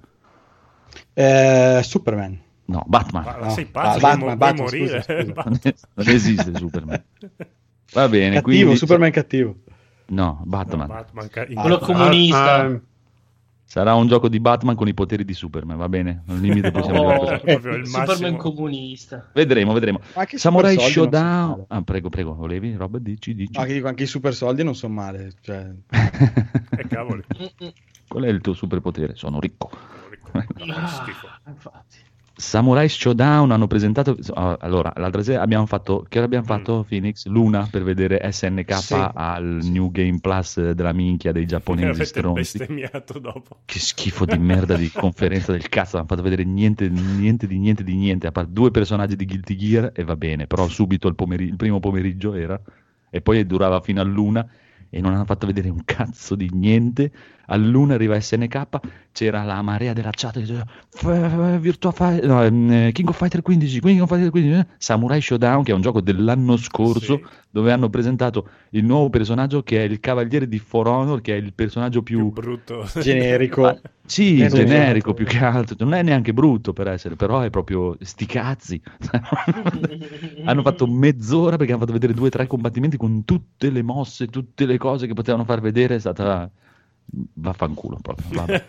Eh, Superman. No, Batman. Ma No. sei pazzo, Ah, vuoi Batman, mo- vuoi Batman, morire? scusa, scusa. Batman. Non esiste Superman. Va bene, Cattivo, quindi... Superman cattivo. No, No, Batman. Batman ca- in- Quello Ah, comunista. Ah, Sarà un gioco di Batman con i poteri di Superman, va bene? Al limite possiamo Oh, dire così. proprio il Superman massimo. comunista. Vedremo, vedremo. Ma anche i Samurai super soldi non sono Showdown. male. Ah, prego, prego, volevi? Rob, dici, dici. No, che dico, anche i super soldi non sono male. Cioè, Eh, cavoli. Qual è il tuo superpotere? Sono ricco. Ah, schifo. Infatti. Samurai Showdown hanno presentato. ah, Allora, l'altra sera abbiamo fatto. Che ora abbiamo fatto, Phoenix? Luna per vedere S N K Sì. al New Game Plus della minchia dei Mi giapponesi avete stronzi. bestemmiato dopo. Che schifo di merda di conferenza del cazzo. Hanno fatto vedere niente, niente di niente di niente. A parte due personaggi di Guilty Gear e va bene. Però subito il, pomeri- il primo pomeriggio era. E poi durava fino all'una. E non hanno fatto vedere un cazzo di niente. All'una arriva S N K, c'era la marea della chat che diceva "F- Virtua Fighter, no, ehm, King of Fighter quindici, King of Fighter quindici, eh, Samurai Showdown, che è un gioco dell'anno scorso, Sì. dove hanno presentato il nuovo personaggio che è il cavaliere di For Honor, che è il personaggio Più più, brutto. generico. sì, Eh, generico sì. più che altro, non è neanche brutto per essere, però è proprio sti cazzi. Hanno fatto mezz'ora perché hanno fatto vedere due o tre combattimenti con tutte le mosse, tutte le cose che potevano far vedere, è stata vaffanculo proprio. Vabbè.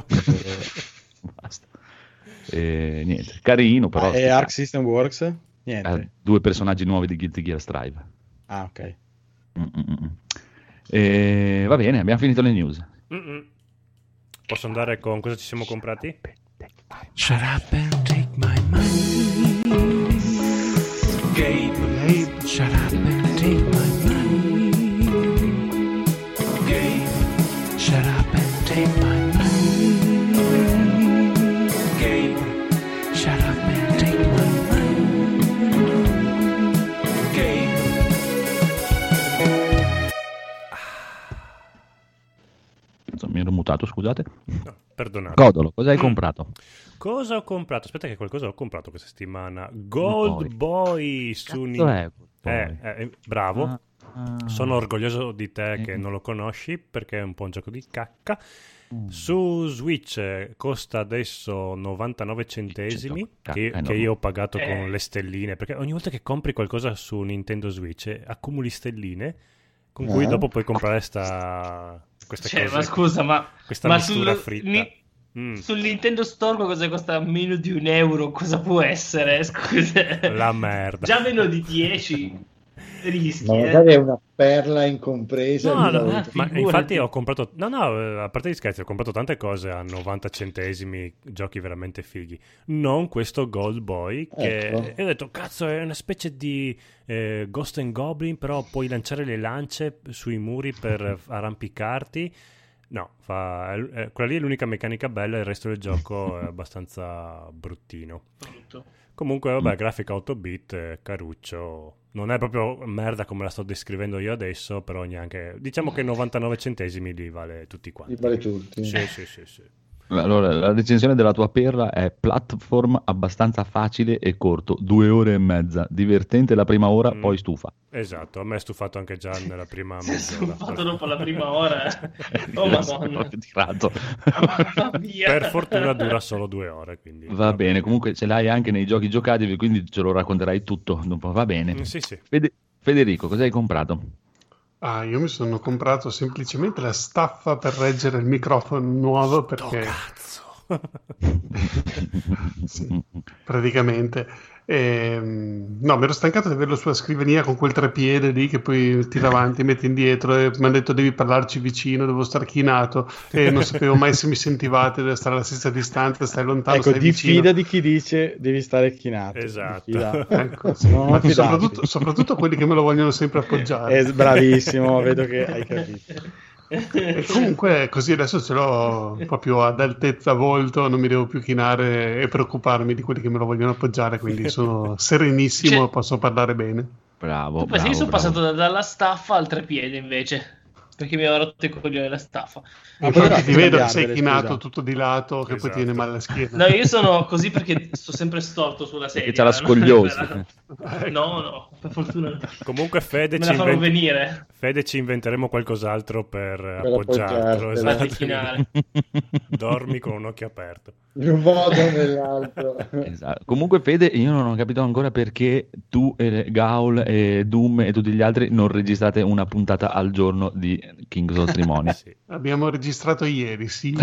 Basta. E, niente, carino però. e Arc System Works? Niente. Eh, due personaggi nuovi di Guilty Gear Strive. Ah, ok. Mm-mm-mm. E, va bene, abbiamo finito le news. Mm-mm. Posso andare con cosa ci siamo comprati? Shut up and take my money. Gabe, Gabe, shut up and take my money. Gabe, shut up and take my money. Gabe, shut up and take my money. Gabe. Insomma, mi ero mutato, scusate. No, perdonate. Codolo, cosa hai comprato? Cosa ho comprato? Aspetta che qualcosa ho comprato questa settimana. Gold Boy su Cazzo Nintendo. è Gold Boy? Eh, eh, bravo. Ah, ah. Sono orgoglioso di te che Mm. non lo conosci perché è un po' un gioco di cacca. Mm. Su Switch eh, costa adesso novantanove centesimi Cacca, che, eh, no. che io ho pagato Eh. con le stelline, perché ogni volta che compri qualcosa su Nintendo Switch eh, accumuli stelline con cui Ah. dopo puoi comprare sta, queste cioè, cose, ma scusa, ma, questa ma mistura sul, fritta. ni- Mm. sul Nintendo Store cosa costa meno di un euro? Cosa può essere? Scusa. La merda. Già meno di dieci rischi. Ma eh. magari è una perla incompresa. No, di no, valore. ma figurati. infatti ho comprato, no no, eh, a parte gli scherzi, ho comprato tante cose a novanta centesimi, giochi veramente fighi, non questo Gold Boy che Ecco. e ho detto cazzo è una specie di eh, Ghost and Goblin, però puoi lanciare le lance sui muri per arrampicarti. No, fa, eh, quella lì è l'unica meccanica bella, il resto del gioco è abbastanza bruttino. Brutto. Comunque, vabbè, grafica otto bit, eh, caruccio. Non è proprio merda come la sto descrivendo io adesso, però neanche... Diciamo che novantanove centesimi li vale tutti quanti. Li vale tutti. Sì, sì, sì, sì. Allora, la recensione della tua perla è platform abbastanza facile e corto, due ore e mezza, divertente la prima ora, Mm. poi stufa. Esatto, a me è stufato anche già nella prima Si è mezz'ora. stufato dopo la prima ora. Oh madonna. Proprio tirato. Mamma mia. Per fortuna dura solo due ore, quindi... Va bene, comunque ce l'hai anche nei giochi giocati, quindi ce lo racconterai tutto dopo. Va bene. Mm, sì, sì. Fede- Federico, cosa hai comprato? Ah, io mi sono comprato semplicemente la staffa per reggere il microfono nuovo perché... cazzo! Sì, praticamente. Ehm, no, mi ero stancato di averlo sulla scrivania con quel trepiede lì che poi tira avanti, metti indietro e mi hanno detto devi parlarci vicino, devo star chinato e non sapevo mai se mi sentivate, devo stare alla stessa distanza, stai lontano, Ecco, stai vicino. diffida di chi dice devi stare chinato. Esatto. Diffida. Ecco, Se no, non ma fidarti. soprattutto, soprattutto quelli che me lo vogliono sempre appoggiare. Eh, bravissimo, vedo che hai capito. E comunque così adesso ce l'ho proprio ad altezza volto, non mi devo più chinare e preoccuparmi di quelli che me lo vogliono appoggiare, quindi sono serenissimo, Cioè- posso parlare bene. Bravo, Tu pensi bravo, che sono bravo. passato da- dalla staffa al trepiede invece? Perché mi aveva rotto i coglioni la staffa. Ma Infatti potresti ti vedo che sei cambiarle, chinato scusa. tutto di lato, che poi Esatto. tiene male la schiena. No, io sono così perché sto sempre storto sulla sedia. Perché c'ha la no? scoliosi. No, no, per fortuna no. Comunque Fede Me ci, la farò invent- venire. Fede ci inventeremo qualcos'altro per, Per appoggiarlo. appoggiartela. Esatto. Chinare. Dormi con un occhio aperto. In un modo o nell'altro. Esatto. Comunque, Fede, io non ho capito ancora perché tu, e Gaul, e Doom e tutti gli altri non registrate una puntata al giorno di King's of Ceremony. Sì. Abbiamo registrato ieri, sì,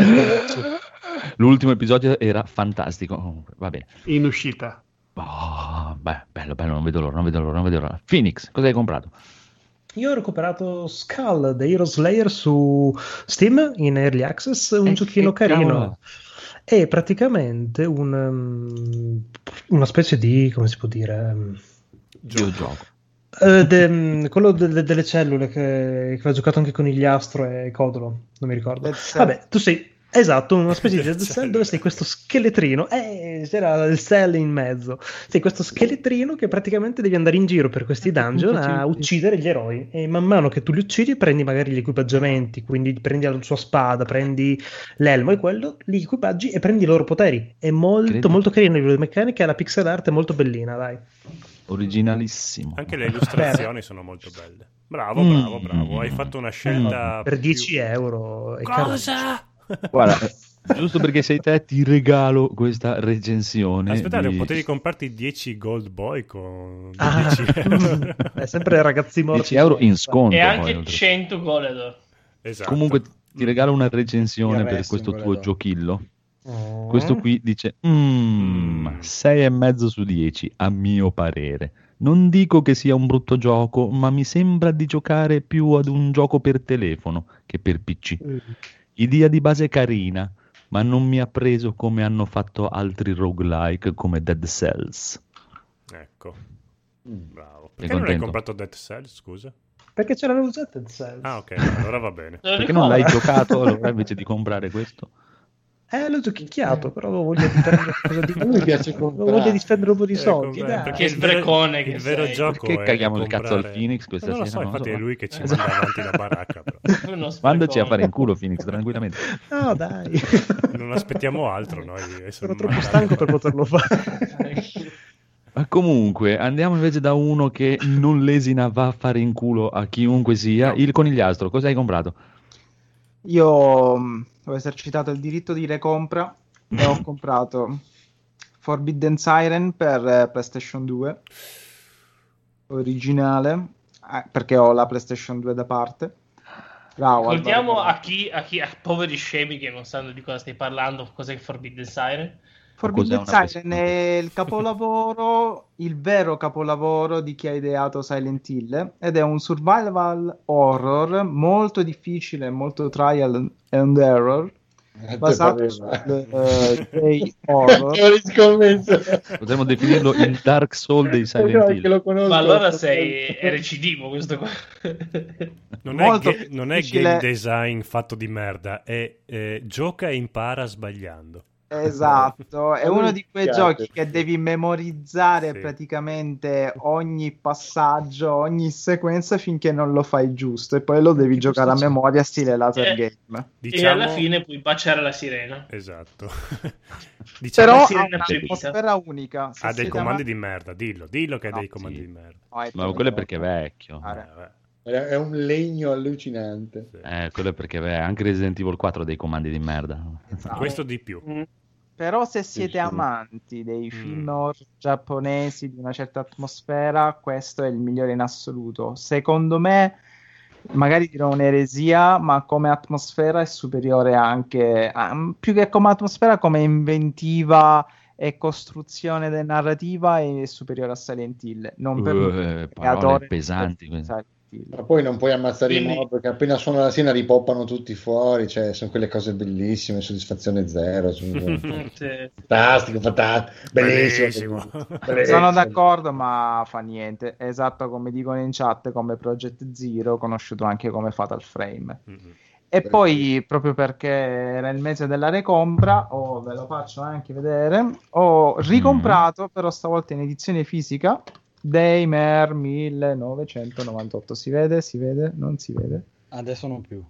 L'ultimo episodio era fantastico. Comunque, va bene. in uscita. Oh, beh, bello, bello, non vedo l'ora, non vedo l'ora, non vedo l'ora. Phoenix, cosa hai comprato? Io ho recuperato Skull, The Hero Slayer su Steam in Early Access, un Eh, giochino che carino. cavolo. È praticamente un, um, una specie di, come si può dire, um, Io gioco. eh, de- quello de- delle cellule che, che aveva giocato anche con Iliastro e Codolo, non mi ricordo. Dead Cell. Vabbè, tu sei esatto, una specie di Dead Dead Cell Cell. dove sei questo scheletrino, eh, c'era il cell in mezzo. Sei questo scheletrino che praticamente devi andare in giro per questi dungeon a uccidere gli eroi e man mano che tu li uccidi prendi magari gli equipaggiamenti, quindi prendi la sua spada, prendi l'elmo e quello, li equipaggi e prendi i loro poteri. È molto Credo. molto carino a livello di meccanica, la pixel art è molto bellina, dai. Originalissimo. Anche le illustrazioni sono molto belle. Bravo, Mm. bravo, bravo. Hai fatto una scelta Per più- dieci euro è caro. Cosa? Guarda, eh, giusto perché sei te, ti regalo questa recensione. Aspettate, di... potevi comprarti dieci Gold Boy con Ah, dieci euro. è sempre ragazzi morti. dieci euro in sconto. E poi, anche oltre. cento Goledor. Esatto. Comunque ti regalo una recensione Il per resto questo in tuo quella- giochillo. Oh. Questo qui dice Mm. sei e mezzo su dieci a mio parere. Non dico che sia un brutto gioco, ma mi sembra di giocare più ad un gioco per telefono che per P C. Idea di base carina, ma non mi ha preso come hanno fatto altri roguelike come Dead Cells. Ecco. Mm. Bravo. Sei Perché non hai contento? comprato Dead Cells, scusa? Perché c'erano già Dead Cells. Ah, ok, allora va bene. Lo Perché non l'hai ricordo. giocato allora invece di comprare questo? Eh, l'ho giochicchiato, però avevo voglia di prendere qualcosa di A me piace avevo comprare. voglia di spendere un po' di Eh, soldi, comprare, dai. perché Che il vero, sbrecone che il vero sei. gioco Perché è caghiamo il comprare... cazzo al Phoenix questa non lo sera? so, Non lo infatti so. è lui che ci Eh, manda avanti la baracca, però. Uno Mandaci a sprecone. fare in culo Phoenix tranquillamente. No, dai. Non aspettiamo altro noi. essere Sono troppo mandati stanco a per fare- poterlo fare. Ma comunque, andiamo invece da uno che non lesina va a fare in culo a chiunque sia, No. il conigliastro. Cosa hai comprato? Io mh, ho esercitato il diritto di recompra e ho comprato Forbidden Siren per eh, PlayStation due originale, eh, perché ho la PlayStation due da parte. Bravo, Raccontiamo Alvaro. a chi, a chi, a poveri scemi che non sanno di cosa stai parlando, cos'è Forbidden Siren? Forbidden Cos'è una Siren è il capolavoro, il vero capolavoro di chi ha ideato Silent Hill, ed è un survival horror molto difficile, molto trial and error, basato sul uh, J-horror. Potremmo definirlo il Dark Soul dei Silent Hill. Ma allora sei è recidivo questo qua. Non è, Molto ga- non è difficile. game design fatto di merda, è eh, gioca e impara sbagliando. Esatto, è uno di quei Spiace. giochi che devi memorizzare Sì. praticamente ogni passaggio, ogni sequenza finché non lo fai giusto e poi lo devi giocare a memoria stile laser Eh, game. E alla fine puoi baciare la sirena. Esatto. Però la ha sirena proibita. un'atmosfera unica. Se Ha dei siete comandi amanti- di merda, dillo, dillo che ha dei comandi di merda. No, è Ma quello è perché è vecchio. È un legno allucinante. Eh, quello è perché beh, anche Resident Evil quattro ha dei comandi di merda. Questo di più. Però se siete sì. amanti dei Mm. film horror giapponesi di una certa atmosfera, questo è il migliore in assoluto. Secondo me, magari dirò un'eresia, ma come atmosfera è superiore anche, a- più che come atmosfera, come inventiva e costruzione de- narrativa è superiore a Silent Hill. Non per Uh, me, parole creatore pesanti, di quindi. Silent Hill. Ma poi non puoi ammazzare Quindi- i mob perché appena suona la sirena ripoppano tutti fuori, cioè sono quelle cose bellissime, soddisfazione zero. sono- Fantastico, fantastico, bellissimo. Bellissimo. bellissimo. Sono d'accordo, ma fa niente. È esatto come dicono in chat, come Project Zero, conosciuto anche come Fatal Frame. E poi, proprio perché era il mese della recompra, oh, ve lo faccio anche vedere, ho ricomprato, però stavolta in edizione fisica, Daymare millenovecentonovantotto. Si vede? Si vede? Non si vede? Adesso non più.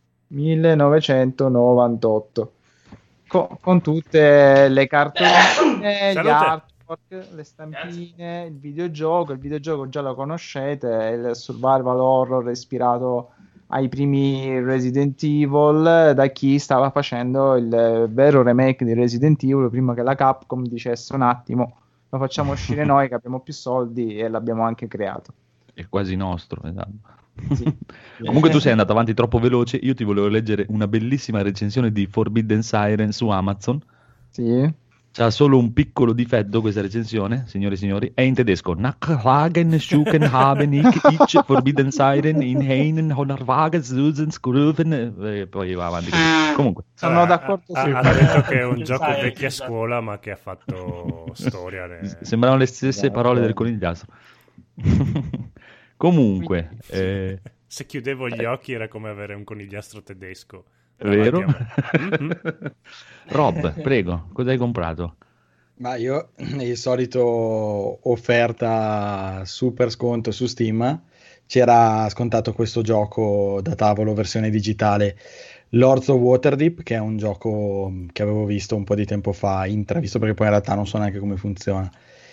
millenovecentonovantotto. Co- con tutte le cartoline, gli Salute. artwork, le stampine, il videogioco. Il videogioco già lo conoscete, è il survival horror ispirato ai primi Resident Evil, da chi stava facendo il vero remake di Resident Evil prima che la Capcom dicesse un attimo lo facciamo uscire noi che abbiamo più soldi, e l'abbiamo anche creato. È quasi nostro, esatto. Sì. Comunque tu sei andato avanti troppo veloce, io ti volevo leggere una bellissima recensione di Forbidden Siren su Amazon. Sì. C'ha solo un piccolo difetto questa recensione, signore e signori, è in tedesco. Nachhagen, Schuken, haben, ich, ich, Forbidden Siren, in Heinen, Honorwagen, Susan, Skruven, e poi va avanti così. Comunque. Sono Ah, d'accordo ha, su ha questo. detto che è un gioco Sai, vecchia esatto. scuola ma che ha fatto storia. ne- Sembrano le stesse Esatto. parole del conigliastro. Comunque, eh, Se chiudevo gli occhi era come avere un conigliastro tedesco. vero? davanti a me. Mhm. Rob, prego, cosa hai comprato? Ma io il solito offerta super sconto su Steam, c'era scontato questo gioco da tavolo versione digitale, Lords of Waterdeep, che è un gioco che avevo visto un po' di tempo fa, intravisto perché poi in realtà non so neanche come funziona.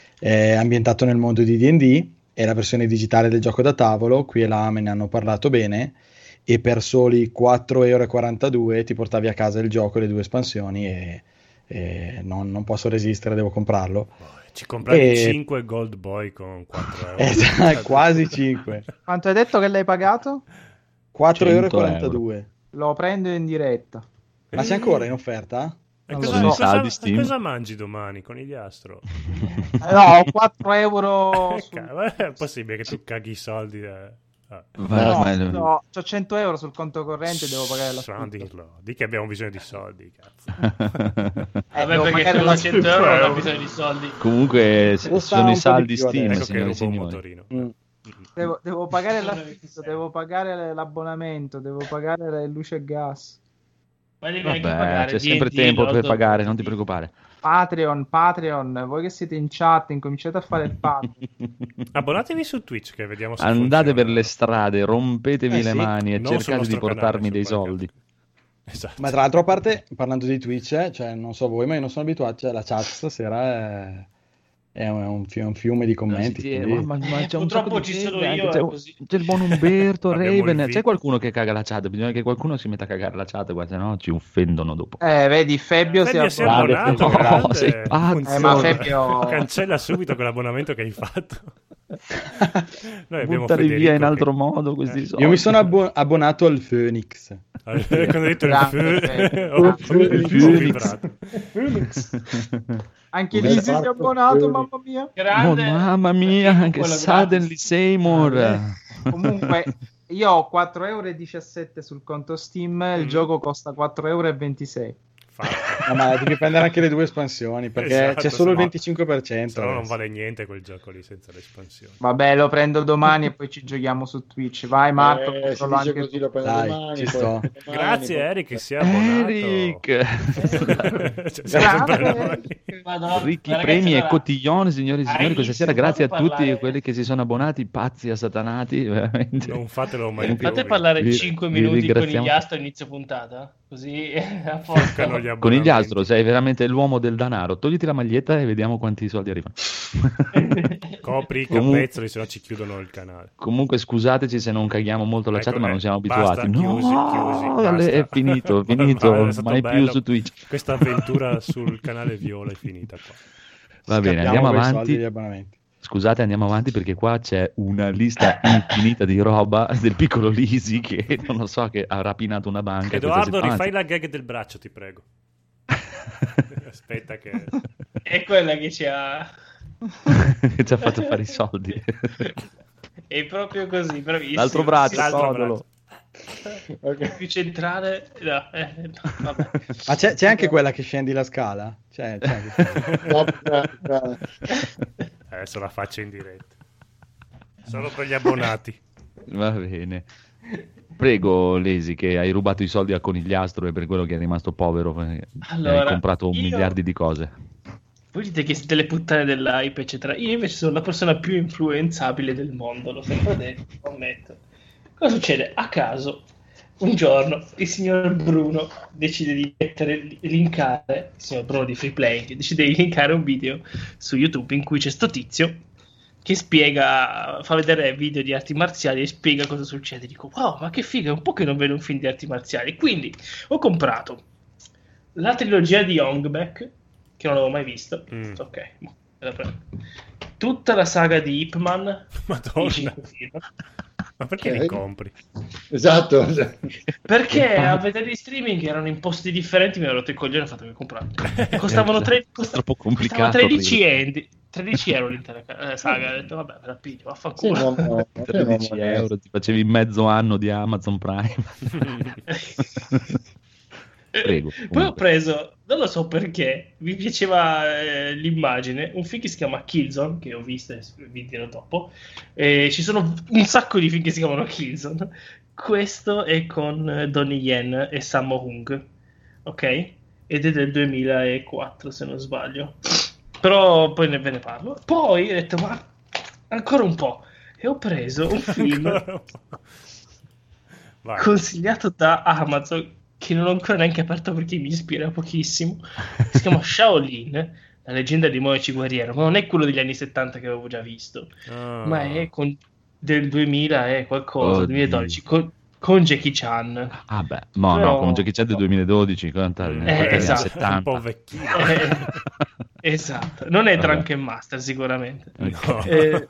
È ambientato nel mondo di D and D, è la versione digitale del gioco da tavolo, qui e là me ne hanno parlato bene, e per soli quattro e quarantadue euro ti portavi a casa il gioco e le due espansioni e, e non, non posso resistere, devo comprarlo. Ci compravi E- cinque Gold Boy con quattro euro. Esatto, quasi cinque. Quanto hai detto che l'hai pagato? quattro e cento quarantadue. Lo prendo in diretta. Ma c'è ancora in offerta? E Non cosa, lo so. cosa- Saldi Steam. cosa mangi domani, conigliastro? Eh, no, ho quattro euro su... Ca- È possibile che tu caghi i soldi? eh? Ah. Vai, No, vai, no, c'ho cento euro sul conto corrente, devo pagare la Non spesa. dirlo, di che abbiamo bisogno di soldi, cazzo. Eh, Vabbè, devo perché pagare sono la cento euro non ha bisogno di soldi. Comunque s- Costa sono un i po' saldi di più Steam, Ecco che signore e rubo un signori. motorino. Mm. Devo, devo pagare l'affitto, devo pagare l'abbonamento, devo pagare le luce e gas. Ma devi anche Vabbè, pagare c'è sempre D and D, tempo per Lord of pagare, non ti Waterdeep. preoccupare. Patreon, Patreon, voi che siete in chat, incominciate a fare il Patreon. Abbonatevi su Twitch che vediamo se Andate funziona. per le strade, rompetevi Eh le sì, mani e non sul cercate di nostro portarmi canale, dei su quel soldi. Esatto. Ma tra l'altro, a parte, parlando di Twitch, cioè, non so voi, ma io non sono abituato, cioè, la chat stasera è, è un, è un fi- un fiume di commenti. Sì, quindi- ma- ma Eh, c'è un purtroppo sacco di ci sono gente, io, c'è, è un- così. c'è il buon Umberto, Abbiamo il Raven, video. c'è qualcuno che caga la chat, bisogna che qualcuno si metta a cagare la chat qua, se no ci offendono dopo. Eh, vedi, Febbio si è Febbio si è abbonato. abbonato, No, grande. sei pazzo. Eh, ma Febbio... Cancella subito quell'abbonamento che hai fatto. Noi abbiamo buttare Federico via in che- altro modo questi soldi. Io mi sono abbo- abbonato al Phoenix. Quando hai detto il Grande, fö- ho- Phoenix. ho vibrato. Anche Come lì si è fatto abbonato, Phoenix? mamma mia. Oh, Grande. mamma mia, anche Quello Suddenly gratis. Seymour. Comunque, io ho quattro euro e diciassette sul conto Steam, il Mm. gioco costa quattro euro e ventisei. Fatto. No, ma devi prendere anche le due espansioni perché Esatto, c'è solo il se no- venticinque per cento. Se no non adesso. vale niente quel gioco lì senza l'espansione. Vabbè, lo prendo domani e poi ci giochiamo su Twitch. Vai Marco, Eh, si controllo dice anche così, tu. lo prendo Dai, domani, ci poi sto. domani, Grazie poi- Eric che si è abbonato. Eric. Cioè, siamo sempre Grazie. noi. Madonna, Ricchi ragazzi, premi e allora, cotillon, signori e signori, Hai questa sera iniziato grazie a a tutti parlare- quelli che si sono abbonati, pazzi assatanati, veramente. Non fatelo mai più. Fate parlare Vi- cinque vi minuti con ringraziamo. gli astro inizio puntata, così a forza. Toccano gli Con gli astro abbonamenti. sei veramente l'uomo del denaro, togliti la maglietta e vediamo quanti soldi arrivano. Copri i Comunque- capezzoli, se no ci chiudono il canale. Comunque scusateci se non caghiamo molto la Ecco, chat, ma non eh, siamo basta, abituati. No, chiusi, chiusi, basta. è finito, è finito, Ormai è stato mai più bello. su Twitch. Questa avventura sul canale Viola è finita qua. Va bene, Scappiamo andiamo coi soldi avanti. degli abbonamenti. Scusate, andiamo avanti perché qua c'è una lista infinita di roba del piccolo Lisi che non lo so, che ha rapinato una banca. questa Edoardo, settimana. rifai la gag del braccio, ti prego. Aspetta che... È quella che ci ha... Che ci ha fatto fare i soldi. È proprio così, bravissimo. L'altro braccio, Sì, sì, L'altro Codolo. Ok. più centrale. No, eh, no, vabbè. Ma c'è, c'è anche quella che scendi la scala? C'è, c'è anche quella. No, bra- bra- Adesso la faccio in diretta. Solo per gli abbonati. Va bene. Prego, Lesi, che hai rubato i soldi a Conigliastro e per quello che è rimasto povero, perché Allora, hai comprato io- miliardi di cose. Voi dite che siete le puttane dell'hype, eccetera. Io invece sono la persona più influenzabile del mondo, l'ho sempre detto, lo ammetto. Cosa succede? A caso, un giorno, il signor Bruno decide di mettere, di linkare, il signor Bruno di Free Play, decide di linkare un video su YouTube in cui c'è sto tizio che spiega, fa vedere video di arti marziali e spiega cosa succede. Dico, wow, ma che figa, è un po' che non vedo un film di arti marziali. Quindi ho comprato la trilogia di Ong-Bak, che non avevo mai visto. Mm. Ok, mo, me la prendo. Tutta la saga di Ip Man, Madonna. i cinque film. Ma perché Ok. li compri? Esatto. Perché a vedere in streaming erano in posti differenti, mi hanno rotto il coglione e ho fatto che comprare. Costavano tre, costa- Troppo costavano complicato. tredici, endi- tredici euro l'intera ca- eh, saga. Ho detto, vabbè, me la piglio, Sì, vaffanculo. no, no, no, no, tredici no, euro, ti facevi mezzo anno di Amazon Prime. Prego. Poi ho comunque. preso, non lo so perché, mi piaceva eh, l'immagine, un film che si chiama Killzone, che ho visto e vi dirò dopo, e ci sono un sacco di film che si chiamano Killzone. Questo è con eh, Donnie Yen e Sammo Hung, ok? Ed è del duemilaquattro se non sbaglio, però poi ne, ve ne parlo. Poi ho detto, ma ancora un po', e ho preso un film Ancora un po'. Vai. consigliato da Amazon che non ho ancora neanche aperto perché mi ispira pochissimo. Si chiama Shaolin, la leggenda di Moichi Guerriero, ma non è quello degli anni settanta che avevo già visto, Ah. ma è con, del duemila e qualcosa, Oddio. duemiladodici, con, con Jackie Chan. Ah beh, no, Però- no, con Jackie Chan del duemiladodici, quanta- Mm. quanti anni ha? esatto. Un settanta. po' vecchino. Eh, esatto, non è Vabbè. Drunken Master sicuramente. No. Eh,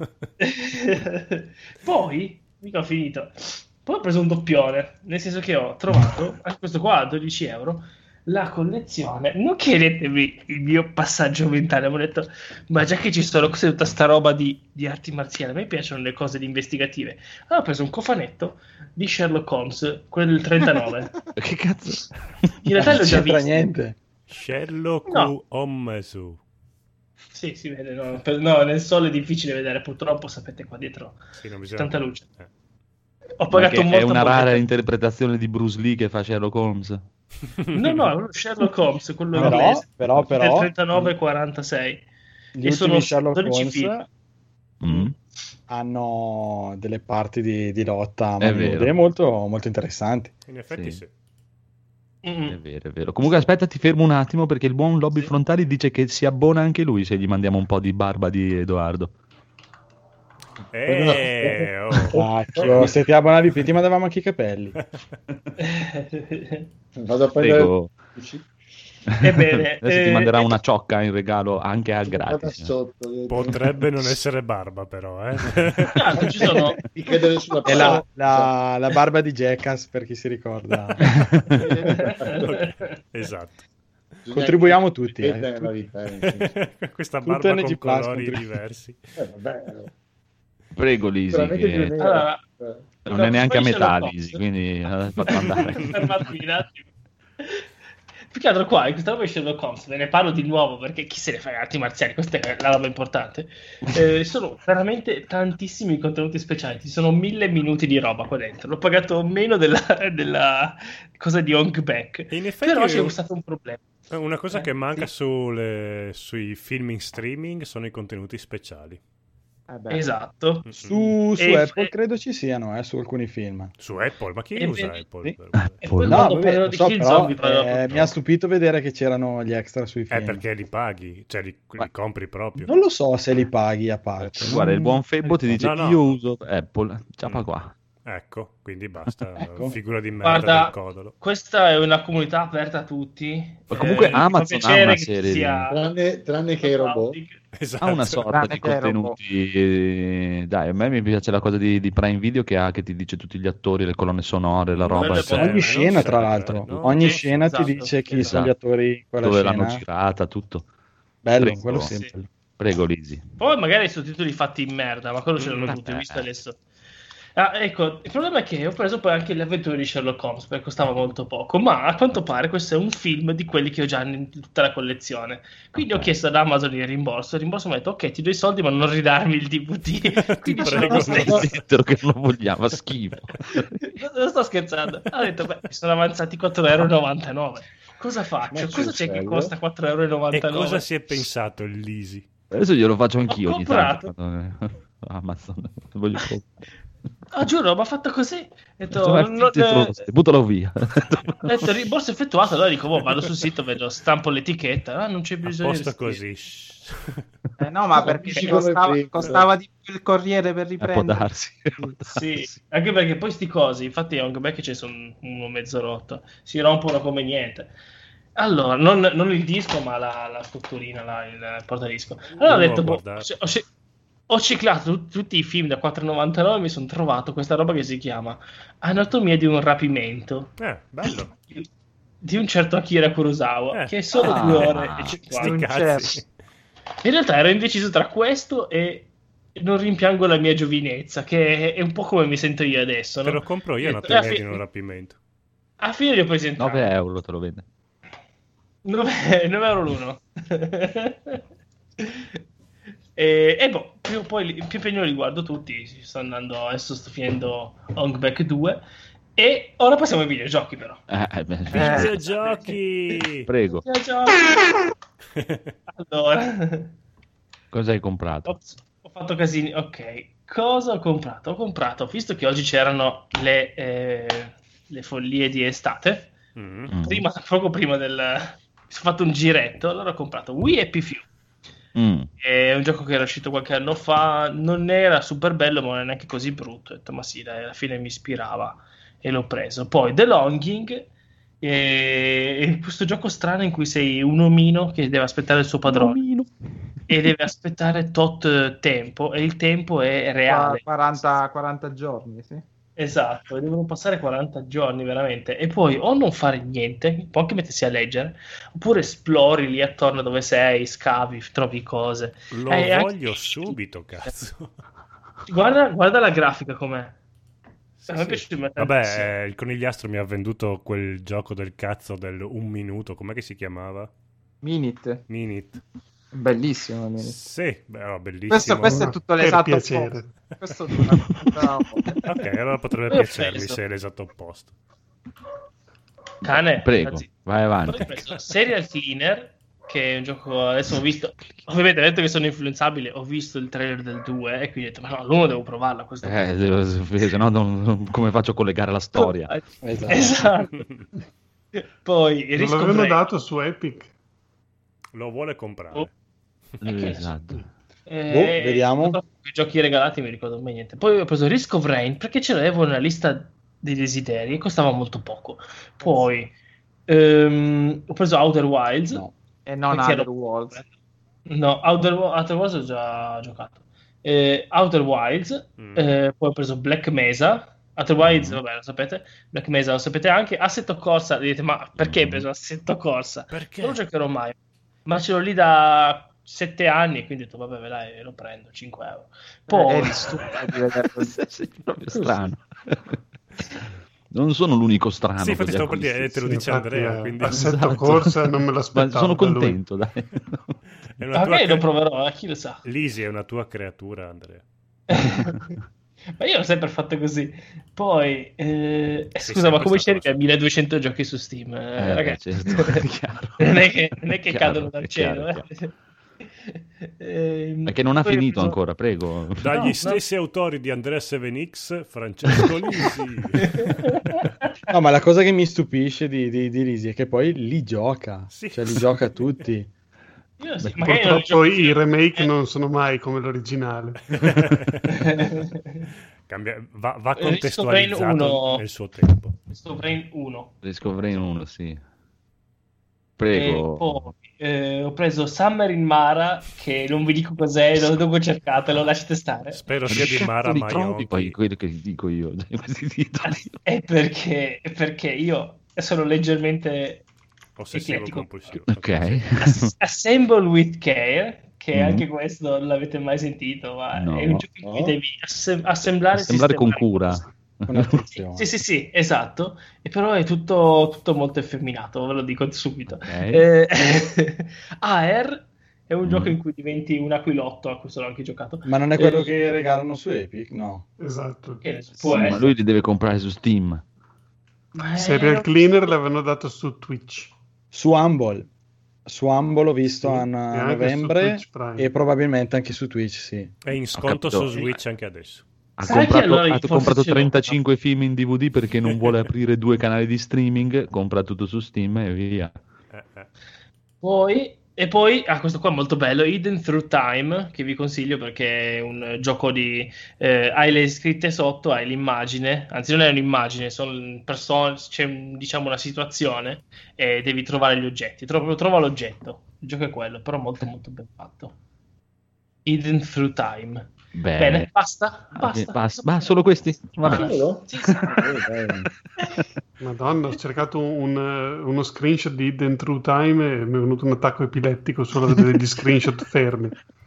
poi, mica ho finito. Poi ho preso un doppione, nel senso che ho trovato, anche questo qua a dodici euro, la collezione. Non chiedetemi il mio passaggio mentale, mi ho detto, ma già che ci sono cos'è tutta sta roba di, di arti marziali, a me piacciono le cose di investigative. Allora ho preso un cofanetto di Sherlock Holmes, quello del trentanove. Che cazzo? In realtà l'ho Non già c'entra visto. niente. Sherlock No. Holmes. Sì, si vede, no, per- no, nel sole è difficile vedere, purtroppo sapete qua dietro Sì, non bisogna... tanta luce. Eh. Ho pagato Perché molto è una poco rara tempo. interpretazione di Bruce Lee che fa Sherlock Holmes. No, no, è uno Sherlock Holmes, quello Però, inglese, però, però, del trentanove quarantasei. Gli E sono ultimi Sherlock dodici Holmes film. Mm. hanno delle parti di, di lotta a È mani vero. nude molto, molto interessanti. In effetti Sì. sì. Mm. È vero, è vero. Comunque aspetta, ti fermo un attimo perché il buon Lobby Sì. Frontali dice che si abbona anche lui se gli mandiamo un po' di barba di Edoardo. Eh, oh. Cacchio, se ti abbonavi più ti mandavamo anche i capelli. Vado a prendere Prego. Ebbene, adesso ti eh, manderà eh, una ciocca in regalo anche a gratis. Sotto, Potrebbe non essere barba, però. Eh? ah, ci sono... di credere sulla È la, la, la barba di Jackass, per chi si ricorda. Esatto. Contribuiamo tutti. Eh. Nella vita, eh. Questa Tutte barba N G con Plus colori contribu- diversi. Eh, vabbè. Prego Lisi, Veramente che più nero. Allora, non è neanche a poi metà Sherlock Lisi, Holmes. quindi eh, fatto andare. Fermatevi un attimo. Più che altro qua, in questa roba di Sherlock Holmes, ve ne parlo di nuovo perché chi se ne fa le arti marziali, questa è la roba importante. Eh, sono veramente tantissimi contenuti speciali, ci sono mille minuti di roba qua dentro. L'ho pagato meno della, della cosa di Hong Back, In effetti però è c'è un- stato un problema. Una cosa Eh, che manca sì. sulle- sui film in streaming sono i contenuti speciali. Eh beh. Esatto. Su, su E- Apple e- credo ci siano, eh, su alcuni film. Su Apple, ma chi E usa vedi- Apple? Sì. per- E poi No, quando vabbè, parlerò lo di so, Kill però, Zombie parlerò eh, con mi ha stupito vedere che c'erano gli extra sui film. Eh, perché li paghi, cioè li, li Ma- compri proprio. Non lo so se li paghi a parte. Guarda, il buon Febbo ti dice No, no. io uso Apple, ciapa qua. Ecco, quindi basta, Ecco. figura di merda Guarda, del codolo. questa è una comunità aperta a tutti. Ma comunque Eh, mi fa Amazon ha piacere una che ci serie di- sia- Tranne, tranne che i robot. Esatto. Ha una sorta Tranne di che robot. contenuti, eh, dai, a me mi piace la cosa di, di Prime Video che ha, che ti dice tutti gli attori, le colonne sonore, la roba, Quello è eccetera. bello. Ogni non scena, tra serve, l'altro, no? ogni Sì, scena esatto, ti dice chi esatto. sono gli attori in quella dove l'hanno scena. girata, tutto. Bello, Prego. quello Sì. sempre. Prego Lisi. Poi magari i sottotitoli fatti in merda, ma quello ce l'hanno Mm. tutti, visto adesso. Ah, ecco, il problema è che ho preso poi anche le avventure di Sherlock Holmes perché costava molto poco, ma a quanto pare questo è un film di quelli che ho già in tutta la collezione. Quindi ho chiesto ad Amazon il rimborso. Il rimborso mi ha detto: ok, ti do i soldi, ma non ridarmi il D V D. Quindi ce l'ho prego, lo stesso. Dettero che non lo vogliamo, schifo. Non sto scherzando. Ha detto: beh, mi sono avanzati quattro euro e novantanove. Cosa faccio? Ma Cosa c'è che cervello. costa quattro euro e E novantanove? cosa si è pensato il Lisi? Adesso glielo faccio anch'io Ho ogni comprato. tanto. quando- Amazon. Voglio proprio. Ah, giuro, ma ha fatto così. Ho detto, Sono non- artisti eh, trozzi, buttalo via. Ho detto rimborso effettuato, allora dico, boh, vado sul sito, vedo, stampo l'etichetta, ah, non c'è A bisogno posto di così. shh. Eh, no, ma perché Capisci ci come costava, prima. costava di più il corriere per Eh, può riprendere. darsi. può Sì, darsi. anche perché poi sti cosi, infatti Hong Back ce sono uno mezzo rotto, si rompono come niente. Allora, non, non il disco, ma la, la strutturina, la, il portadisco. Allora ho Non l'ho detto, boh, guardato. ho, sci- ho ciclato tut- tutti i film da quattro e novantanove e mi sono trovato questa roba che si chiama Anatomia di un rapimento Eh, bello. di un certo Akira Kurosawa, Eh. che è solo Ah, due ore e Sti cinquanta. cazzi. In realtà ero indeciso tra questo e non rimpiango la mia giovinezza, che è un po' come mi sento io adesso. Te no? lo compro io E una alla teoria fi- di un rapimento. alla fine li ho presi entrambi. nove euro te lo vende. nove euro l'uno. e, e boh, più, poi li- più più li guardo tutti. Sto andando, adesso sto finendo Hong Back due. E ora passiamo ai videogiochi, però. Eh, eh, beh, Videogiochi! Prego, Videogiochi! Allora, cosa hai comprato? ho, ho fatto casini. Ok, cosa ho comprato? Ho comprato, visto che oggi c'erano le, eh, le follie di estate. Mm. Mm. Prima, poco prima del. Mi sono fatto un giretto, allora ho comprato Wii e P F U. Mm. È un gioco che era uscito qualche anno fa, non era super bello, ma non è neanche così brutto. Ho detto, ma sì, dai, alla fine mi ispirava e l'ho preso. Poi The Longing, è questo gioco strano in cui sei un omino che deve aspettare il suo padrone e deve aspettare tot tempo, e il tempo è reale. quaranta, quaranta giorni, sì. Esatto, devono passare quaranta giorni veramente, e poi o non fare niente, può anche mettersi a leggere, oppure esplori lì attorno dove sei, scavi, trovi cose. Lo Eh, anche- voglio subito, cazzo. Guarda, guarda la grafica com'è. Sì, A me sì. piace tantissimo. Vabbè, eh, il conigliastro mi ha venduto quel gioco del cazzo del un minuto, com'è che si chiamava? Minute, Minute. bellissimo. Minute. Sì, beh, oh, bellissimo. Questo, questo è tutto Per l'esatto piacere. opposto. Questo è tutto- Ok, allora potrebbe Poi ho piacermi preso- se è l'esatto opposto. Cane, Prego, anzi, vai poi avanti. ho preso Serial Cleaner, che è un gioco, adesso ho visto, ovviamente ho detto che sono influenzabile, ho visto il trailer del due e quindi ho detto, ma no, l'uno devo provarla. Questo Eh, devo- se no non- non- come faccio a collegare la storia? Esatto. Esatto. Poi Non Risk of l'avevano Rain. dato su Epic. Lo vuole comprare. Oh. Eh, esatto. Eh, Boh, vediamo. I giochi regalati mi ricordo mai niente. Poi ho preso Risk of Rain perché ce l'avevo nella lista dei desideri e costava molto poco. Poi Ehm, ho preso Outer Wilds. No. E non Perché Other ero- Worlds. No, Outer, Outer Wilds ho già giocato. Eh, Outer Wilds, Mm. eh, poi ho preso Black Mesa. Outer Wilds, Mm. vabbè, lo sapete. Black Mesa lo sapete anche. Assetto Corsa, dite, ma perché hai preso Assetto Corsa? Perché? Non lo giocherò mai. Ma ce l'ho lì da sette anni, quindi ho detto, vabbè, dai, lo prendo, cinque euro. Poi... Eh, eri stupido di vederlo. Sei proprio strano. Non sono l'unico strano. Sì, infatti con gli stavo per dire, acquisti. eh, te lo Sì, dice infatti, Andrea, eh, quindi Assetto Esatto. Corsa non me Ma l'aspettavo sono da lui. contento, dai. è una tua Magari lo cre- proverò, eh, chi lo sa. Lisi è una tua creatura, Andrea. Ma io l'ho sempre fatto così. Poi, eh, eh, Sei scusa, ma sempre come stato c'eri a milleduecento giochi su Steam? Eh, Eh, ragazzi, certo, è chiaro. non è che, non è che Chiaro, cadono dal è cielo. chiaro, eh. Ehm, Perché non ha poi ho finito preso- ancora, prego. Dagli no. stessi autori di Andrea sette X, Francesco Lisi. No, ma la cosa che mi stupisce di, di, di Lisi è che poi li gioca, Sì. cioè li gioca tutti. Io sì, Beh, magari non li purtroppo gioco- i remake Eh, non sono mai come l'originale. Cambia- va, va Eh, Risk of Rain contestualizzato uno. nel suo tempo. Risk of Rain uno. Riscovrei uno, sì. E Prego. poi eh, ho preso Summer in Mara, che non vi dico cos'è, lo devo cercatelo, lasciate stare. Spero Ma sia che di cazzo Mara li trovi Maionchi. poi quelli che ti dico io, cioè, questi titoli. È perché, è perché io sono leggermente Ossessivo eclettico. compulsivo. Ok. Ass- Assemble with Care, che Mm. anche questo non l'avete mai sentito, ma No. è un gioco in cui No. devi assem- assemblare e Sembrare con sistemare cura. cose. Con attenzione. Sì, sì, sì, esatto. E però è tutto, tutto molto effeminato, ve lo dico subito. Ok. Eh, Aer è un Mm. gioco in cui diventi un aquilotto, a cui sono anche giocato. Ma non è quello Eh, che regalano su Epic? No. Esatto. che ne so, Sì, può ma essere. lui li deve comprare su Steam. Ma è- Serial Cleaner l'avevano dato su Twitch. Su Humble. Su Humble l'ho visto Sì, a, e a anche su novembre Twitch Prime. e probabilmente anche su Twitch, sì. È in sconto capito. su Switch anche adesso. Ha Sai che comprato, allora ha forse comprato ce l'ho. trentacinque film in D V D perché non vuole aprire due canali di streaming, compra tutto su Steam e via. Eh, eh. Poi, e poi, ah, questo qua è molto bello, Hidden Through Time, che vi consiglio perché è un gioco di... eh, hai le scritte sotto, hai l'immagine, anzi non è un'immagine, sono persone, c'è un- diciamo una situazione e devi trovare gli oggetti. Trova, trova l'oggetto, il gioco è quello, però molto molto ben fatto. Hidden Through Time. Bene. Bene, basta? Ah, Basta. basta. Ma solo questi? Va bene. Solo? Sì, sì. Eh, dai. Madonna, ho cercato un, eh, uno screenshot di Hidden True Time e mi è venuto un attacco epilettico solo a vedere gli screenshot fermi.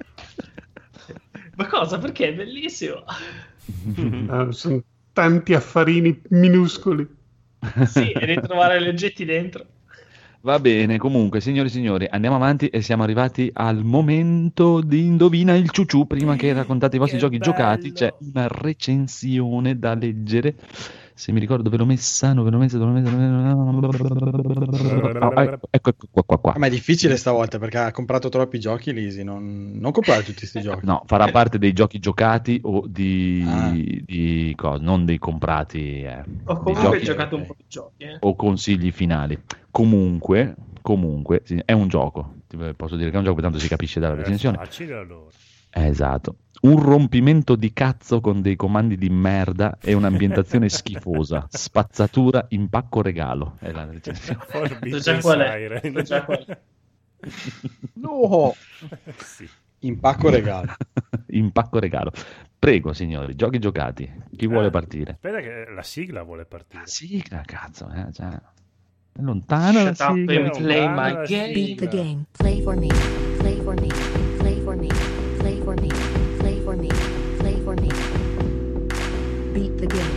Ma cosa? Perché è bellissimo. Eh, sono tanti affarini minuscoli. Sì, e devi trovare gli oggetti dentro. Va bene, comunque, signori e signori, andiamo avanti e siamo arrivati al momento di Indovina il ciuciù. Prima che raccontate i vostri Che giochi bello! giocati, c'è una recensione da leggere. Se mi ricordo, ve l'ho messa, ve l'ho messa, ve l'ho messa, ve l'ho messa. Ah, ecco, ecco, ecco qua, qua, qua. Ah, ma è difficile stavolta perché ha comprato troppi giochi, Lisi. Non, non comprare tutti questi giochi. No, farà parte dei giochi giocati o di, Ah. di cosa, non dei comprati. Eh, Ho di comunque giochi giocato un ok. po' di giochi. Eh. o consigli finali. Comunque, comunque, sì, è un gioco. Ti posso dire che è un gioco, tanto si capisce dalla È recensione. facile allora. Eh, Esatto. Un rompimento di cazzo con dei comandi di merda e un'ambientazione schifosa. Spazzatura, impacco, regalo. È la recensione. So Forbidden già qual è. Siren. So già qual è. No! Sì. Impacco regalo. Impacco, regalo. Prego, signori, giochi giocati. Chi vuole Ah, partire? Aspetta che la sigla vuole partire. Sigla, cazzo, eh, cioè. È lontana la Shut up sigla. and play my Lontana la game. sigla. Beat the game. Play for me. Play for me. Play for me. Play for me. Play for me. Play for me. Beat the game.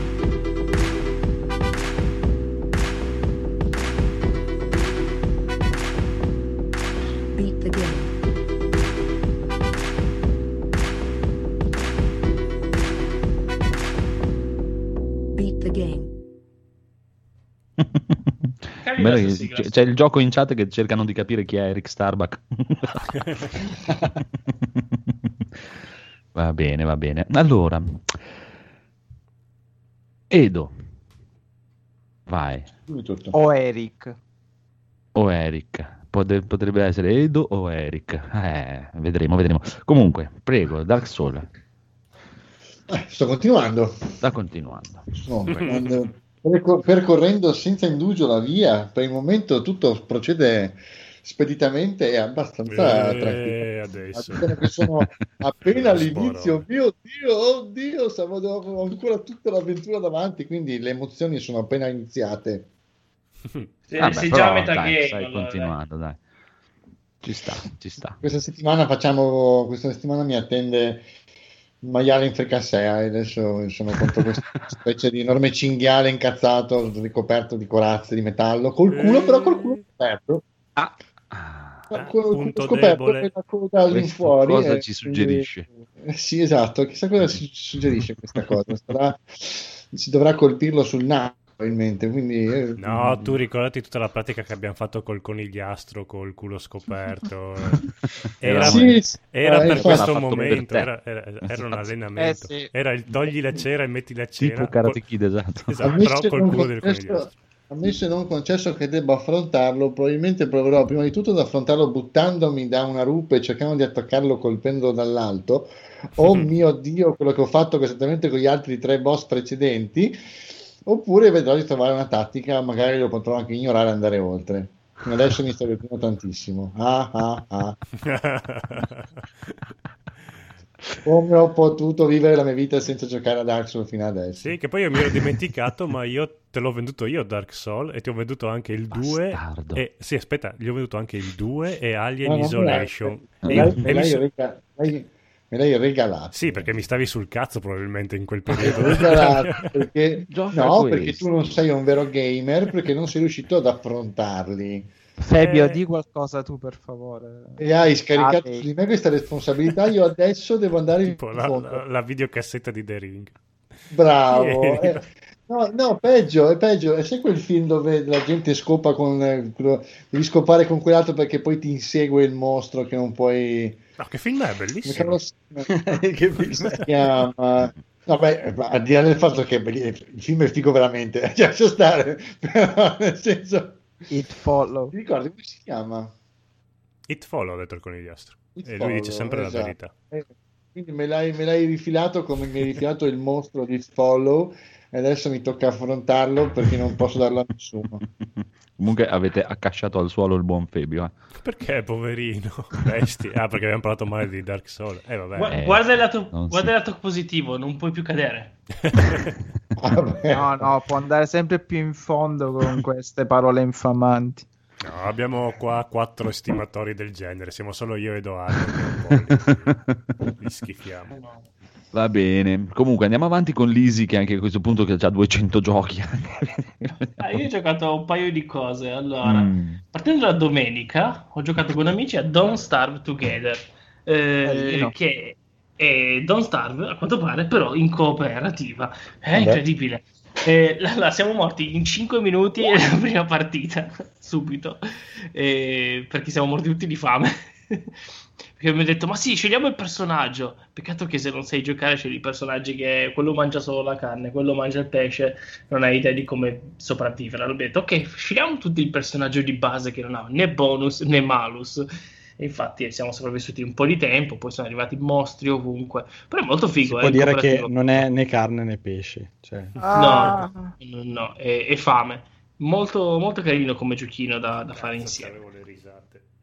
Beat the game. Beat the game. Carina Bello sta che sigla. c'è, c'è il gioco in chat che cercano di capire chi è Eric Starbuck. Va bene, va bene. Allora, Edo, vai. Dimmi tutto. O Eric. O Eric. Pot- potrebbe essere Edo o Eric. Eh, vedremo, vedremo. Comunque, prego, Dark Souls. Eh, sto continuando. Sta continuando. Sto continuando. Percor- percorrendo senza indugio la via, per il momento tutto procede speditamente e abbastanza Eh, tranquillo. adesso. Attenzione che sono appena Lo all'inizio, sborone. mio Dio, oh Dio, stavo, ho ancora tutta l'avventura davanti, quindi le emozioni sono appena iniziate. Se, Vabbè, sei però, già a metà dai, game, stai allora, continuando, dai. Ci sta, ci sta. Questa settimana facciamo, questa settimana mi attende il maiale in fricassea e adesso sono contro questa specie di enorme cinghiale incazzato ricoperto di corazze di metallo, col culo, però col culo scoperto. Ah. Col Ah, culo punto scoperto debole. e la coda all'infuori. Questo cosa e ci quindi- suggerisce? Eh, sì, esatto. Chissà cosa ci suggerisce questa cosa. Sarà- si dovrà colpirlo sul naso, probabilmente. Quindi, eh, No, tu ricordati tutta la pratica che abbiamo fatto col conigliastro, col culo scoperto. Era, Sì, sì, era eh, per infatti- questo l'ha fatto momento, per era, te. era- era un allenamento. Eh, sì. Era il togli la cera e metti la cera. Tipo Karate col- Kid, esatto. Esatto, Ammesso però col non culo del concesso- conigliastro. ammesso e non concesso che debba affrontarlo, probabilmente proverò prima di tutto ad affrontarlo buttandomi da una rupe e cercando di attaccarlo colpendolo dall'alto. Oh mio Dio, quello che ho fatto esattamente con gli altri tre boss precedenti. Oppure vedrò di trovare una tattica, magari lo potrò anche ignorare e andare oltre. Adesso mi sto divertendo tantissimo. Ah, ah, ah. Come ho potuto vivere la mia vita senza giocare a Dark Souls fino adesso? Sì, che poi io mi ero dimenticato, ma io te l'ho venduto io Dark Souls e ti ho venduto anche il due. Bastardo. E, sì, aspetta, gli ho venduto anche il due e Alien No, no, Isolation. Me Io- l'hai, e me mi l'hai so- rega- l'hai- me l'hai regalato. Sì, perché mi stavi sul cazzo probabilmente in quel Me periodo. l'hai regalato perché, Gioca no, questo. perché tu non sei un vero gamer, perché non sei riuscito ad affrontarli. Fabio, Eh. di qualcosa tu per favore. E hai scaricato Ah, su di me questa responsabilità. Io adesso devo andare in Tipo la, fondo. la, la videocassetta di The Ring. Bravo. Tieni. Eh, no, no, peggio, è peggio. E sai quel film dove la gente scopa con eh, quello- devi scopare con quell'altro perché poi ti insegue il mostro che non puoi. No, che film è Come bellissimo. cavolo si che film si chiama? No, beh, al di là del fatto che beh, il film è figo veramente, cioè, lascia stare, però nel senso, It Follow. ti ricordi come si chiama? It Follow, ha detto il conigliastro. It E lui dice Follow, sempre la esatto. verità. Eh, quindi me l'hai, me l'hai rifilato come mi hai rifilato il mostro di It Follow e adesso mi tocca affrontarlo perché non posso darlo a nessuno. Comunque avete accasciato al suolo il buon Fabio. Eh. Perché, poverino? Bestia. Ah, perché abbiamo parlato male di Dark Souls. Eh, vabbè. Gua- Eh, guarda il lato, non guarda si- il lato positivo, non puoi più cadere. Vabbè. No, no, può andare sempre più in fondo con queste parole infamanti. No, abbiamo qua quattro estimatori del genere. Siamo solo io e Doardo che un po' li, li schifiamo. Va bene. Comunque andiamo avanti con Lisi che anche a questo punto che ha già duecento giochi. Ah, io ho giocato a un paio di cose. Allora, Mm. partendo da domenica, ho giocato con amici a Don't Starve Together, eh, Bellino. che è Don't Starve, a quanto pare, però in cooperativa. È Vabbè. incredibile. Eh, là, là, siamo morti in cinque minuti la prima partita, subito, eh, perché siamo morti tutti di fame. Perché mi ha detto, ma sì, scegliamo il personaggio. Peccato che se non sai giocare scegli i personaggi che quello mangia solo la carne, quello mangia il pesce, non hai idea di come sopravvivere. Allora ho detto, ok, scegliamo tutti il personaggio di base che non ha né bonus né malus. E infatti siamo sopravvissuti un po' di tempo, poi sono arrivati mostri ovunque. Però è molto Si figo. può eh, dire che cooperativo. non è né carne né pesce. Cioè. Ah. No, no, no, è, è fame. Molto, molto carino come giochino da, da fare insieme. Avevo le risate.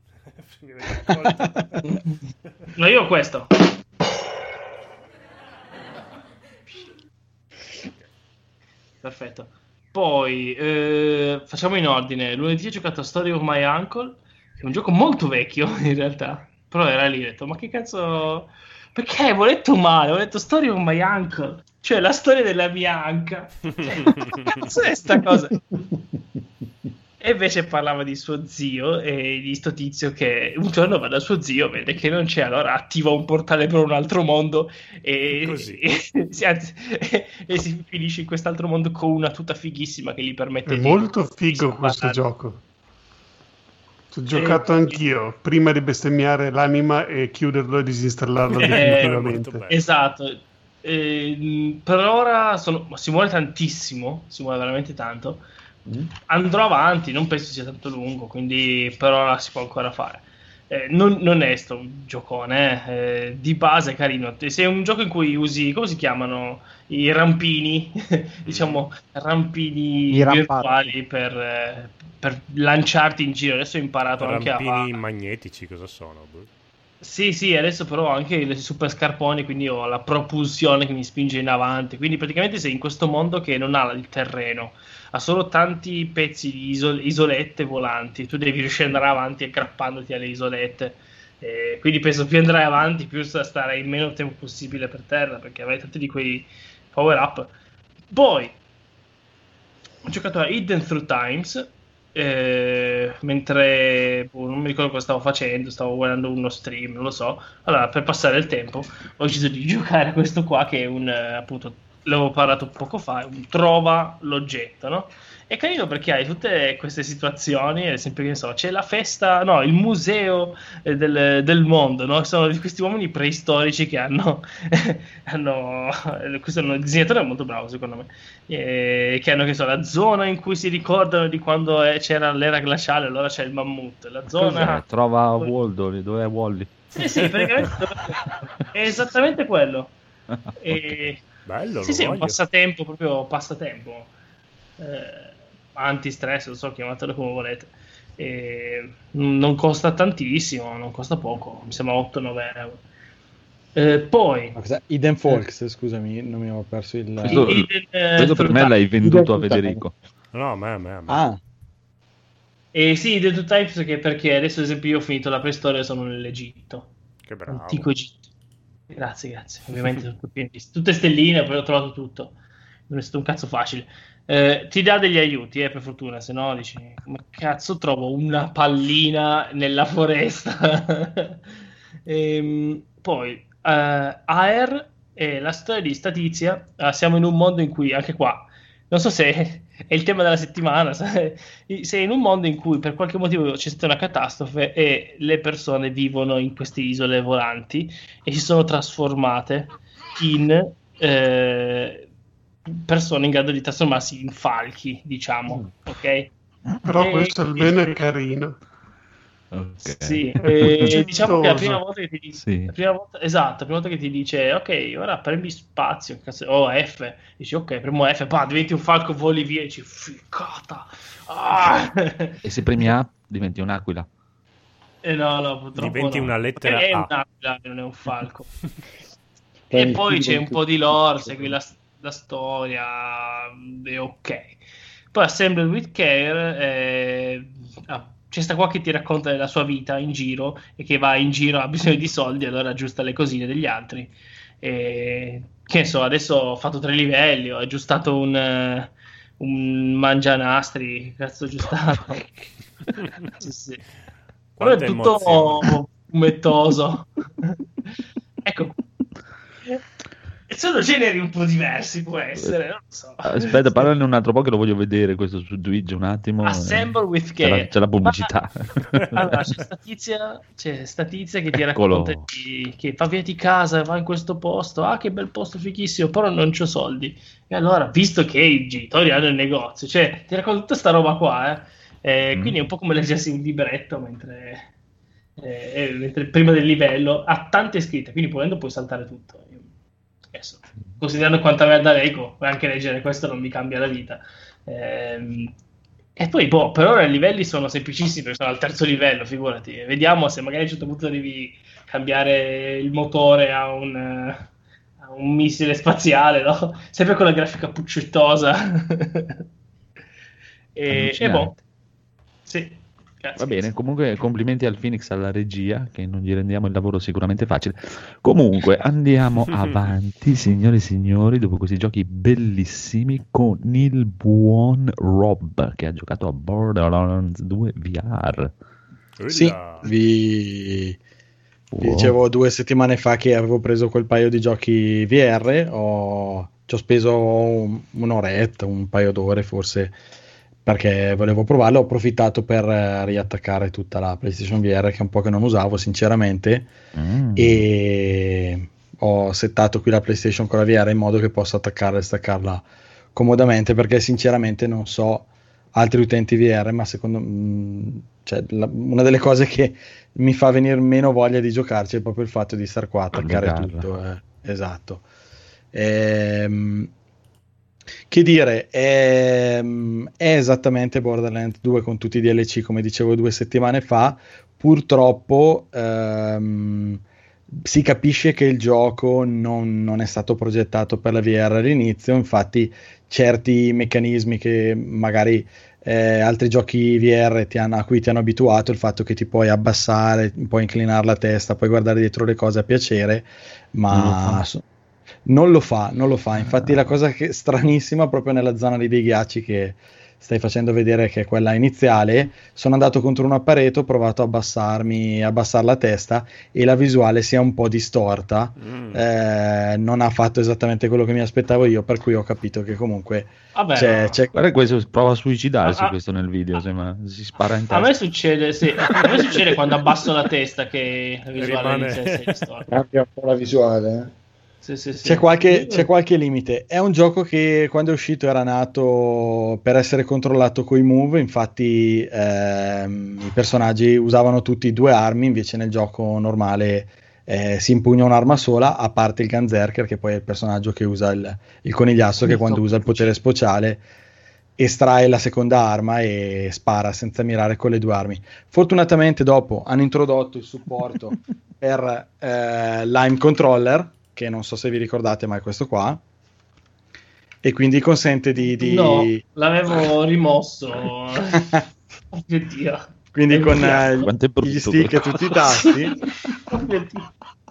No, io ho questo. Perfetto. Poi eh, facciamo in ordine. Lunedì ho giocato a Story of My Uncle, che è un gioco molto vecchio in realtà, però era lì, ho detto, ma che cazzo... Perché ho letto male, ho letto Story of My Uncle, cioè la storia della mia anca. Cioè, che cazzo è sta cosa? E invece parlava di suo zio e di sto tizio che un giorno va da suo zio, vede che non c'è, allora attiva un portale per un altro mondo e, Così. e, si, anzi, e, e si finisce in quest'altro mondo con una tuta fighissima che gli permette È di... molto figo di questo sparare. gioco. Ci ho giocato anch'io, prima di bestemmiare l'anima e chiuderlo e disinstallarlo Eh, definitivamente. molto bello. Esatto. Eh, per ora sono, si muore tantissimo, si muore veramente tanto. Andrò avanti, non penso sia tanto lungo, quindi per ora si può ancora fare. Eh, non, non è sto un giocone, eh. Eh, di base è carino. Se è un gioco in cui usi, come si chiamano, i rampini, diciamo rampini I virtuali per, eh, per lanciarti in giro. Adesso ho imparato anche a... Rampini magnetici cosa sono? Boh. Sì, sì, adesso però ho anche i super scarponi, quindi ho la propulsione che mi spinge in avanti. Quindi praticamente sei in questo mondo che non ha il terreno, ha solo tanti pezzi di isol- isolette volanti. Tu devi riuscire ad andare avanti aggrappandoti alle isolette. Eh, quindi penso più andrai avanti, più starai il meno tempo possibile per terra, perché avrai tanti di quei power up. Poi ho giocato a Hidden Through Times. Eh, mentre boh, non mi ricordo cosa stavo facendo, stavo guardando uno stream, non lo so. Allora, per passare il tempo, ho deciso di giocare a questo qua, che è un eh, appunto, l'avevo parlato poco fa, un trova l'oggetto, no? È carino perché hai tutte queste situazioni, ad esempio, che ne so, c'è la festa, no, il museo eh, del, del mondo, no? Sono di questi uomini preistorici che hanno, hanno questo il disegnatore è molto bravo secondo me, eh, che hanno, che so, la zona in cui si ricordano di quando è, c'era l'era glaciale, allora c'è il mammut, la zona... Cos'è? Trova Waldo, dov'è Wally? Sì, sì, praticamente è esattamente quello. E... Bello, sì, lo sì, è un voglio. passatempo, proprio passatempo. Eh, anti-stress, non so, chiamatelo come volete. E non costa tantissimo, non costa poco, mi sembra otto nove euro. Eh, poi Ma cos'è? Hidden Folks, scusami, non mi avevo perso il... Questo, Hidden, eh, questo per me l'hai venduto a Federico. No, a me, a me, a me. Ah, E sì, The Two Types, che perché adesso ad esempio io ho finito la preistoria e sono nell'Egitto, Che bravo. antico Egitto. Grazie, grazie. Ovviamente tutto pieno di- tutte stelline, poi ho trovato tutto. Non è stato un cazzo facile. Eh, ti dà degli aiuti, eh, per fortuna, se no dici, ma cazzo trovo una pallina nella foresta. Ehm, poi, eh, Aer è la storia di sta tizia. Ah, siamo in un mondo in cui, anche qua, non so se è il tema della settimana, se- sei in un mondo in cui per qualche motivo c'è stata una catastrofe e le persone vivono in queste isole volanti e si sono trasformate in eh, persone in grado di trasformarsi in falchi, diciamo, ok? Però E- questo almeno è carino. Ok. Sì, e diciamo che la Gentoso. prima volta che ti dice, Sì. la prima volta, esatto, la prima volta che ti dice ok, ora premi spazio, cazzo, o F, dici ok, premo F, pa, diventi un falco, voli via, e dici ficcata. Ah! E se premi A diventi un'aquila. Eh, no, no, purtroppo Diventi no. una lettera è A. un'aquila, non è un falco. E Prendi poi tutti c'è un dentro- po' di lore, segui la, la storia, è ok. Poi Assembled with Care, eh, ah, c'è sta qua che ti racconta della sua vita in giro e che va in giro, ha bisogno di soldi, allora aggiusta le cosine degli altri. E, che ne so, adesso ho fatto tre livelli, ho aggiustato un, eh, un mangianastri, cazzo ho aggiustato. Sì, sì. Però è Quanta tutto emozione. fumettoso. Ecco. E sono generi un po' diversi, può essere, non lo so. Aspetta, parlane un altro po' che lo voglio vedere questo su Twitch un attimo. Assemble with C'è Care. la, c'è la pubblicità. Ma- allora, c'è sta tizia, c'è sta tizia che ti Eccolo. racconta di- che va via di casa, va in questo posto, ah che bel posto fighissimo, però non c'ho soldi. E allora, visto che i genitori hanno il negozio, cioè ti racconta tutta sta roba qua, eh. Eh, Mm. quindi è un po' come leggersi un libretto mentre, eh, eh, mentre prima del livello ha tante scritte, quindi volendo puoi saltare tutto. Io- adesso, considerando quanta merda leggo, puoi anche leggere questo, non mi cambia la vita. Ehm, e poi, boh, per ora i livelli sono semplicissimi perché sono al terzo livello, figurati. Vediamo se magari a un certo punto devi cambiare il motore a un, eh, a un missile spaziale, no? Sempre con la grafica puccettosa. e, e Allucinante. boh, sì, grazie. Va bene, comunque complimenti al Phoenix, alla regia, che non gli rendiamo il lavoro sicuramente facile. Comunque andiamo avanti, signore e signori, dopo questi giochi bellissimi, con il buon Rob, che ha giocato a Borderlands due V R. Sì, Ulla. vi... vi Wow. dicevo due settimane fa che avevo preso quel paio di giochi V R, ho... ci ho speso un- un'oretta, un paio d'ore forse, perché volevo provarlo, ho approfittato per eh, riattaccare tutta la PlayStation V R, che è un po' che non usavo sinceramente, Mm. e ho settato qui la PlayStation con la V R in modo che possa attaccarla e staccarla comodamente, perché sinceramente non so altri utenti V R, ma secondo me cioè, la, una delle cose che mi fa venire meno voglia di giocarci è proprio il fatto di star qua, attaccare tutto. Eh. Esatto. Ehm, che dire, è, è esattamente Borderlands due con tutti i D L C, come dicevo due settimane fa. Purtroppo ehm, si capisce che il gioco non, non è stato progettato per la V R all'inizio, infatti certi meccanismi che magari eh, altri giochi V R ti hanno, a cui ti hanno abituato, il fatto che ti puoi abbassare, puoi inclinare la testa, puoi guardare dietro le cose a piacere, ma non lo fa, non lo fa. Infatti la cosa che stranissima proprio nella zona lì dei ghiacci che stai facendo vedere, che è quella iniziale, sono andato contro una parete, ho provato a abbassarmi, abbassare la testa e la visuale si è un po' distorta, mm. eh, non ha fatto esattamente quello che mi aspettavo io, per cui ho capito che comunque Vabbè, c'è, no. c'è... Guarda, questo prova a suicidarsi Ah, ah. questo nel video, sembra, si spara in testa. A me succede, sì, a me succede quando abbasso la testa che la visuale Rimane- inizia a essere distorta. Cambia un po' la visuale. eh. Sì, sì, sì. C'è qualche, c'è qualche limite. È un gioco che quando è uscito era nato per essere controllato coi move, infatti ehm, i personaggi usavano tutti due armi, invece nel gioco normale eh, si impugna un'arma sola, a parte il Gunzerker, che poi è il personaggio che usa il, il conigliastro, che quando usa il potere speciale estrae la seconda arma e spara senza mirare con le due armi. Fortunatamente dopo hanno introdotto il supporto per eh, l'Aim Controller, che non so se vi ricordate, ma è questo qua, e quindi consente di... di... No, l'avevo rimosso. Oh mio Dio. Quindi È con brutto. eh, Quanto è brutto gli stick e quello. tutti i tasti Oh mio Dio.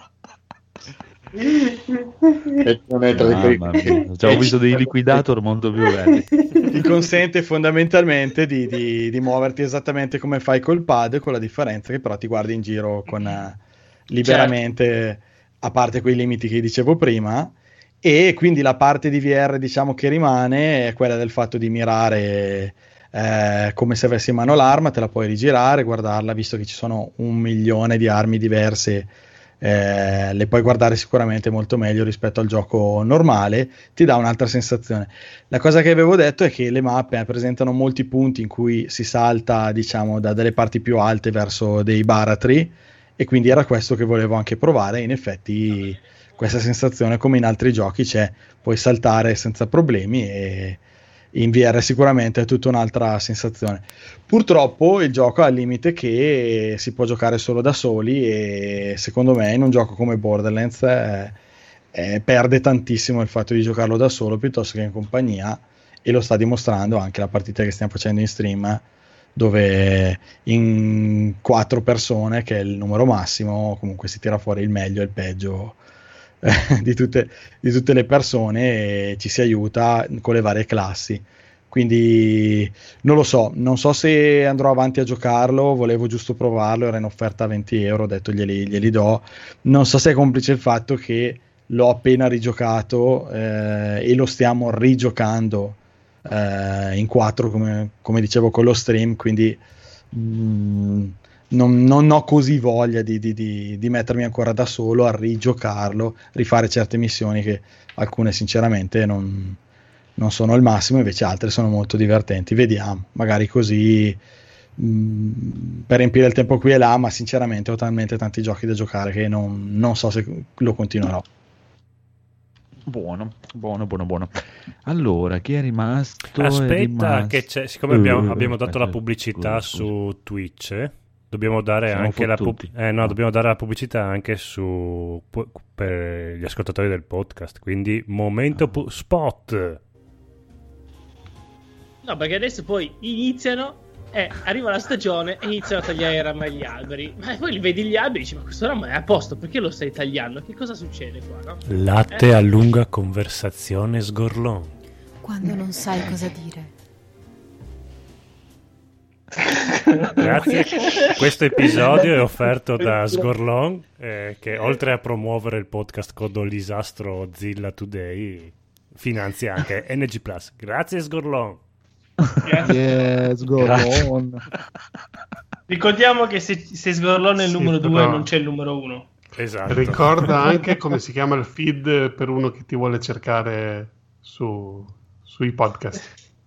E non è tra i Mamma mia, cioè, ho visto dei liquidator molto più belli. ti consente fondamentalmente di, di, di muoverti esattamente come fai col pad, con la differenza che però ti guardi in giro con eh, liberamente, certo, a parte quei limiti che dicevo prima. E quindi la parte di V R, diciamo, che rimane è quella del fatto di mirare eh, come se avessi in mano l'arma, te la puoi rigirare, guardarla, visto che ci sono un milione di armi diverse, eh, le puoi guardare sicuramente molto meglio rispetto al gioco normale, ti dà un'altra sensazione. La cosa che avevo detto è che le mappe eh, presentano molti punti in cui si salta, diciamo, da delle parti più alte verso dei baratri, e quindi era questo che volevo anche provare. In effetti questa sensazione, come in altri giochi, c'è, puoi saltare senza problemi, e in V R sicuramente è tutta un'altra sensazione. Purtroppo il gioco ha il limite che si può giocare solo da soli, e secondo me in un gioco come Borderlands eh, eh, perde tantissimo il fatto di giocarlo da solo piuttosto che in compagnia, e lo sta dimostrando anche la partita che stiamo facendo in stream, dove in quattro persone, che è il numero massimo, comunque si tira fuori il meglio e il peggio Di tutte, di tutte le persone, e ci si aiuta con le varie classi. Quindi non lo so, non so se andrò avanti a giocarlo, volevo giusto provarlo, era in offerta a venti euro, ho detto glieli, glieli do. Non so se è complice il fatto che l'ho appena rigiocato eh, e lo stiamo rigiocando eh, in quattro, come, come dicevo, con lo stream, quindi mh, Non, non ho così voglia di, di, di, di mettermi ancora da solo a rigiocarlo, rifare certe missioni che alcune sinceramente non, non sono il massimo, invece altre sono molto divertenti. Vediamo, magari così mh, per riempire il tempo qui e là, ma sinceramente ho talmente tanti giochi da giocare che non, non so se lo continuerò. Buono, buono, buono, buono. Allora, chi è rimasto? Aspetta, è rimasto... che c'è, siccome abbiamo, Uh, abbiamo dato aspetta, la pubblicità scusa, scusa. su Twitch, dobbiamo dare Siamo anche la, fottuti. pub- eh, no, dobbiamo dare la pubblicità anche su pu- per gli ascoltatori del podcast, quindi momento pu- spot. No, perché adesso poi iniziano, eh, arriva la stagione e iniziano a tagliare i rami agli alberi. Ma poi li vedi gli alberi e dici, ma questo ramo è a posto, perché lo stai tagliando? Che cosa succede qua, no? Latte Eh? a lunga conversazione sgorlon. Quando non sai cosa dire. Grazie. Questo episodio è offerto da Sgorlon, eh, che oltre a promuovere il podcast Codolisastro Zilla Today finanzia anche N G Plus. Grazie Sgorlon. Yes, go on. Ricordiamo che se, se Sgorlone è il Sì, numero però- due, non c'è il numero uno. Esatto. Ricorda anche come si chiama il feed per uno che ti vuole cercare su, sui podcast.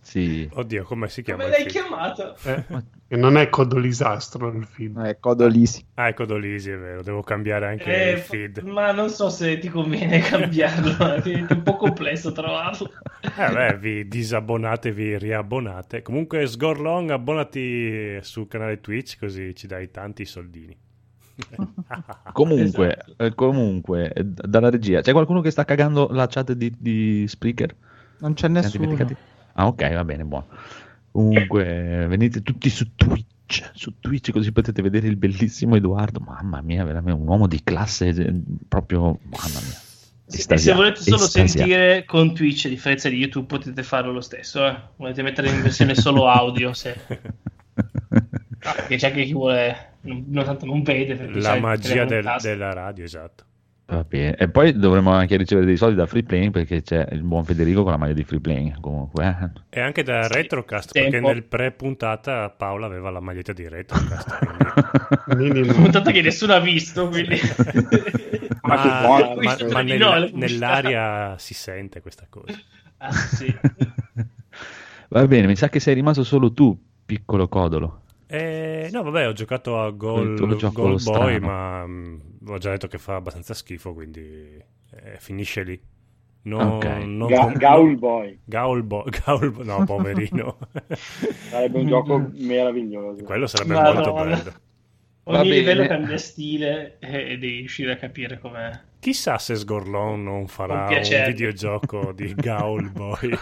Sì. Oddio, come si chiama? Come il l'hai film? chiamato? Eh? E non è Codolisastro il film. È Codolisi. Ah, è Codolisi, è vero, devo cambiare anche Eh, il feed. ma non so se ti conviene cambiarlo, è un po' complesso trovarlo. Eh beh, vi disabbonate, vi riabbonate. Comunque, Sgorlong, abbonati sul canale Twitch, così ci dai tanti soldini. Comunque, Esatto. eh, comunque, eh, dalla regia, c'è qualcuno che sta cagando la chat di, di Spreaker? Non c'è nessuno. Ah, ok, va bene, buono. Comunque, venite tutti su Twitch, su Twitch, così potete vedere il bellissimo Edoardo. Mamma mia, veramente un uomo di classe, eh, proprio, mamma mia. E se Estasiato, volete solo estasiato. sentire con Twitch, a differenza di YouTube, potete farlo lo stesso. Eh? Volete mettere in versione solo audio, se... No, perché c'è anche chi vuole, non, non tanto non vede. Perché La sai, magia telefono in del- tasca. della radio, esatto. Va bene. E poi dovremo anche ricevere dei soldi da Free Playing, perché c'è il buon Federico con la maglia di Free Playing. Comunque, eh. E anche da Sì, Retrocast, tempo. perché nel pre-puntata Paola aveva la maglietta di Retrocast. quindi- Minimo. Puntata che nessuno ha visto, quindi... Ma, che buona, ma- questo ma di nel- no, le pubblicità. nell'aria si sente questa cosa. Ah, sì. Va bene, mi sa che sei rimasto solo tu, piccolo codolo. Eh, no, vabbè, ho giocato a Il tuo Goal, gioco Goal Boy, strano. ma mh, ho già detto che fa abbastanza schifo, quindi eh, finisce lì. No, Ok. non Ga- com- Gaul Boy Gaul Boy, Gaul Boy- no, poverino. sarebbe un gioco meraviglioso. Quello sarebbe Madonna. molto bello. Ogni Va bene. livello cambia stile e, e devi riuscire a capire com'è. Chissà se Sgorlon non farà Con un piacere. videogioco di Gaul Boy.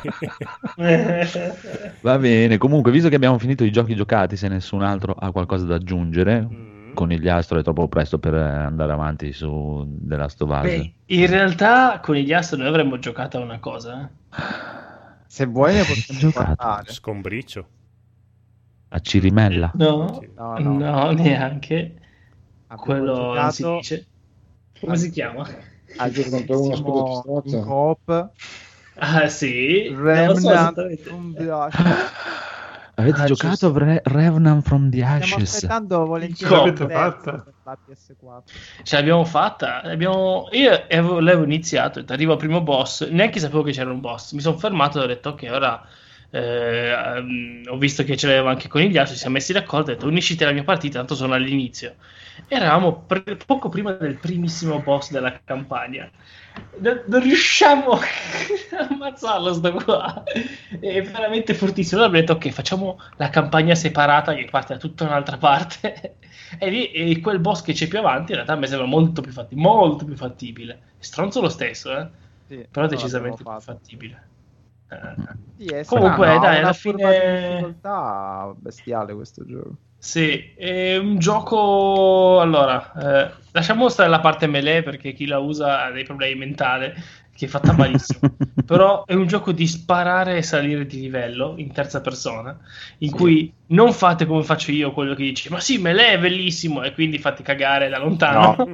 Va bene, comunque, visto che abbiamo finito i giochi giocati, se nessun altro ha qualcosa da aggiungere, Mm. con gli Astro è troppo presto per andare avanti su The Last of Us. Beh, in realtà con gli Astro noi avremmo giocato a una cosa. eh. Se vuoi ne possiamo Giocato. parlare. Scombriccio. A Cirimella. No, Sì. No, no, no. neanche. Abbiamo Quello non si giocato dice. Come si chiama? al Gioco contro uno scudo bellissimo strozzo. in coop Ah sì, non lo so Remnant esattamente. from the Ashes. Avete Ah, giocato giusto. Re- Revenant from the Stiamo Ashes? aspettando volentieri Co- L'avete il terzo fatta? per la P S quattro. Ce l'abbiamo fatta. Abbiamo... Io avevo, l'avevo iniziato, ho detto, arrivo al primo boss, neanche sapevo che c'era un boss. Mi sono fermato e ho detto, ok, ora eh, ehm, ho visto che ce l'aveva anche con gli altri, ci siamo messi d'accordo, ho detto, unisciti alla mia partita, tanto sono all'inizio. Eravamo pre- poco prima del primissimo boss della campagna. Non, non riusciamo a ammazzarlo sto qua, è veramente fortissimo. Allora abbiamo detto ok, facciamo la campagna separata che parte da tutta un'altra parte e, lì, e quel boss che c'è più avanti in realtà mi sembra molto più fattibile, molto più fattibile. È stronzo lo stesso, eh? Sì, Però no, decisamente più l'abbiamo fatto. fattibile. Eh. Sì, è Comunque, strano, ha dai, una alla curva di fine difficoltà bestiale questo gioco. sì, è un gioco. Allora, eh, lasciamo stare la parte melee perché chi la usa ha dei problemi mentali, che è fatta malissimo. Però è un gioco di sparare e salire di livello in terza persona, in Sì. cui non fate come faccio io, quello che dice ma sì, melee è bellissimo, e quindi fate cagare da lontano.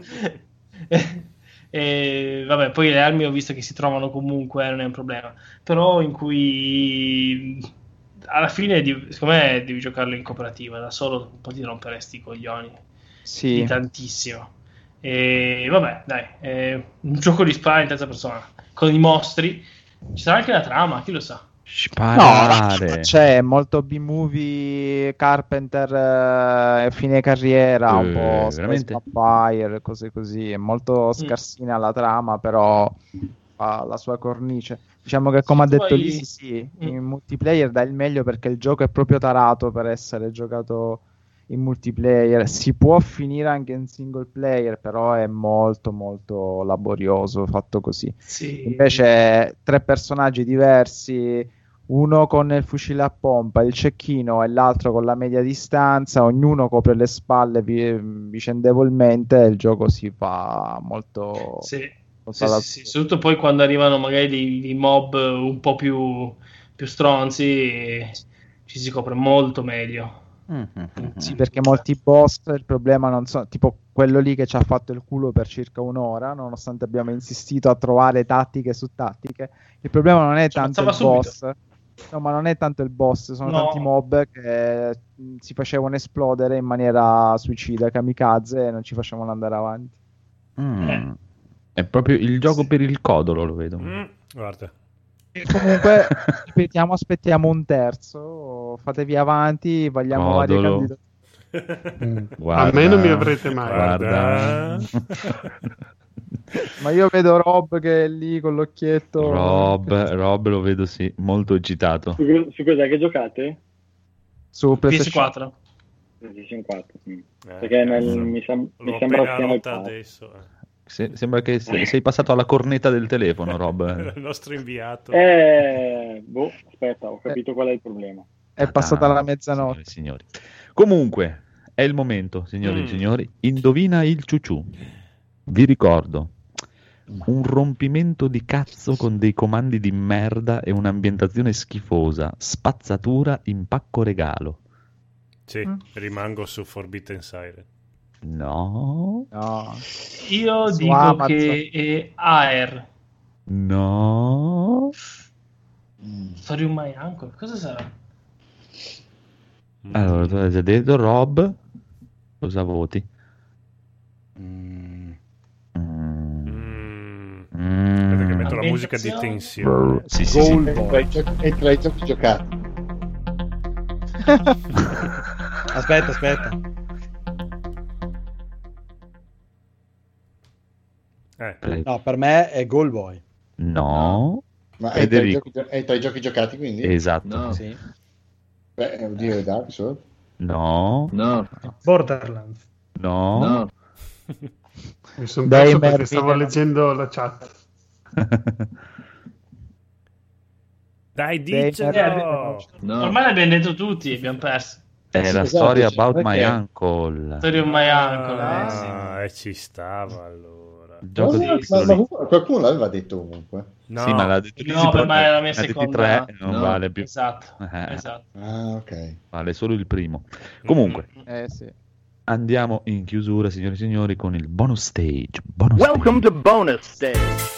E vabbè, poi le armi ho visto che si trovano comunque, non è un problema. Però in cui alla fine, di- secondo me, devi giocarlo in cooperativa, da solo un po' ti romperesti i coglioni Sì. di tantissimo. E vabbè, dai, è un gioco di spara in terza persona con i mostri. Ci sarà anche la trama, chi lo sa. Sparare. No, c'è molto B-movie, Carpenter, eh, fine carriera, un Eh, po' Space veramente? Vampire, cose così. È molto scarsina la trama, però ha la sua cornice. Diciamo che, come ha tu detto hai- Lisi, sì, Mm. in multiplayer dà il meglio perché il gioco è proprio tarato per essere giocato in multiplayer. Si può finire anche in single player, però è molto molto laborioso fatto così. Sì. Invece tre personaggi diversi, uno con il fucile a pompa, il cecchino, e l'altro con la media distanza, ognuno copre le spalle vi- vicendevolmente, e il gioco si fa molto, Sì. molto Sì, alla- sì, sì, soprattutto poi quando arrivano magari dei, dei mob un po' più, più stronzi, ci si copre molto meglio. Sì, perché molti boss il problema non sono tipo quello lì che ci ha fatto il culo per circa un'ora, nonostante abbiamo insistito a trovare tattiche su tattiche. Il problema non è tanto il ammazzava boss, no, ma non è tanto il boss, sono No. tanti mob che mh, si facevano esplodere in maniera suicida, kamikaze, e non ci facevano andare avanti. Mm. Eh. È proprio il gioco per il codolo, lo vedo. Mm, guarda. E comunque, ripetiamo, aspettiamo un terzo, fatevi avanti, vogliamo varie Codolo. candidature. Guarda, A me non mi avrete mai. Guarda. Ma io vedo Rob che è lì con l'occhietto. Rob, Rob lo vedo sì, molto eccitato. Su, su cos'è che giocate? Su P S PlayStation quattro. PlayStation quattro. Mm. Eh, Perché nel- cazzo. mi, sem- mi L'ho sembra appena siano i nota pad. adesso. eh. Se- sembra che se- sei passato alla cornetta del telefono, Rob. Il nostro inviato. Eh, boh, aspetta, ho capito qual è il problema. È passata Ah, la mezzanotte. Signori, signori. Comunque, è il momento, signori Mm. e signori. Indovina il ciuciù. Vi ricordo un rompimento di cazzo con dei comandi di merda e un'ambientazione schifosa, spazzatura, impacco regalo. Sì, rimango su Forbidden Siren. No, No. Io Su dico Amazon. che è Air. no. Story of My Uncle. Cosa sarà? Allora, tu hai già detto, Rob, cosa voti? Mm. Mm. Mm. Aspetta che metto la musica di Ambientazione. tensione. Sì, sì, sì. Goal è tra i giochi- è tra i giochi giocati. Aspetta, aspetta. Eh. Prego. No, per me è Goal Boy. No. Ma è tra, i Federico. giochi, è tra i giochi giocati, quindi? Esatto. No. Sì. Beh, oddio, è Dark Souls. No. No, Borderlands. No. no. Mi sono Dai, perso perché Mervyn. stavo leggendo la chat. Dai, Dei dicelo! No. Ormai l'abbiamo detto tutti, abbiamo perso. È Sì, la esatto, storia sì, about perché- my uncle. Story of My Uncle. eh, sì. Ah, e ci stava allora. Il gioco di Ma- titolo ma- lì. ma qualcuno l'aveva detto comunque. No, Sì, ma l'ha detto No, Lizzy, per però me era la ne mia ha detti seconda- tre e non no. vale più. Esatto, Eh, esatto. Ah, ok. Vale solo il primo. Comunque, Eh sì. andiamo in chiusura, signori e signori, con il bonus stage. Bonus Welcome stage. to bonus stage.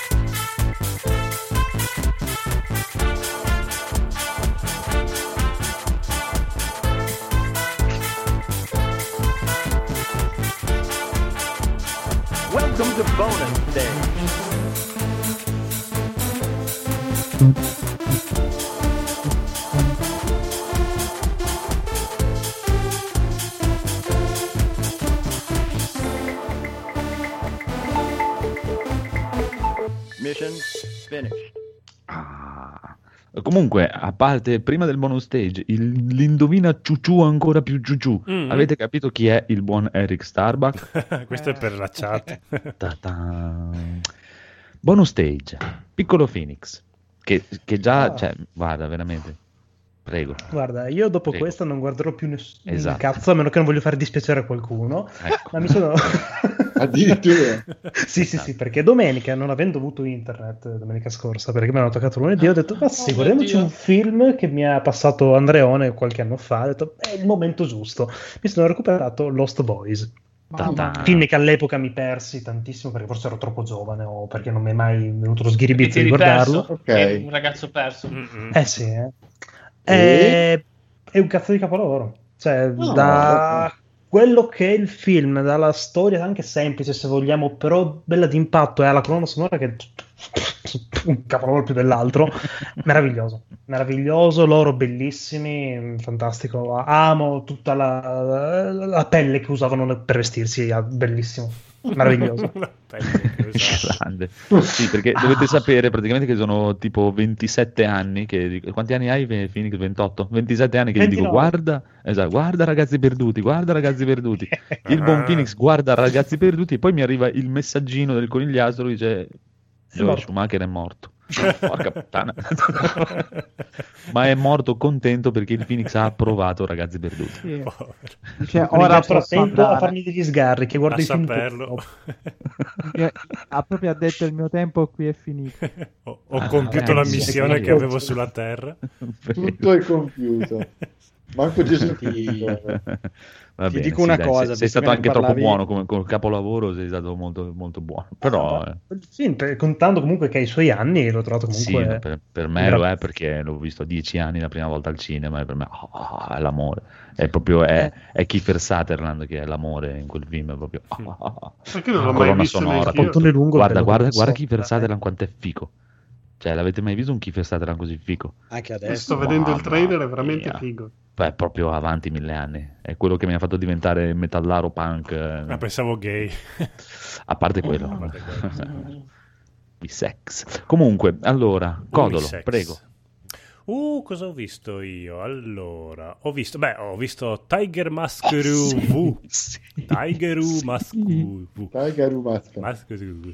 Welcome to bonus stage. Mission finished. Ah. Comunque, a parte, prima del bonus stage, il- l'indovina ciuciù ancora più ciuciù. Mm. Avete capito chi è il buon Eric Starbuck? Questo è per la chat. Ta-ta. Bonus stage, piccolo Phoenix, che, che già, Ah. cioè, guarda, veramente, prego. Guarda, io dopo Prego. questa non guarderò più nessun Esatto. cazzo, a meno che non voglio fare dispiacere a qualcuno. Ecco. Ma mi sono... Addirittura. Sì, sì, sì, perché domenica, non avendo avuto internet domenica scorsa, perché mi hanno toccato lunedì, ho detto, ma sì, Oh, guardiamoci mio un Dio. film che mi ha passato Andreone qualche anno fa, ho detto, è il momento giusto. Mi sono recuperato Lost Boys. Ta-ta. Film che all'epoca mi persi tantissimo perché forse ero troppo giovane o perché non mi è mai venuto lo Perché sghiribizzo ti di eri guardarlo. perso. Ok. Eri un ragazzo perso. Mm-mm. Eh sì, eh. È, è un cazzo di capolavoro. Cioè, No, da quello che è il film, dalla storia anche semplice se vogliamo, però bella d'impatto, e alla colonna sonora che è un capolavoro più dell'altro, meraviglioso, meraviglioso, loro bellissimi, fantastico. Amo tutta la, la pelle che usavano per vestirsi, ah, bellissimo, meraviglioso. La pelle che usava. Grande. Sì, perché dovete sapere praticamente che sono tipo ventisette anni che... Quanti anni hai, Phoenix? ventotto? ventisette anni che gli dico ventinove. guarda, esatto, guarda ragazzi perduti, guarda ragazzi perduti. Il buon Phoenix guarda ragazzi perduti e poi mi arriva il messaggino del conigliastro che dice Joel morto. Schumacher è morto. Porca puttana. Ma è morto contento perché il Phoenix ha approvato ragazzi perduti. Sì. Povero. Dice, Quindi ora sto posso attento a andare. farmi degli sgarri che guardo A i film saperlo. troppo. Io- ha proprio detto il mio tempo qui è finito. Ho, ho Ah, compiuto eh, la sì, missione sì. che avevo sulla Terra. Tutto è compiuto. Manco Gesù Ti- Va Ti bene, dico sì, una dai, cosa, sei, sei visto stato che ne anche troppo parlavi- buono come, come capolavoro, sei stato molto, molto buono. Però eh, Il film, per- contando comunque che ha i suoi anni, l'ho trovato sì, comunque... per, per me lo è perché l'ho visto a dieci anni la prima volta al cinema e per me oh, è l'amore. È proprio è, è Kiefer Sutherland che è l'amore in quel film, è proprio oh, Perché non l'ho mai colonna visto sonora. neanche io? Poltone lungo, Guarda, bello guarda, come guarda so, Kiefer dai. Sutherland quanto è figo. Cioè, l'avete mai visto un Kiefer Sutherland così figo? Anche adesso. Sto vedendo il Mamma trailer, è veramente mia. figo. Beh, è proprio avanti mille anni. È quello che mi ha fatto diventare metallaro punk. eh, Ah, pensavo gay. A parte quello. A parte quello. I sex. Comunque, allora, Codolo, Unisex. prego. Uh, cosa ho visto io? Allora, ho visto, beh, ho visto Tiger Mask V. Tiger Mask V. Tiger Mask. Mask V.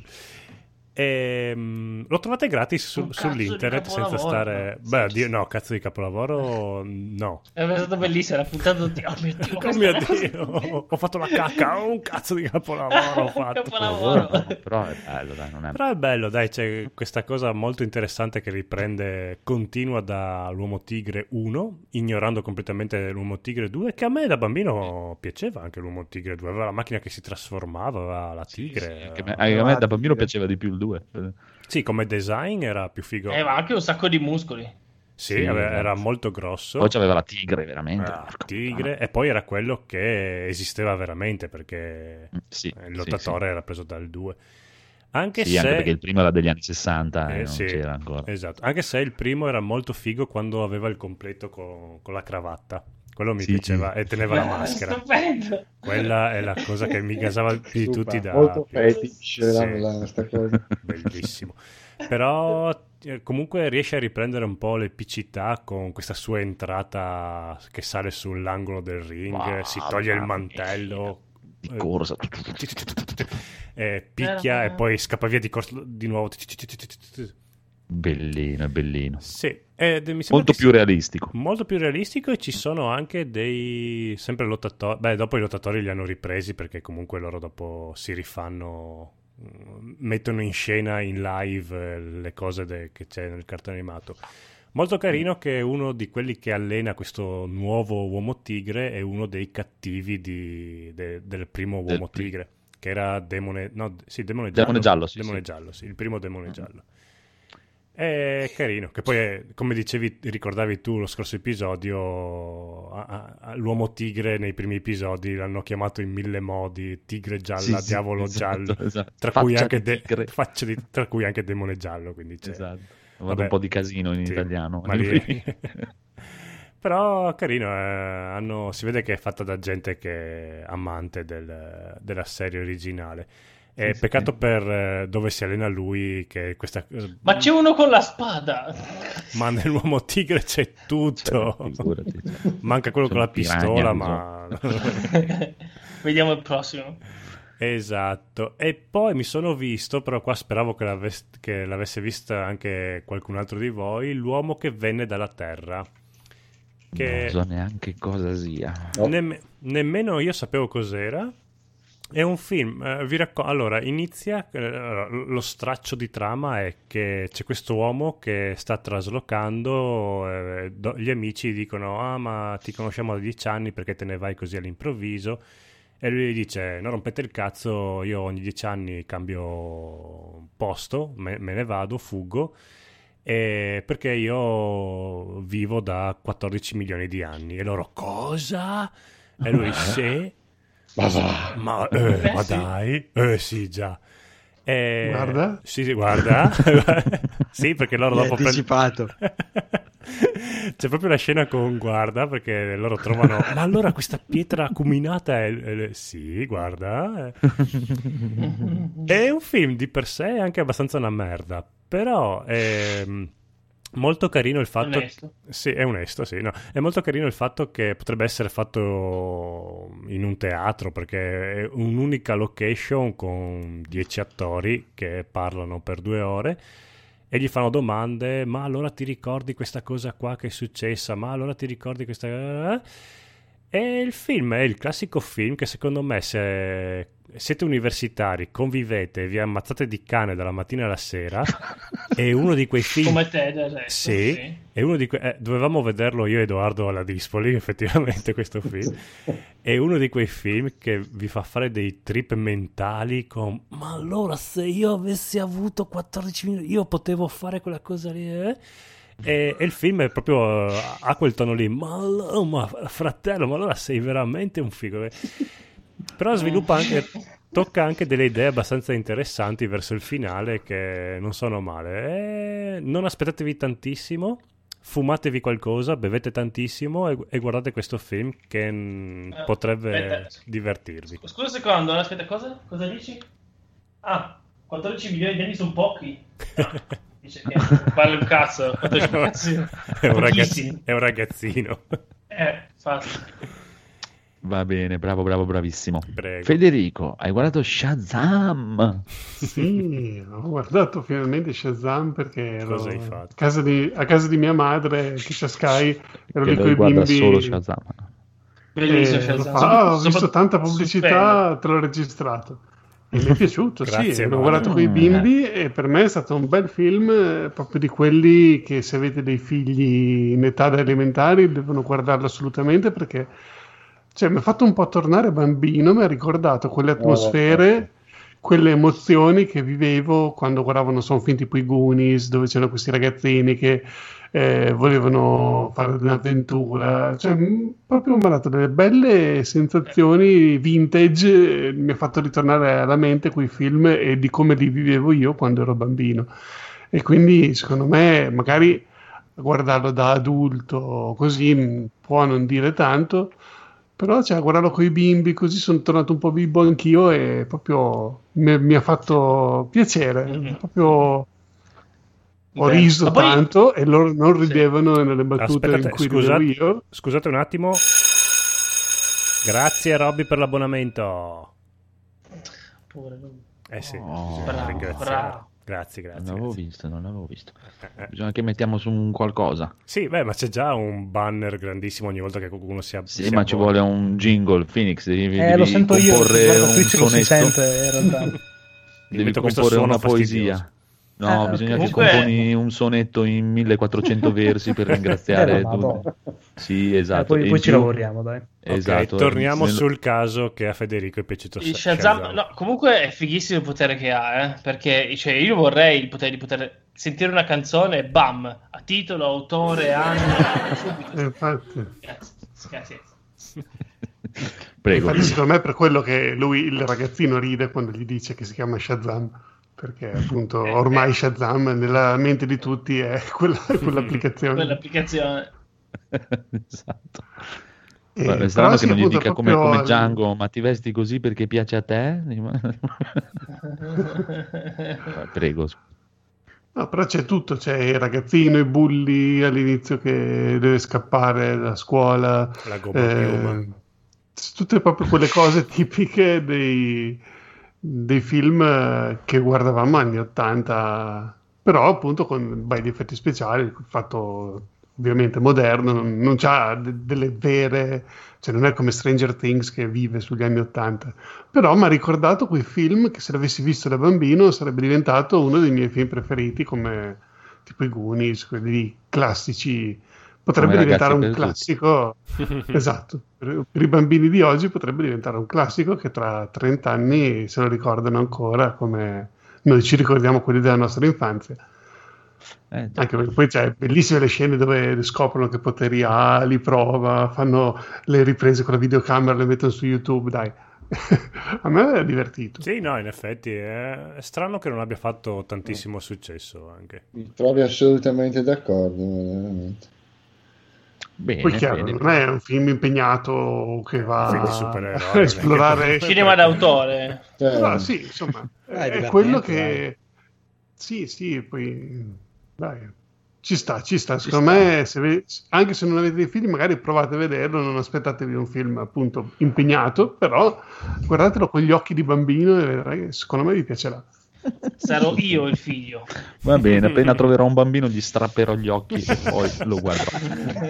Ehm, lo trovate gratis su- Un cazzo di sull'internet senza capolavoro. stare. Beh, oddio, no, cazzo di capolavoro, no. È stato bellissimo, era puntata di... Oh mio Dio, Oh mio Dio, ho fatto la cacca, oh, un cazzo di capolavoro ho fatto. Capolavoro. Però è bello, dai, non è... Però è bello, dai, c'è questa cosa molto interessante che riprende, continua dall'Uomo Tigre uno, ignorando completamente l'Uomo Tigre due, che a me da bambino piaceva anche l'Uomo Tigre due, aveva la macchina che si trasformava, aveva la tigre. Anche me- a me da bambino piaceva di più il due. Sì, come design era più figo. Eh, ma anche un sacco di muscoli. Sì, Sì, aveva- era esatto. molto grosso. Poi c'aveva la tigre, veramente. Ah, Porca tigre, puttana. e poi era quello che esisteva veramente perché Sì, il sì, lottatore era preso dal due. Anche Sì, se anche perché il primo era degli anni sessanta e Eh, non sì, c'era ancora. esatto. Anche se il primo era molto figo quando aveva il completo con, con la cravatta. Quello mi Sì, piaceva sì. e teneva la Eh, maschera. stupendo. Quella è la cosa che mi gasava più di Super, tutti da molto più- fetish Sì, la- la- sta cosa. bellissimo. Però eh, comunque riesce a riprendere un po' l'epicità con questa sua entrata che sale sull'angolo del ring, Mamma si toglie il mia. mantello, Di corsa. eh, picchia e poi scappa via di, corso, di nuovo. Bellino, è bellino. Sì, ed mi sembra Molto che più realistico. molto più realistico, e ci sono anche dei sempre lottatori. Beh, dopo i lottatori li hanno ripresi perché comunque loro dopo si rifanno, mm, mettono in scena in live eh, le cose de- che c'è nel cartone animato. Molto carino che uno di quelli che allena questo nuovo Uomo Tigre è uno dei cattivi di- de- del primo Del Uomo pri- Tigre, che era Demone, no, sì, Demone Giallo. Demone Giallo, sì, Demone sì. Giallo, sì, il primo Demone Giallo. È carino, che poi è, come dicevi, ricordavi tu lo scorso episodio, a- a- l'uomo tigre nei primi episodi l'hanno chiamato in mille modi, tigre gialla, Sì, sì, diavolo esatto, giallo, esatto. tra, cui Faccia anche di de- tigre. faccia di- tra cui anche demone giallo, quindi c'è. Esatto. Ho Vabbè, fatto un po' di casino in sì, italiano. ma lì- Però carino, eh, hanno- si vede che è fatta da gente che è amante del- della serie originale. È Sì, peccato sì. per eh, dove si allena lui, che questa... Ma c'è uno con la spada. Ma nell'uomo tigre c'è tutto. Cioè, figurati, cioè. Manca quello C'è con la un piranha, pistola, non ma... Vediamo il prossimo. Esatto. E poi mi sono visto, però qua speravo che, l'avess- che l'avesse vista anche qualcun altro di voi, L'uomo che venne dalla Terra. Che Non so neanche cosa sia. nemm- nemmeno io sapevo cos'era. È un film, eh, vi racco- allora inizia, eh, allora, lo straccio di trama è che c'è questo uomo che sta traslocando, eh, do- gli amici dicono ah ma ti conosciamo da dieci anni perché te ne vai così all'improvviso, e lui gli dice non rompete il cazzo, io ogni dieci anni cambio posto, me, me ne vado, fuggo, e perché io vivo da quattordici milioni di anni. E loro cosa? E lui sì. Ma va. Ma, eh, Beh, ma sì. dai, eh sì già. Eh, Guarda. Sì, sì, guarda. Sì, perché loro Mi hai dopo prend- anticipato. C'è proprio la scena con guarda, perché loro trovano ma allora questa pietra acuminata è... è- sì, guarda. eh. È un film di per sé anche abbastanza una merda, però è molto carino il fatto... Onesto. Sì, è onesto, sì, no. È molto carino il fatto che potrebbe essere fatto in un teatro, perché è un'unica location con dieci attori che parlano per due ore e gli fanno domande, ma allora ti ricordi questa cosa qua che è successa? Ma allora ti ricordi questa... E il film è il classico film che secondo me se siete universitari, convivete e vi ammazzate di cane dalla mattina alla sera, è uno di quei film... Come te del resto. Sì, sì. è uno di que- eh, dovevamo vederlo io e Edoardo alla Dispoli, effettivamente, questo film. È uno di quei film che vi fa fare dei trip mentali con ma allora se io avessi avuto quattordici minuti io potevo fare quella cosa lì, eh? E, e il film è proprio eh, ha quel tono lì, ma, allo- ma fratello, ma allora sei veramente un figo, eh? Però sviluppa anche tocca anche delle idee abbastanza interessanti verso il finale che non sono male. E non aspettatevi tantissimo, fumatevi qualcosa, bevete tantissimo e, e guardate questo film che mh, Eh, potrebbe aspetta. divertirvi. Scusa un secondo, aspetta, cosa? Cosa dici? Ah, quattordici milioni di anni sono pochi. No, dice che parla un cazzo. quattordici cazzi. È un, ragazz- Pochissimi. è un ragazzino. Eh, infatti. Va bene, bravo, bravo, bravissimo. Prego. Federico, hai guardato Shazam? Sì, ho guardato finalmente Shazam perché ero Cosa hai a fatto? casa di, a casa di mia madre, che c'è Sky, ero Che lì lui con i guarda bimbi. solo Shazam. Bellissimo e Shazam. lo fa, "Ah, ho Sopra- visto tanta stupendo. pubblicità, te l'ho registrato. E mi è piaciuto, Grazie, sì, l'ho Mario. guardato con i bimbi e per me è stato un bel film, eh, proprio di quelli che se avete dei figli in età da elementari devono guardarlo assolutamente perché cioè, mi ha fatto un po' tornare bambino, mi ha ricordato quelle atmosfere, quelle emozioni che vivevo quando guardavo, non so, un film tipo i Goonies, dove c'erano questi ragazzini che eh, volevano fare un'avventura. Cioè, mh, proprio mi ha dato delle belle sensazioni vintage, eh, mi ha fatto ritornare alla mente quei film e di come li vivevo io quando ero bambino. E quindi, secondo me, magari guardarlo da adulto così mh, può non dire tanto, però cioè, guardarlo con i bimbi così sono tornato un po' bimbo anch'io e proprio mi, mi ha fatto piacere, proprio ho Beh, riso ma poi- tanto e loro non ridevano nelle battute Aspettate, in cui scusate, ridevo io. scusate un attimo. Grazie Robby per l'abbonamento. Pure lui. Eh sì, Oh, bisogna bravo, ringraziare. bravo. Grazie, grazie. Non l'avevo grazie. visto, non l'avevo visto. Eh, eh. Bisogna che mettiamo su un qualcosa. Sì, beh, ma c'è già un banner grandissimo ogni volta che qualcuno si, ab- Sì, si ma ci abbona. vuole un jingle, Phoenix. Devi, Eh, devi lo sento io, comporre guarda un Twitch lo si sonetto. sente in realtà. Devi metto questo comporre suono una poesia. fastidioso. No, Ah, bisogna ok. che Comunque- componi un sonetto in millequattrocento versi per ringraziare Eh, no, tutti. Madonna. Sì, Eh, esatto. poi E poi in ci più- lavoriamo, dai. Esatto. Ok, torniamo Nel- sul caso che a Federico è piaciuto Il Shazam. Shazam, no, comunque è fighissimo il potere che ha, eh, perché cioè, io vorrei il potere di poter sentire una canzone, bam, a titolo, autore, anno, subito. E infatti, Grazie, grazie. Prego. infatti secondo me è per quello che lui, il ragazzino, ride quando gli dice che si chiama Shazam, perché appunto Eh, ormai eh. Shazam nella mente di tutti è quella, quell'applicazione. Quell'applicazione. Esatto. E Guarda, è però strano sì, che non gli appunto, dica come, proprio come il- Django, ma ti vesti così perché piace a te? Prego. No, però c'è tutto, c'è il ragazzino, i bulli all'inizio che deve scappare da scuola, La gomma piuma. eh, c- tutte proprio quelle cose tipiche dei, dei film eh, che guardavamo anni ottanta, però appunto con bei effetti speciali, fatto ovviamente moderno, non, non c'ha de- delle vere, cioè non è come Stranger Things che vive sugli anni ottanta, però mi ha ricordato quei film che se l'avessi visto da bambino sarebbe diventato uno dei miei film preferiti, come tipo i Goonies, quelli classici. Potrebbe Come diventare un Ragazzi classico, esatto, per, per i bambini di oggi potrebbe diventare un classico che tra trenta anni se lo ricordano ancora come noi ci ricordiamo quelli della nostra infanzia. Eh, già. Anche perché poi c'è bellissime le scene dove scoprono che poteri ha, li prova, fanno le riprese con la videocamera, le mettono su YouTube, dai. A me è divertito. Sì, no, in effetti è, è strano che non abbia fatto tantissimo successo anche. Mi trovi assolutamente d'accordo, veramente. Bene, Poi chiaro, bene. non è un film impegnato che va Film di supereroi, a esplorare. Cinema d'autore. Cioè, Però sì, insomma, Dai, è divertente, quello dai. che... Sì, sì, poi... Dai, ci sta, ci sta. Ci Secondo sta. me, se ve- anche se non avete dei figli, magari provate a vederlo, non aspettatevi un film appunto impegnato, però guardatelo con gli occhi di bambino e vedrai che secondo me vi piacerà. Sarò io il figlio. Va bene, appena troverò un bambino gli strapperò gli occhi e poi lo guarderò.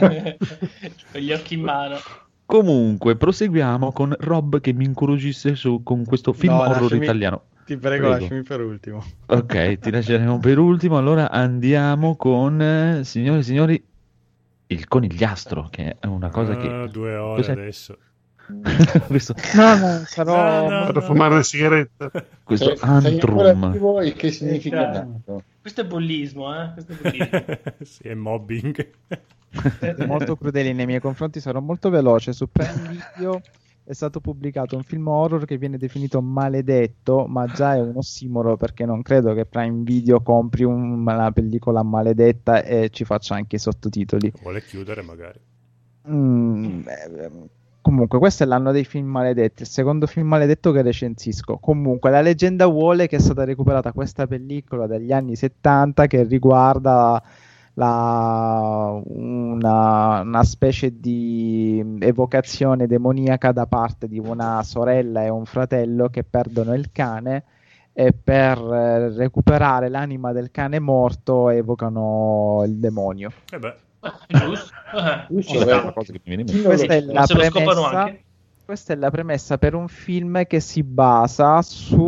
Con gli occhi in mano. Comunque, proseguiamo con Rob che mi incuriosisce su, con questo film No, horror lasciami- italiano. Ti prego, Prego. lasciami per ultimo. Ok, ti lasceremo per ultimo. Allora andiamo con, eh, signore e signori, il conigliastro, che è una cosa Ah, che... due ore Cos'è? adesso. questo No, no, sarò... No, no. Vado a fumare una sigaretta. questo sei, sei ancora antrum. attivo, il che significa Esatto. tanto. Questo è bullismo, eh? Questo è bullismo. Sì, è mobbing. molto crudeli nei miei confronti, sarò molto veloce su Prime Video. è stato pubblicato un film horror che viene definito maledetto, ma già è un ossimoro perché non credo che Prime Video compri un- una pellicola maledetta e ci faccia anche i sottotitoli. Vuole chiudere magari. Mm, beh, comunque, questo è l'anno dei film maledetti, il secondo film maledetto che recensisco. Comunque, la leggenda vuole che è stata recuperata questa pellicola dagli anni settanta che riguarda la- una, una specie di evocazione demoniaca da parte di una sorella e un fratello che perdono il cane e per eh, recuperare l'anima del cane morto evocano il demonio. Eh beh. Giusto. Eh, ci sta. Cosa che mi viene in mente. Questa è, Ma la se lo scopano premessa, anche? questa è la premessa per un film che si basa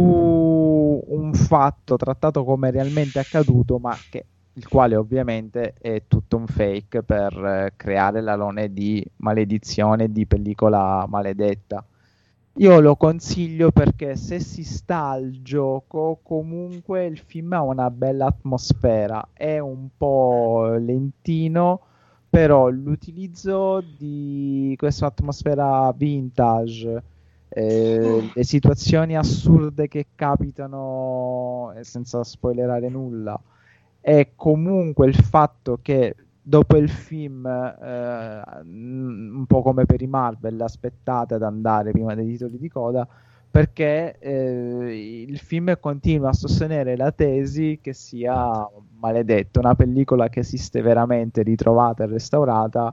su un fatto trattato come realmente accaduto, ma che, il quale ovviamente è tutto un fake per eh, creare l'alone di maledizione di pellicola maledetta. Io lo consiglio perché se si sta al gioco, comunque il film ha una bella atmosfera, è un po' lentino, però l'utilizzo di questa atmosfera vintage, eh, le situazioni assurde che capitano, eh, senza spoilerare nulla, e comunque il fatto che dopo il film, eh, un po' come per i Marvel, aspettate ad andare prima dei titoli di coda, perché eh, il film continua a sostenere la tesi che sia maledetto, una pellicola che esiste veramente, ritrovata e restaurata,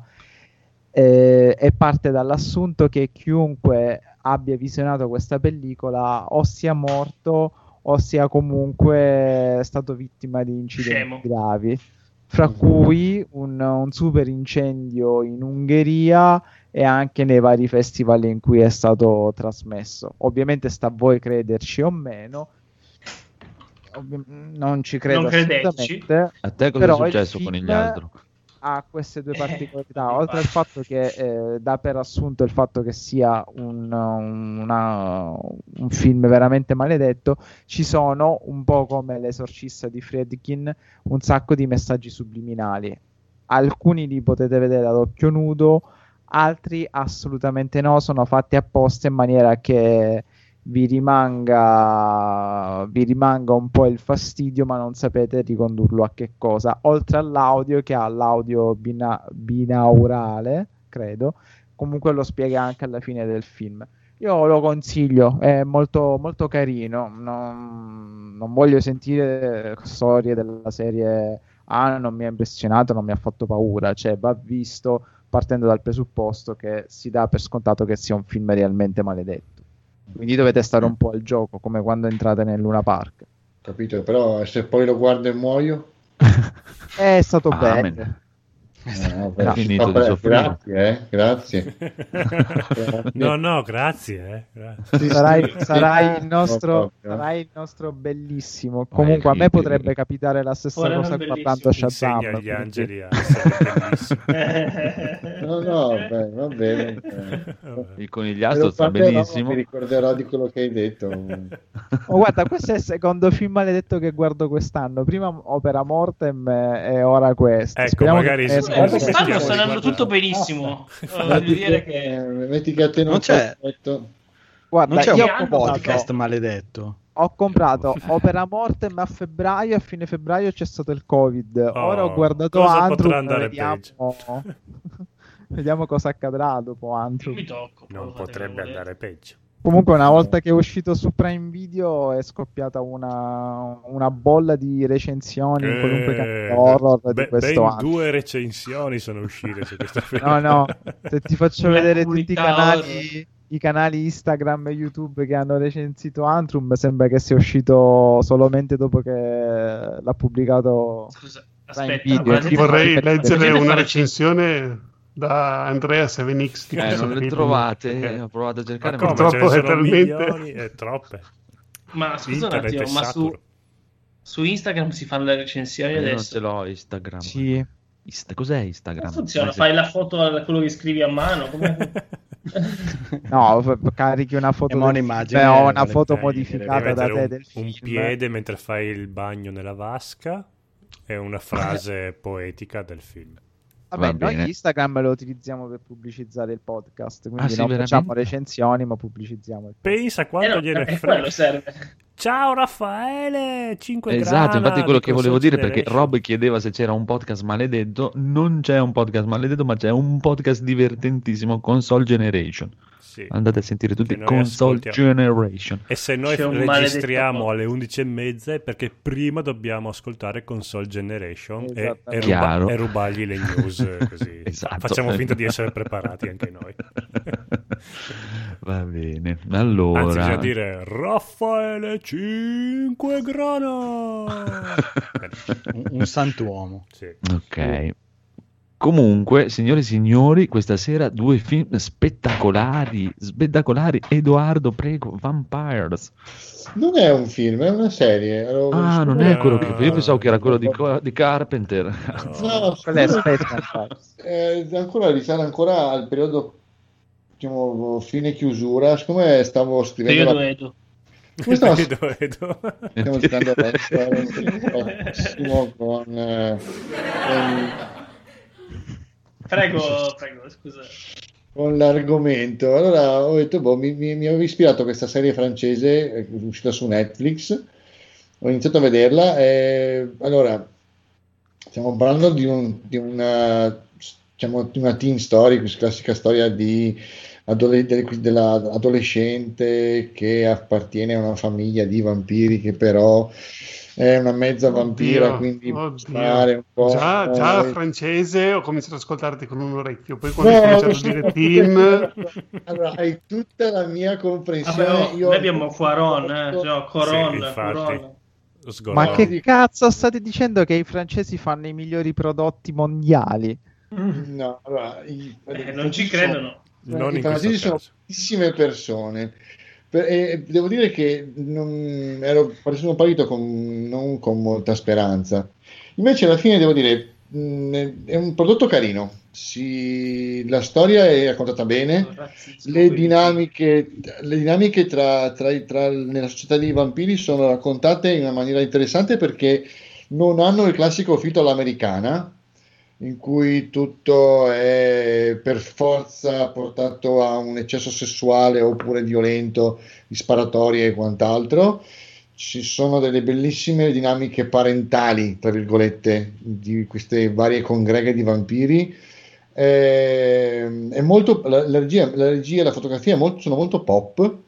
eh, e parte dall'assunto che chiunque abbia visionato questa pellicola o sia morto o sia comunque stato vittima di incidenti Scemo. gravi, fra cui un, un super incendio in Ungheria e anche nei vari festival in cui è stato trasmesso. Ovviamente sta a voi crederci o meno. Ovvi- non ci credo Non credeteci. assolutamente. A te cosa Però è il successo con gli film altri? ha queste due Eh, particolarità, oltre al fatto che eh, dà per assunto il fatto che sia un, una- un film veramente maledetto, ci sono, un po' come L'esorcista di Friedkin, un sacco di messaggi subliminali. Alcuni li potete vedere ad occhio nudo, altri assolutamente no, sono fatti apposta in maniera che vi rimanga, vi rimanga un po' il fastidio, ma non sapete ricondurlo a che cosa. Oltre all'audio, che ha l'audio bina- binaurale, credo, comunque lo spiega anche alla fine del film. Io lo consiglio, è molto, molto carino. Non, non voglio sentire storie della serie ah, non mi ha impressionato, non mi ha fatto paura. Cioè, va visto partendo dal presupposto che si dà per scontato che sia un film realmente maledetto. Quindi dovete stare un po' al gioco, come quando entrate nel Luna Park. Capito? Però se poi lo guardo e muoio... È stato Amen. bene. No, È finito di soffrire. grazie, eh, grazie. No, no, grazie. Eh. grazie. Sì, Sarai, sì. sarai il nostro, No, proprio. sarai il nostro bellissimo. Comunque, a me incredibile. potrebbe capitare la stessa Ora cosa bellissimo. guardando Shazam. Insegna agli quindi- angeli a essere bellissimi. No, no, beh, va bene. eh. Il conigliastro Me sta lo guarderò, benissimo. Mi ricorderò di quello che hai detto. Oh, guarda, questo è il secondo film maledetto che guardo quest'anno. Prima Opera Mortem eh, e ora questo. Ecco, Speriamo magari che su- esca- su- Quest'anno Stiamo sta andando riguardando- tutto benissimo. Eh, voglio metti, dire che, che eh, metti che a te non, Non c'è- aspetto. Guarda, Non c'è io un ho hanno podcast comprato, maledetto. ho comprato Opera Mortem a febbraio. A fine febbraio c'è stato il Covid. Ora ho Oh, guardato cosa Antrum. potrà andare Vediamo... vediamo cosa accadrà dopo Antrum. mi tocco. Non fate potrebbe come volete. andare peggio. Comunque, una volta che è uscito su Prime Video è scoppiata una, una bolla di recensioni in qualunque Eh, canale horror be- di questo ben anno. due recensioni sono uscite su questo film. No, no, se ti faccio La vedere tutti i comunità canali, i canali Instagram e YouTube che hanno recensito Antrum, sembra che sia uscito solamente dopo che l'ha pubblicato. Scusa, Prime aspetta, Video. ma la gente Vorrei fa- leggere la gente una fa recensione da Andrea sette X di Eh, questo non le film, trovate, perché- ho provato a cercare, Ma ma come? Ce ne purtroppo è sono talmente- milioni e troppe. Ma scusa un Internet attimo, è ma su, saturo. su Instagram si fanno le recensioni io non adesso? ce l'ho Instagram. Sì. Insta- cos'è Instagram? Come funziona? Ah, sì. Fai la foto a quello che scrivi a mano? Come... No, f- carichi una foto E mo del- un'immagine, beh, o una vale- foto Eh, modificata devi da mettere te un, del un film. piede mentre fai il bagno nella vasca e una frase poetica del film. Vabbè, Va noi bene. Instagram lo utilizziamo per pubblicizzare il podcast, quindi Ah, sì, non veramente? facciamo recensioni, ma pubblicizziamo il podcast. Pensa quanto Eh no, gliene eh, frega. quello serve. Ciao Raffaele, cinque Esatto, infatti quello che volevo dire, perché Rob Rob chiedeva se c'era un podcast maledetto. Non c'è un podcast maledetto, ma c'è un podcast divertentissimo, Console Generation. Sì. Andate a sentire tutti Che noi Console ascoltiamo. Generation. E se noi C'è un registriamo maledetto alle undici e mezza è perché prima dobbiamo ascoltare Console Generation e, e, Esattamente. ruba- Chiaro. e rubargli le news eh, così. Esatto. Facciamo finta di essere preparati anche noi. Va bene, Anzi, allora bisogna dire Raffaele cinque grana. un, un santuomo. Sì. ok. Comunque, signore e signori, questa sera due film spettacolari, spettacolari. Edoardo, prego, Vampires. Non è un film, è una serie. Ero- Ah, non scusa- è quello che io pensavo che era quello di, Co- di Carpenter. No, Quello è scusa, Space Vampires. eh, ancora risale ancora al periodo, diciamo, fine chiusura. Siccome stavo scrivendo Periodo la... Edo. Come stavo Edo, Edo. stiamo giocando adesso con, eh, con Prego, prego, scusa. con l'argomento. Allora ho detto, boh, mi, mi, mi aveva ispirato questa serie francese eh, uscita su Netflix. Ho iniziato a vederla. E, allora, stiamo parlando di, un, di una, diciamo, di una teen story, questa classica storia di adole- del- della adolescente che appartiene a una famiglia di vampiri che però è una mezza vampira, Oddio, quindi oddio. stare un po'. Già, già eh, francese ho cominciato ad ascoltarti con un orecchio, poi quando No, hai cominciato a dire team, allora, hai tutta la mia comprensione. Vabbè, oh, Io noi abbiamo Quaron, eh, cioè, Coron, Sì, infatti. Coron. Ma No, che di- cazzo state dicendo che i francesi fanno i migliori prodotti mondiali? no, allora, i, Eh, non ci credono. Non i in francesi questo sono caso. tantissime persone. Per- e devo dire che non, ero, sono partito con, non con molta speranza. Invece alla fine devo dire, mh, è un prodotto carino. Si- la storia è raccontata bene. Razzismo, Le quindi. dinamiche, le dinamiche tra, tra, i- tra- nella società dei vampiri sono raccontate in una maniera interessante perché non hanno il classico filtro all'americana in cui tutto è per forza portato a un eccesso sessuale oppure violento, di sparatorie e quant'altro. Ci sono delle bellissime dinamiche parentali, tra virgolette, di queste varie congreghe di vampiri. Eh, è molto, la, la regia, la regia e la fotografia è molto- sono molto pop,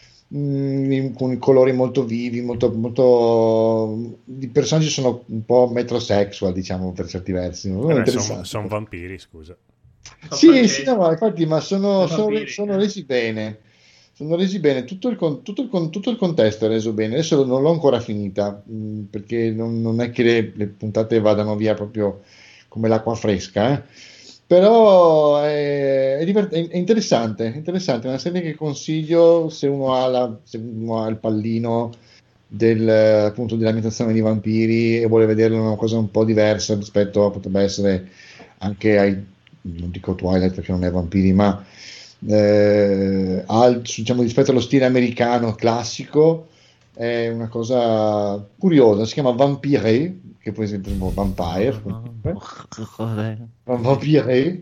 mm, con i colori molto vivi, molto, molto... i personaggi sono un po' metrosexual, diciamo, per certi versi. Molto sono, interessanti. sono vampiri, scusa. Sì, sì, no, ma infatti, ma sono, Sono sono, vampiri. sono resi bene. Sono resi bene, tutto il, con- tutto il con- tutto il contesto è reso bene. Adesso non l'ho ancora finita, mh, perché non, non è che le, le puntate vadano via proprio come l'acqua fresca, eh. Però è, è divert- è interessante, è interessante, è una serie che consiglio se uno ha, la- se uno ha il pallino del, appunto, dell'ambientazione di vampiri e vuole vederlo una cosa un po' diversa rispetto a potrebbe essere anche ai, non dico Twilight perché non è vampiri, ma eh, al, diciamo, rispetto allo stile americano classico è una cosa curiosa, si chiama Vampire, che poi è sempre un Vampire, Vampire,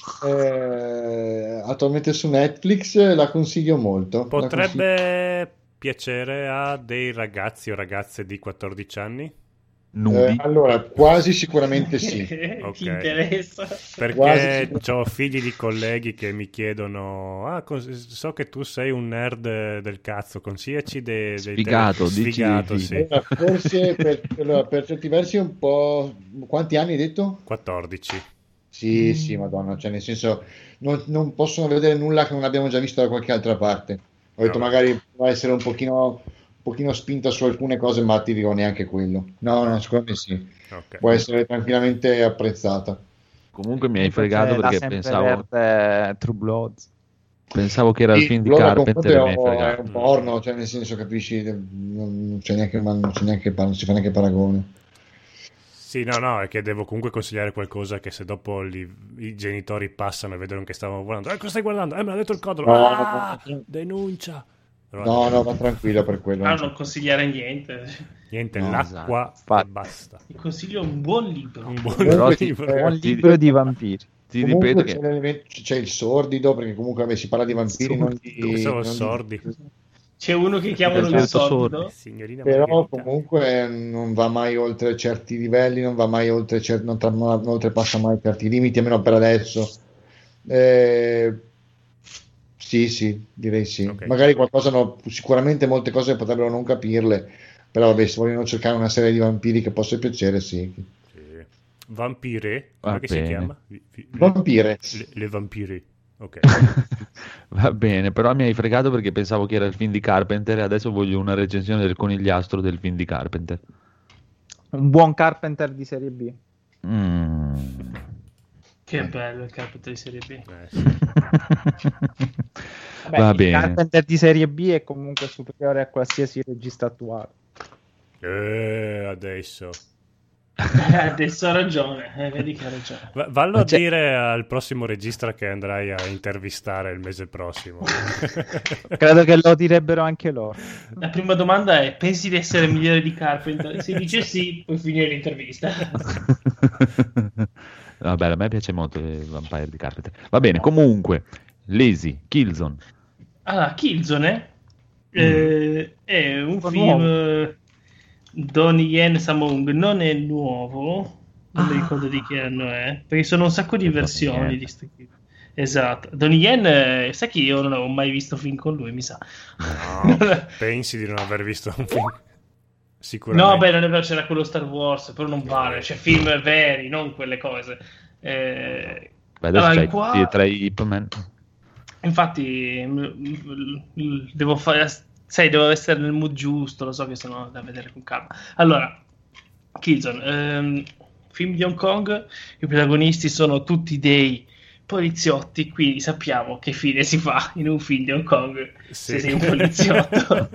eh, attualmente su Netflix, la consiglio molto. La Potrebbe piacere a dei ragazzi o ragazze di quattordici anni? Eh, allora, quasi sicuramente sì. Ok. Ti interessa? Perché Quasi. ho figli di colleghi che mi chiedono: ah, cos- so che tu sei un nerd del cazzo, consigliaci dei, dei Sfigato, tele- dici sfigato, di- sì. Allora, forse per, allora, per certi versi un po'. Quanti anni hai detto? quattordici. Sì, sì, madonna, cioè nel senso non, non possono vedere nulla che non abbiamo già visto da qualche altra parte. Ho detto No. magari può essere un pochino, un pochino spinta su alcune cose, ma ti dico neanche quello. No, no, secondo me sì. Ok. Può essere tranquillamente apprezzata. Comunque mi hai fregato C'è da perché sempre pensavo, verde True Bloods. pensavo che era il Sì, film di loro Carpenter e mi hai comunque è fregato. un porno, cioè nel senso capisci, non, non c'è neanche, ma non c'è neanche, non si fa neanche paragone. Sì, no, no, è che devo comunque consigliare qualcosa che se dopo li- i genitori passano e vedono che stavano guardando, eh, cosa stai guardando? Eh, me l'ha detto il codolo. No, Ah, no, no. denuncia. Però- No, no, ma tranquillo per quello. Ah, non consigliare niente. Niente, No, l'acqua esatto. e basta. Ti consiglio un buon libro. Un buon Però ti- libro. buon libro di vampiri. Ti Comunque ripeto c'è, che l'elemento- c'è il sordido, perché comunque vabbè, si parla di vampiri, non di, Sono non di- sordi. C'è uno che chiamano il Certo, sordo. Signorina però Margherita. comunque non va mai oltre certi livelli, non va mai oltre, cer- non, tra- non oltrepassa mai certi limiti, almeno per adesso. Eh, sì, sì, direi sì. Ok. Magari qualcosa, no, sicuramente molte cose potrebbero non capirle, però vabbè, se vogliono cercare una serie di vampiri che possa piacere, sì. Sì. Vampire? Va Come si bene. chiama? Vi- vi- Vampire. Le, le vampire. Ok. va bene, però mi hai fregato perché pensavo che era il film di Carpenter e adesso voglio una recensione del conigliastro del film di Carpenter. Un buon Carpenter di serie B. Mm. Che bello il Carpenter di serie B. Eh, sì. Vabbè, Va il bene. Carpenter di serie B è comunque superiore a qualsiasi regista attuale. Eh, adesso. Eh, adesso ha ragione, eh, vedi che ha ragione. Va- vallo Ma a c'è- dire al prossimo regista che andrai a intervistare il mese prossimo. Credo che lo direbbero anche loro. La prima domanda è: pensi di essere migliore di Carpenter? Se dice sì, puoi finire l'intervista. Vabbè, a me piace molto il Vampire di Carpenter. Va bene, comunque, Lazy, Killzone. Allora, Killzone eh, è un Un film eh, Donnie Yen Samong, non è nuovo, non mi ricordo di che anno è, perché sono un sacco di versioni di sto film. Esatto, Donnie Yen, eh, sai che io non avevo mai visto film con lui, mi sa. No, pensi di non aver visto un film? Sicuramente. No, beh, non è vero, c'era quello Star Wars, però non vale, c'è film veri, non quelle cose. Eh, Beh, adesso allora, c'hai qua- tutti e tre i Ip Man. Infatti, m- m- m- devo fare, sai, devo essere nel mood giusto, lo so che sono da vedere con calma. Allora, Killzone, ehm, film di Hong Kong, i protagonisti sono tutti dei poliziotti, quindi sappiamo che fine si fa in un film di Hong Kong Sì. se sei un poliziotto.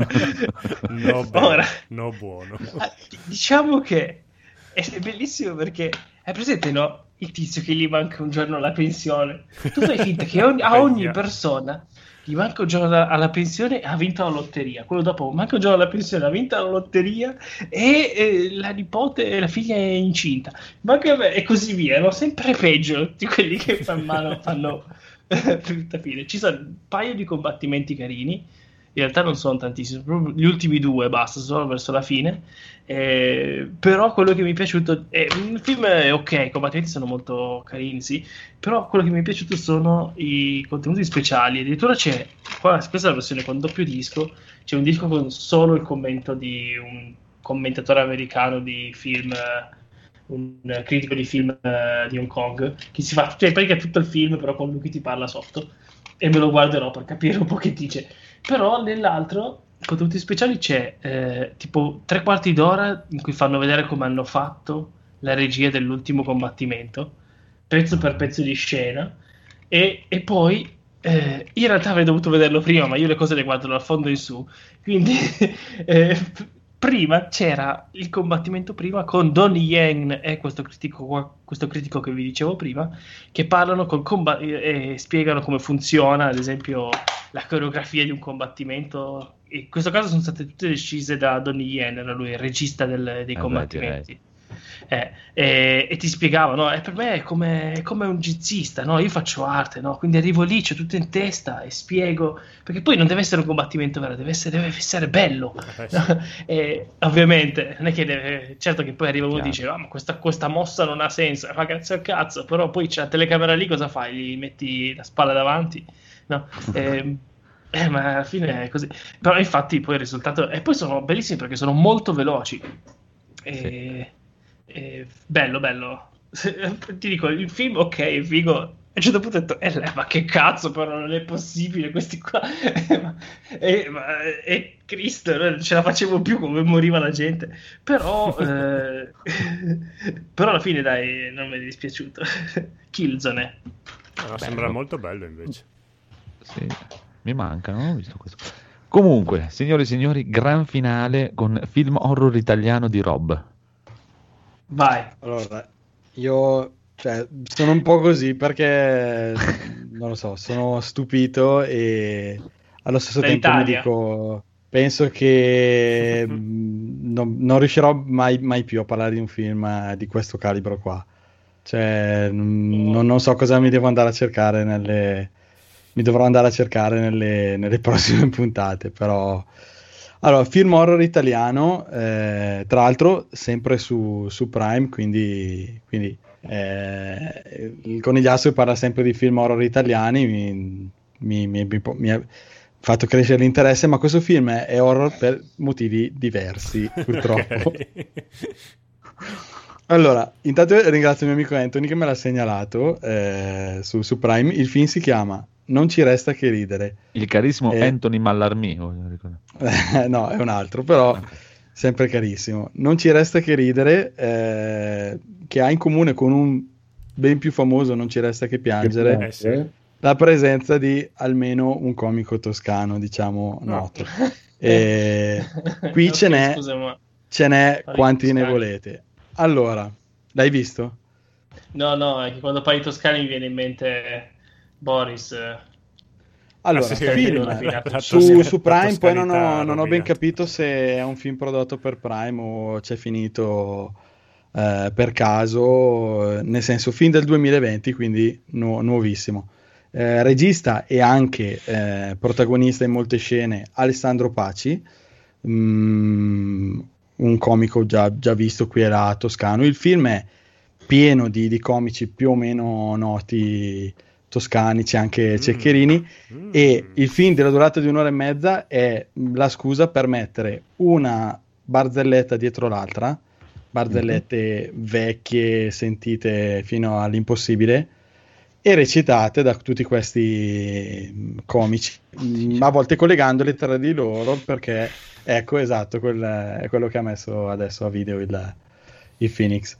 No, buono, Ora, no buono. ah, diciamo che è bellissimo perché è presente, no? Il tizio che gli manca un giorno alla pensione. Tu fai finta che ogni- a ogni persona gli manca un giorno alla, alla pensione e ha vinto la lotteria. Quello dopo manca un giorno alla pensione, ha vinto la lotteria e eh, la nipote, la figlia è incinta. Manca, e così via. No? Sempre peggio di quelli che man mano fanno tutta fine. Ci sono un paio di combattimenti carini. In realtà non sono tantissimi, proprio gli ultimi due basta, solo verso la fine. Eh, però quello che mi è piaciuto è, il film è ok, i combattimenti sono molto carini, sì, però quello che mi è piaciuto sono i contenuti speciali. Addirittura c'è qua, questa è la versione con doppio disco, c'è un disco con solo il commento di un commentatore americano di film, eh, un critico di film eh, di Hong Kong, che si fa, cioè, pratica tutto il film però con lui che ti parla sotto, e me lo guarderò per capire un po' che dice. Però nell'altro, contenuti speciali, c'è eh, tipo tre quarti d'ora in cui fanno vedere come hanno fatto la regia dell'ultimo combattimento, pezzo per pezzo di scena, e, e poi eh, in realtà avrei dovuto vederlo prima, ma io le cose le guardo dal fondo in su, quindi eh, prima c'era il combattimento prima con Donnie Yen e questo critico, qua- questo critico che vi dicevo prima, che parlano col comba- e spiegano come funziona, ad esempio, la coreografia di un combattimento. In questo caso sono state tutte decise da Donnie Yen, era lui il regista del- dei Eh beh, combattimenti. Eh, e, e ti spiegavano, e per me è come, è come un jazzista, no? Io faccio arte, no? Quindi arrivo lì, c'ho tutto in testa e spiego, perché poi non deve essere un combattimento vero, deve essere, deve essere bello. Eh, sì. E ovviamente non è che deve, certo che poi arriva uno e Chiaro. dice, ah, ma questa, questa mossa non ha senso, ma cazzo al cazzo, però poi c'è la telecamera lì, cosa fai? Gli metti la spalla davanti? No? Eh, eh, ma alla fine è così. Però infatti poi il risultato, e poi sono bellissimi perché sono molto veloci. E... Eh, bello, bello. Ti dico, il film, ok, è figo. A un certo punto ho detto, eh, ma che cazzo, però non è possibile, questi qua. E ma, eh, Cristo, non ce la facevo più come moriva la gente. Però, eh, però alla fine, dai, non mi è dispiaciuto. Killzone. No, sembra molto bello invece. Sì, mi manca, non ho visto questo. Comunque, signori e signori, gran finale con film horror italiano di Rob. Vai. Allora, io cioè, sono un po' così perché non lo so, sono stupito e allo stesso tempo mi Dall'Italia. dico penso che mh, non, non riuscirò mai, mai più a parlare di un film eh, di questo calibro qua. Cioè, mh, non, non so cosa mi devo andare a cercare nelle... mi dovrò andare a cercare nelle, nelle prossime puntate, però... Allora, film horror italiano, eh, tra l'altro sempre su, su Prime, quindi... quindi eh, il Conigliastro parla sempre di film horror italiani, mi, mi, mi, mi, mi ha fatto crescere l'interesse, ma questo film è, è horror per motivi diversi, purtroppo. Allora, intanto ringrazio il mio amico Anthony che me l'ha segnalato eh, su, su Prime. Il film si chiama Non ci resta che ridere. Il carissimo Eh, Anthony Mallarmì, voglio ricordare. Eh, no, è un altro, però sempre carissimo. Non ci resta che ridere, eh, che ha in comune con un ben più famoso Non ci resta che piangere, Che piangere. la presenza di almeno un comico toscano, diciamo, noto. E qui Ok, ce n'è, scusa, ma- ce n'è Parli quanti ne toscani. volete. Allora, l'hai visto? No, no, è che quando parli toscani mi viene in mente Boris. eh. Allora, Ah, sì, film la- la- la- su, la- su la Prime, poi non ho, toscanità non ho ben rovinata. capito se è un film prodotto per Prime o c'è finito eh, per caso, eh, nel senso film del duemilaventi, quindi nu- nuovissimo. Eh, regista e anche eh, protagonista in molte scene Alessandro Paci, mm, un comico già, già visto qui e là toscano. Il film è pieno di, di comici più o meno noti toscani, c'è anche Ceccherini, e il film della durata di un'ora e mezza è la scusa per mettere una barzelletta dietro l'altra, barzellette vecchie sentite fino all'impossibile e recitate da tutti questi mm, comici, mm, a volte collegandole tra di loro, perché ecco, esatto, quel, è quello che ha messo adesso a video il, il Phoenix.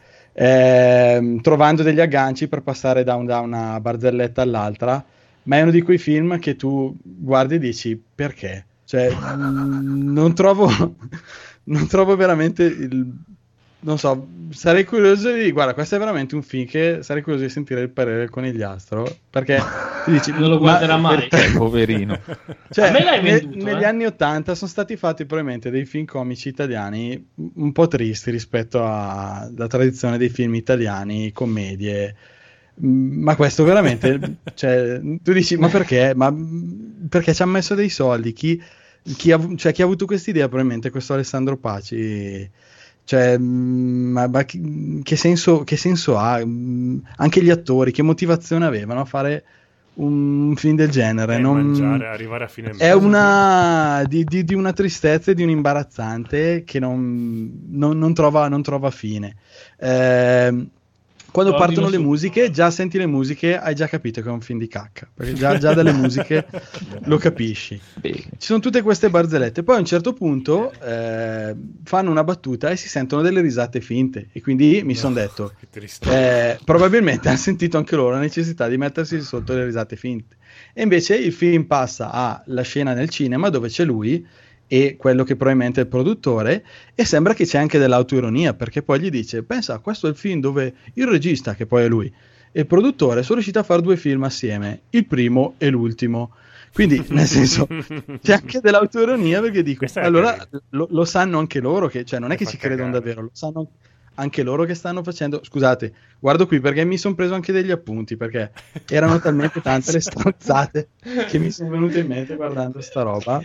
Ehm, trovando degli agganci per passare da, un- da una barzelletta all'altra, ma è uno di quei film che tu guardi e dici perché? Cioè, mm, non trovo non trovo veramente il, non so, sarei curioso di, guarda, questo è veramente un film che sarei curioso di sentire il parere del Conigliastro, perché ti dici, Non lo ma guarderà mai. perché? Poverino. Cioè, A me l'hai ne- venduto, negli eh. anni ottanta sono stati fatti probabilmente dei film comici italiani un po' tristi rispetto alla tradizione dei film italiani, commedie. Mm, Ma questo veramente, cioè, tu dici, ma perché? Ma mm, perché ci ha messo dei soldi? Chi, chi ha, cioè, chi ha avuto questa idea? Probabilmente questo Alessandro Paci. Cioè, mm, ma, ma chi- che senso, che senso ha? Mm, Anche gli attori, che motivazione avevano a fare un film del genere? Eh, Non- mangiare, arrivare a fine mese. è una di, di- di una tristezza e di un imbarazzante che non, non- non trova, non trova fine. Ehm, quando Ordino partono le su- musiche, già senti le musiche, hai già capito che è un film di cacca, perché già, già dalle musiche lo capisci. Bene. Ci sono tutte queste barzellette, poi a un certo punto eh, fanno una battuta e si sentono delle risate finte, e quindi mi sono detto, Che tristezza. eh, probabilmente hanno sentito anche loro la necessità di mettersi sotto le risate finte. E invece il film passa alla scena nel cinema dove c'è lui e quello che probabilmente è il produttore, e sembra che c'è anche dell'autoironia, perché poi gli dice, pensa, questo è il film dove il regista, che poi è lui, e il produttore sono riusciti a fare due film assieme, il primo e l'ultimo. Quindi, nel senso, c'è anche dell'autoironia, perché dico, Questa è allora carina. lo, lo sanno anche loro, che, cioè non è Mi che fa ci credono cagare. davvero, lo sanno anche loro che stanno facendo. Scusate, guardo qui perché mi sono preso anche degli appunti, perché erano talmente tante le stronzate che mi sono venute in mente guardando sta roba.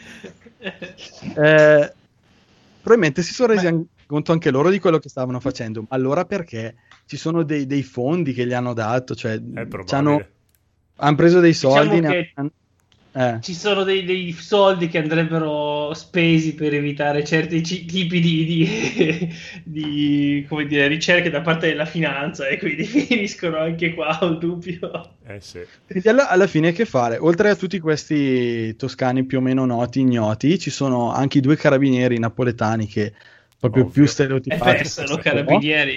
Eh, probabilmente si sono resi an- conto anche loro di quello che stavano facendo, ma allora perché ci sono dei, dei fondi che gli hanno dato, cioè È probabile. c'hanno- hanno preso dei soldi, Diciamo ne che hanno- eh. ci sono dei, dei soldi che andrebbero spesi per evitare certi ci- tipi di, di, di, come dire, ricerche da parte della finanza, e quindi finiscono anche qua, ho un dubbio. Eh sì. Quindi alla, alla fine che fare? Oltre a tutti questi toscani più o meno noti, ignoti, ci sono anche i due carabinieri napoletani che proprio Ovvio. più E stereotipati. beh, sono carabinieri.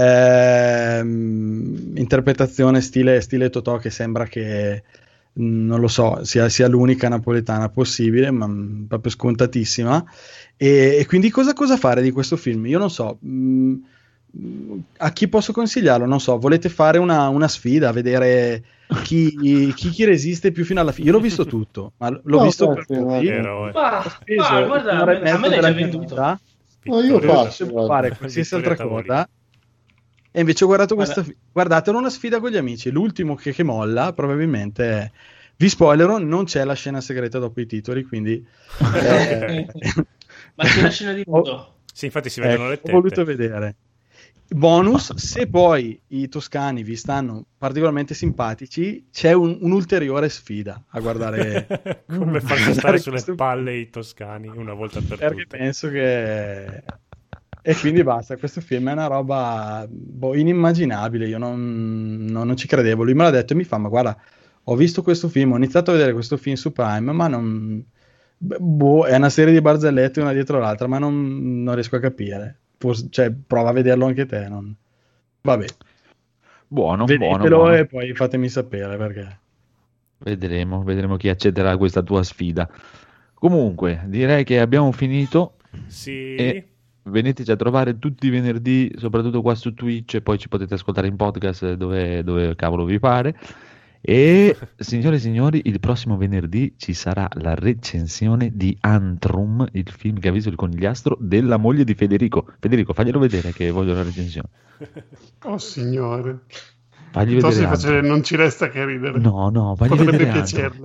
Ehm, interpretazione stile, stile Totò, che sembra che mh, non lo so, sia, sia l'unica napoletana possibile, ma mh, proprio scontatissima. E, e quindi cosa, cosa fare di questo film? Io non so. Mh, mh, a chi posso consigliarlo? Non so, volete fare una, una sfida, vedere chi, chi, chi resiste più fino alla fine. Io l'ho visto tutto, ma l'ho No, visto certo, per no. così. Ma, Ho speso ma guarda, un'ora e a me, mezza a me l'hai della già mia venduto. vita No, io per passo, fare guarda. qualsiasi Vittoria altra Tavolini. cosa. E invece ho guardato Guarda. questa. fi- Guardatelo, una sfida con gli amici. L'ultimo che, che molla, probabilmente. È... Vi spoilerò, non c'è la scena segreta dopo i titoli, quindi. eh, Ma c'è la scena di nudo. Sì, infatti si vedono ecco, le ho tette. voluto vedere. Bonus, se poi i toscani vi stanno particolarmente simpatici, c'è un- un'ulteriore sfida a guardare. Come a farci guardare stare sulle questo- palle i toscani una volta per Perché tutte. penso che. E quindi basta, questo film è una roba boh, inimmaginabile, io non, non- non ci credevo, lui me l'ha detto e mi fa, ma guarda, ho visto questo film, ho iniziato a vedere questo film su Prime, ma non... beh, boh, è una serie di barzellette una dietro l'altra, ma non, non riesco a capire. Forse- cioè, prova a vederlo anche te, non... Vabbè, Buono, buono, vedetelo buono. e poi fatemi sapere perché... Vedremo, vedremo chi accetterà questa tua sfida. Comunque, direi che abbiamo finito. Sì. E veniteci a trovare tutti i venerdì, soprattutto qua su Twitch, e poi ci potete ascoltare in podcast dove, dove cavolo vi pare. E signore e signori, il prossimo venerdì ci sarà la recensione di Antrum, il film che ha visto il conigliastro della moglie di Federico. Federico, faglielo vedere che voglio la recensione. Oh signore. Fagli Piuttosto vedere di facile, Antrum. non ci resta che ridere. No, no, fagli Potrebbe vedere piacerle.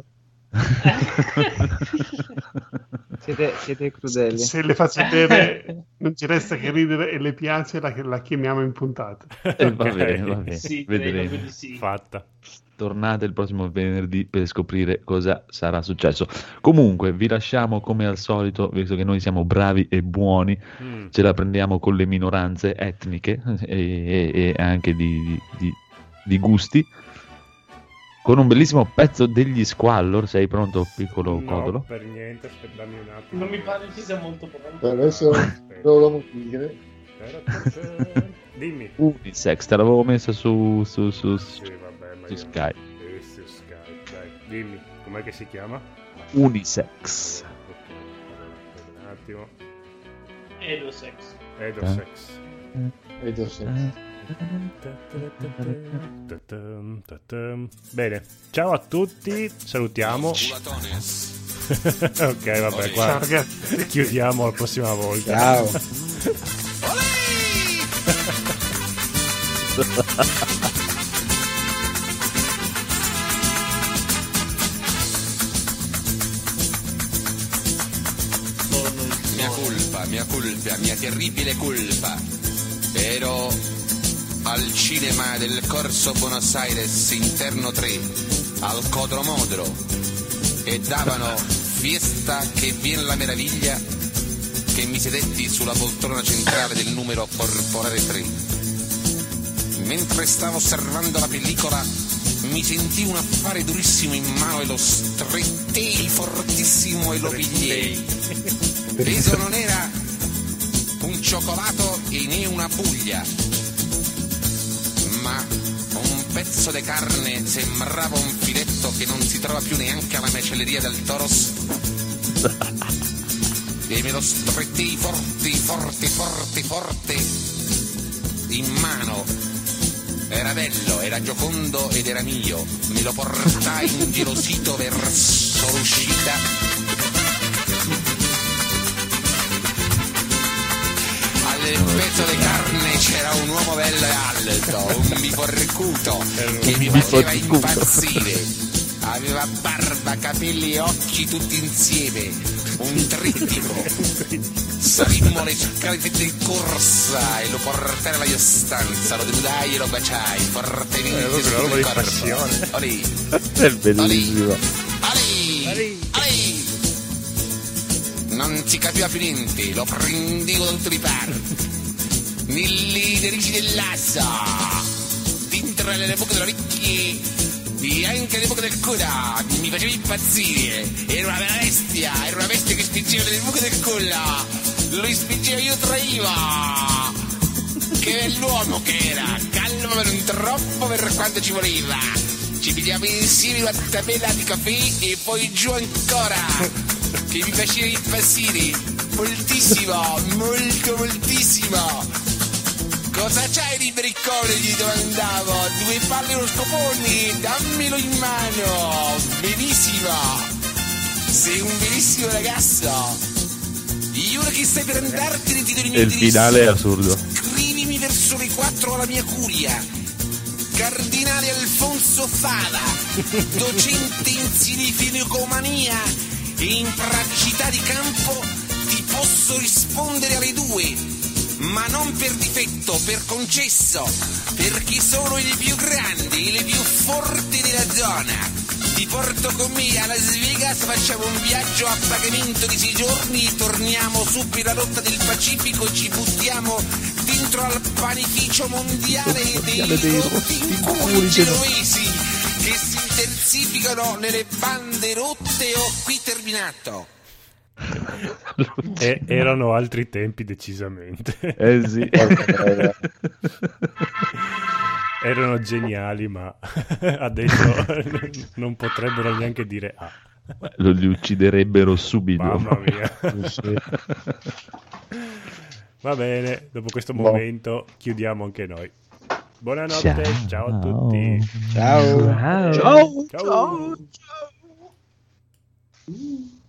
Siete, siete crudeli. Se le faccio vedere non ci resta che ridere e le piace, la, la chiamiamo in puntata. Eh, va bene, va bene. Sì, Vedremo. credo di sì. Fatta. Tornate il prossimo venerdì per scoprire cosa sarà successo. Comunque vi lasciamo come al solito, visto che noi siamo bravi e buoni, Mm. ce la prendiamo con le minoranze etniche e, e- e anche di, di- di gusti, con un bellissimo pezzo degli Squallor. Sei pronto, piccolo No, Codolo? per niente, aspetta, dammi un attimo. Non mi pare che sia molto pronto. Per adesso Aspetta. lo volevo dire. Dimmi. Unisex, te l'avevo messa su, su, su, su, Sì, vabbè, ma su io- Skype. Eh, su Skype, dai, dimmi, com'è che si chiama? Unisex. Ok, aspetta un attimo. Edosex. Edosex. Vedo se- Ta-tam, ta-tam. Bene, ciao a tutti, salutiamo. Ok, vabbè, qua Ciao, ragazzi. chiudiamo la prossima volta. Ciao. Mia colpa, mia colpa, mia terribile colpa. Ero al cinema del Corso Buenos Aires interno tre, al Codromodro, e davano Fiesta che viene la meraviglia, che mi sedetti sulla poltrona centrale del numero corporale tre. Mentre stavo osservando la pellicola mi sentii un affare durissimo in mano e lo strettei fortissimo e lo pigliei. Peso non era un cioccolato e né una puglia, ma un pezzo di carne sembrava un filetto che non si trova più neanche alla macelleria del Toros. E me lo strettei forte, forte, forte, forte in mano. Era bello, era giocondo ed era mio. Me lo portai ingelosito verso l'uscita. Al pezzo di carne c'era un uomo bello e alto, un biforcuto che mi faceva impazzire. Aveva barba, capelli e occhi tutti insieme, un trittico. Salimmo le scale di corsa e lo portai alla mia stanza, lo denudai e lo baciai fortemente Eh, proprio una roba sul di corpo. passione. Olì, È bellissimo. olì, olì. Non si capiva più niente, lo prendevo da tutti i par. Nelle narici dell'assa, dentro le bocche delle orecchie e anche le bocche del coda, mi faceva impazzire. Era una vera bestia, era una bestia che spingeva nelle buche del collo. Lui spingeva, io traiva. Che bell'uomo che era, calmo ma non troppo per quanto ci voleva. Ci pigliamo insieme una tabella di caffè e poi giù ancora, che mi faceva impazzire moltissimo, molto moltissimo. Cosa c'hai di briccone? Gli domandavo. Due palle e uno scopone, dammelo in mano. Benissimo. Sei un bellissimo ragazzo. Io ora che stai per andartene ti do il mio E il finale è assurdo. Scrivimi verso le quattro alla mia curia. Cardinale Alfonso Fava, docente in sinifilocomania e in praticità di campo, ti posso rispondere alle due, ma non per difetto, per concesso, perché sono il più grande e il più forte della zona. Ti porto con me a Las Vegas, facciamo un viaggio a pagamento di sei giorni, torniamo su per la rotta del Pacifico e ci buttiamo dentro al panificio mondiale dei rotti in cui genovesi che si intensificano nelle bande rotte. Ho qui terminato. E erano altri tempi decisamente. Eh sì. Erano geniali, ma adesso non potrebbero neanche dire ah. Lo li ucciderebbero subito. Mamma mia. Va bene, dopo questo momento chiudiamo anche noi. Buonanotte, ciao, ciao a tutti. Ciao. Ciao. Ciao. Ciao. Ciao.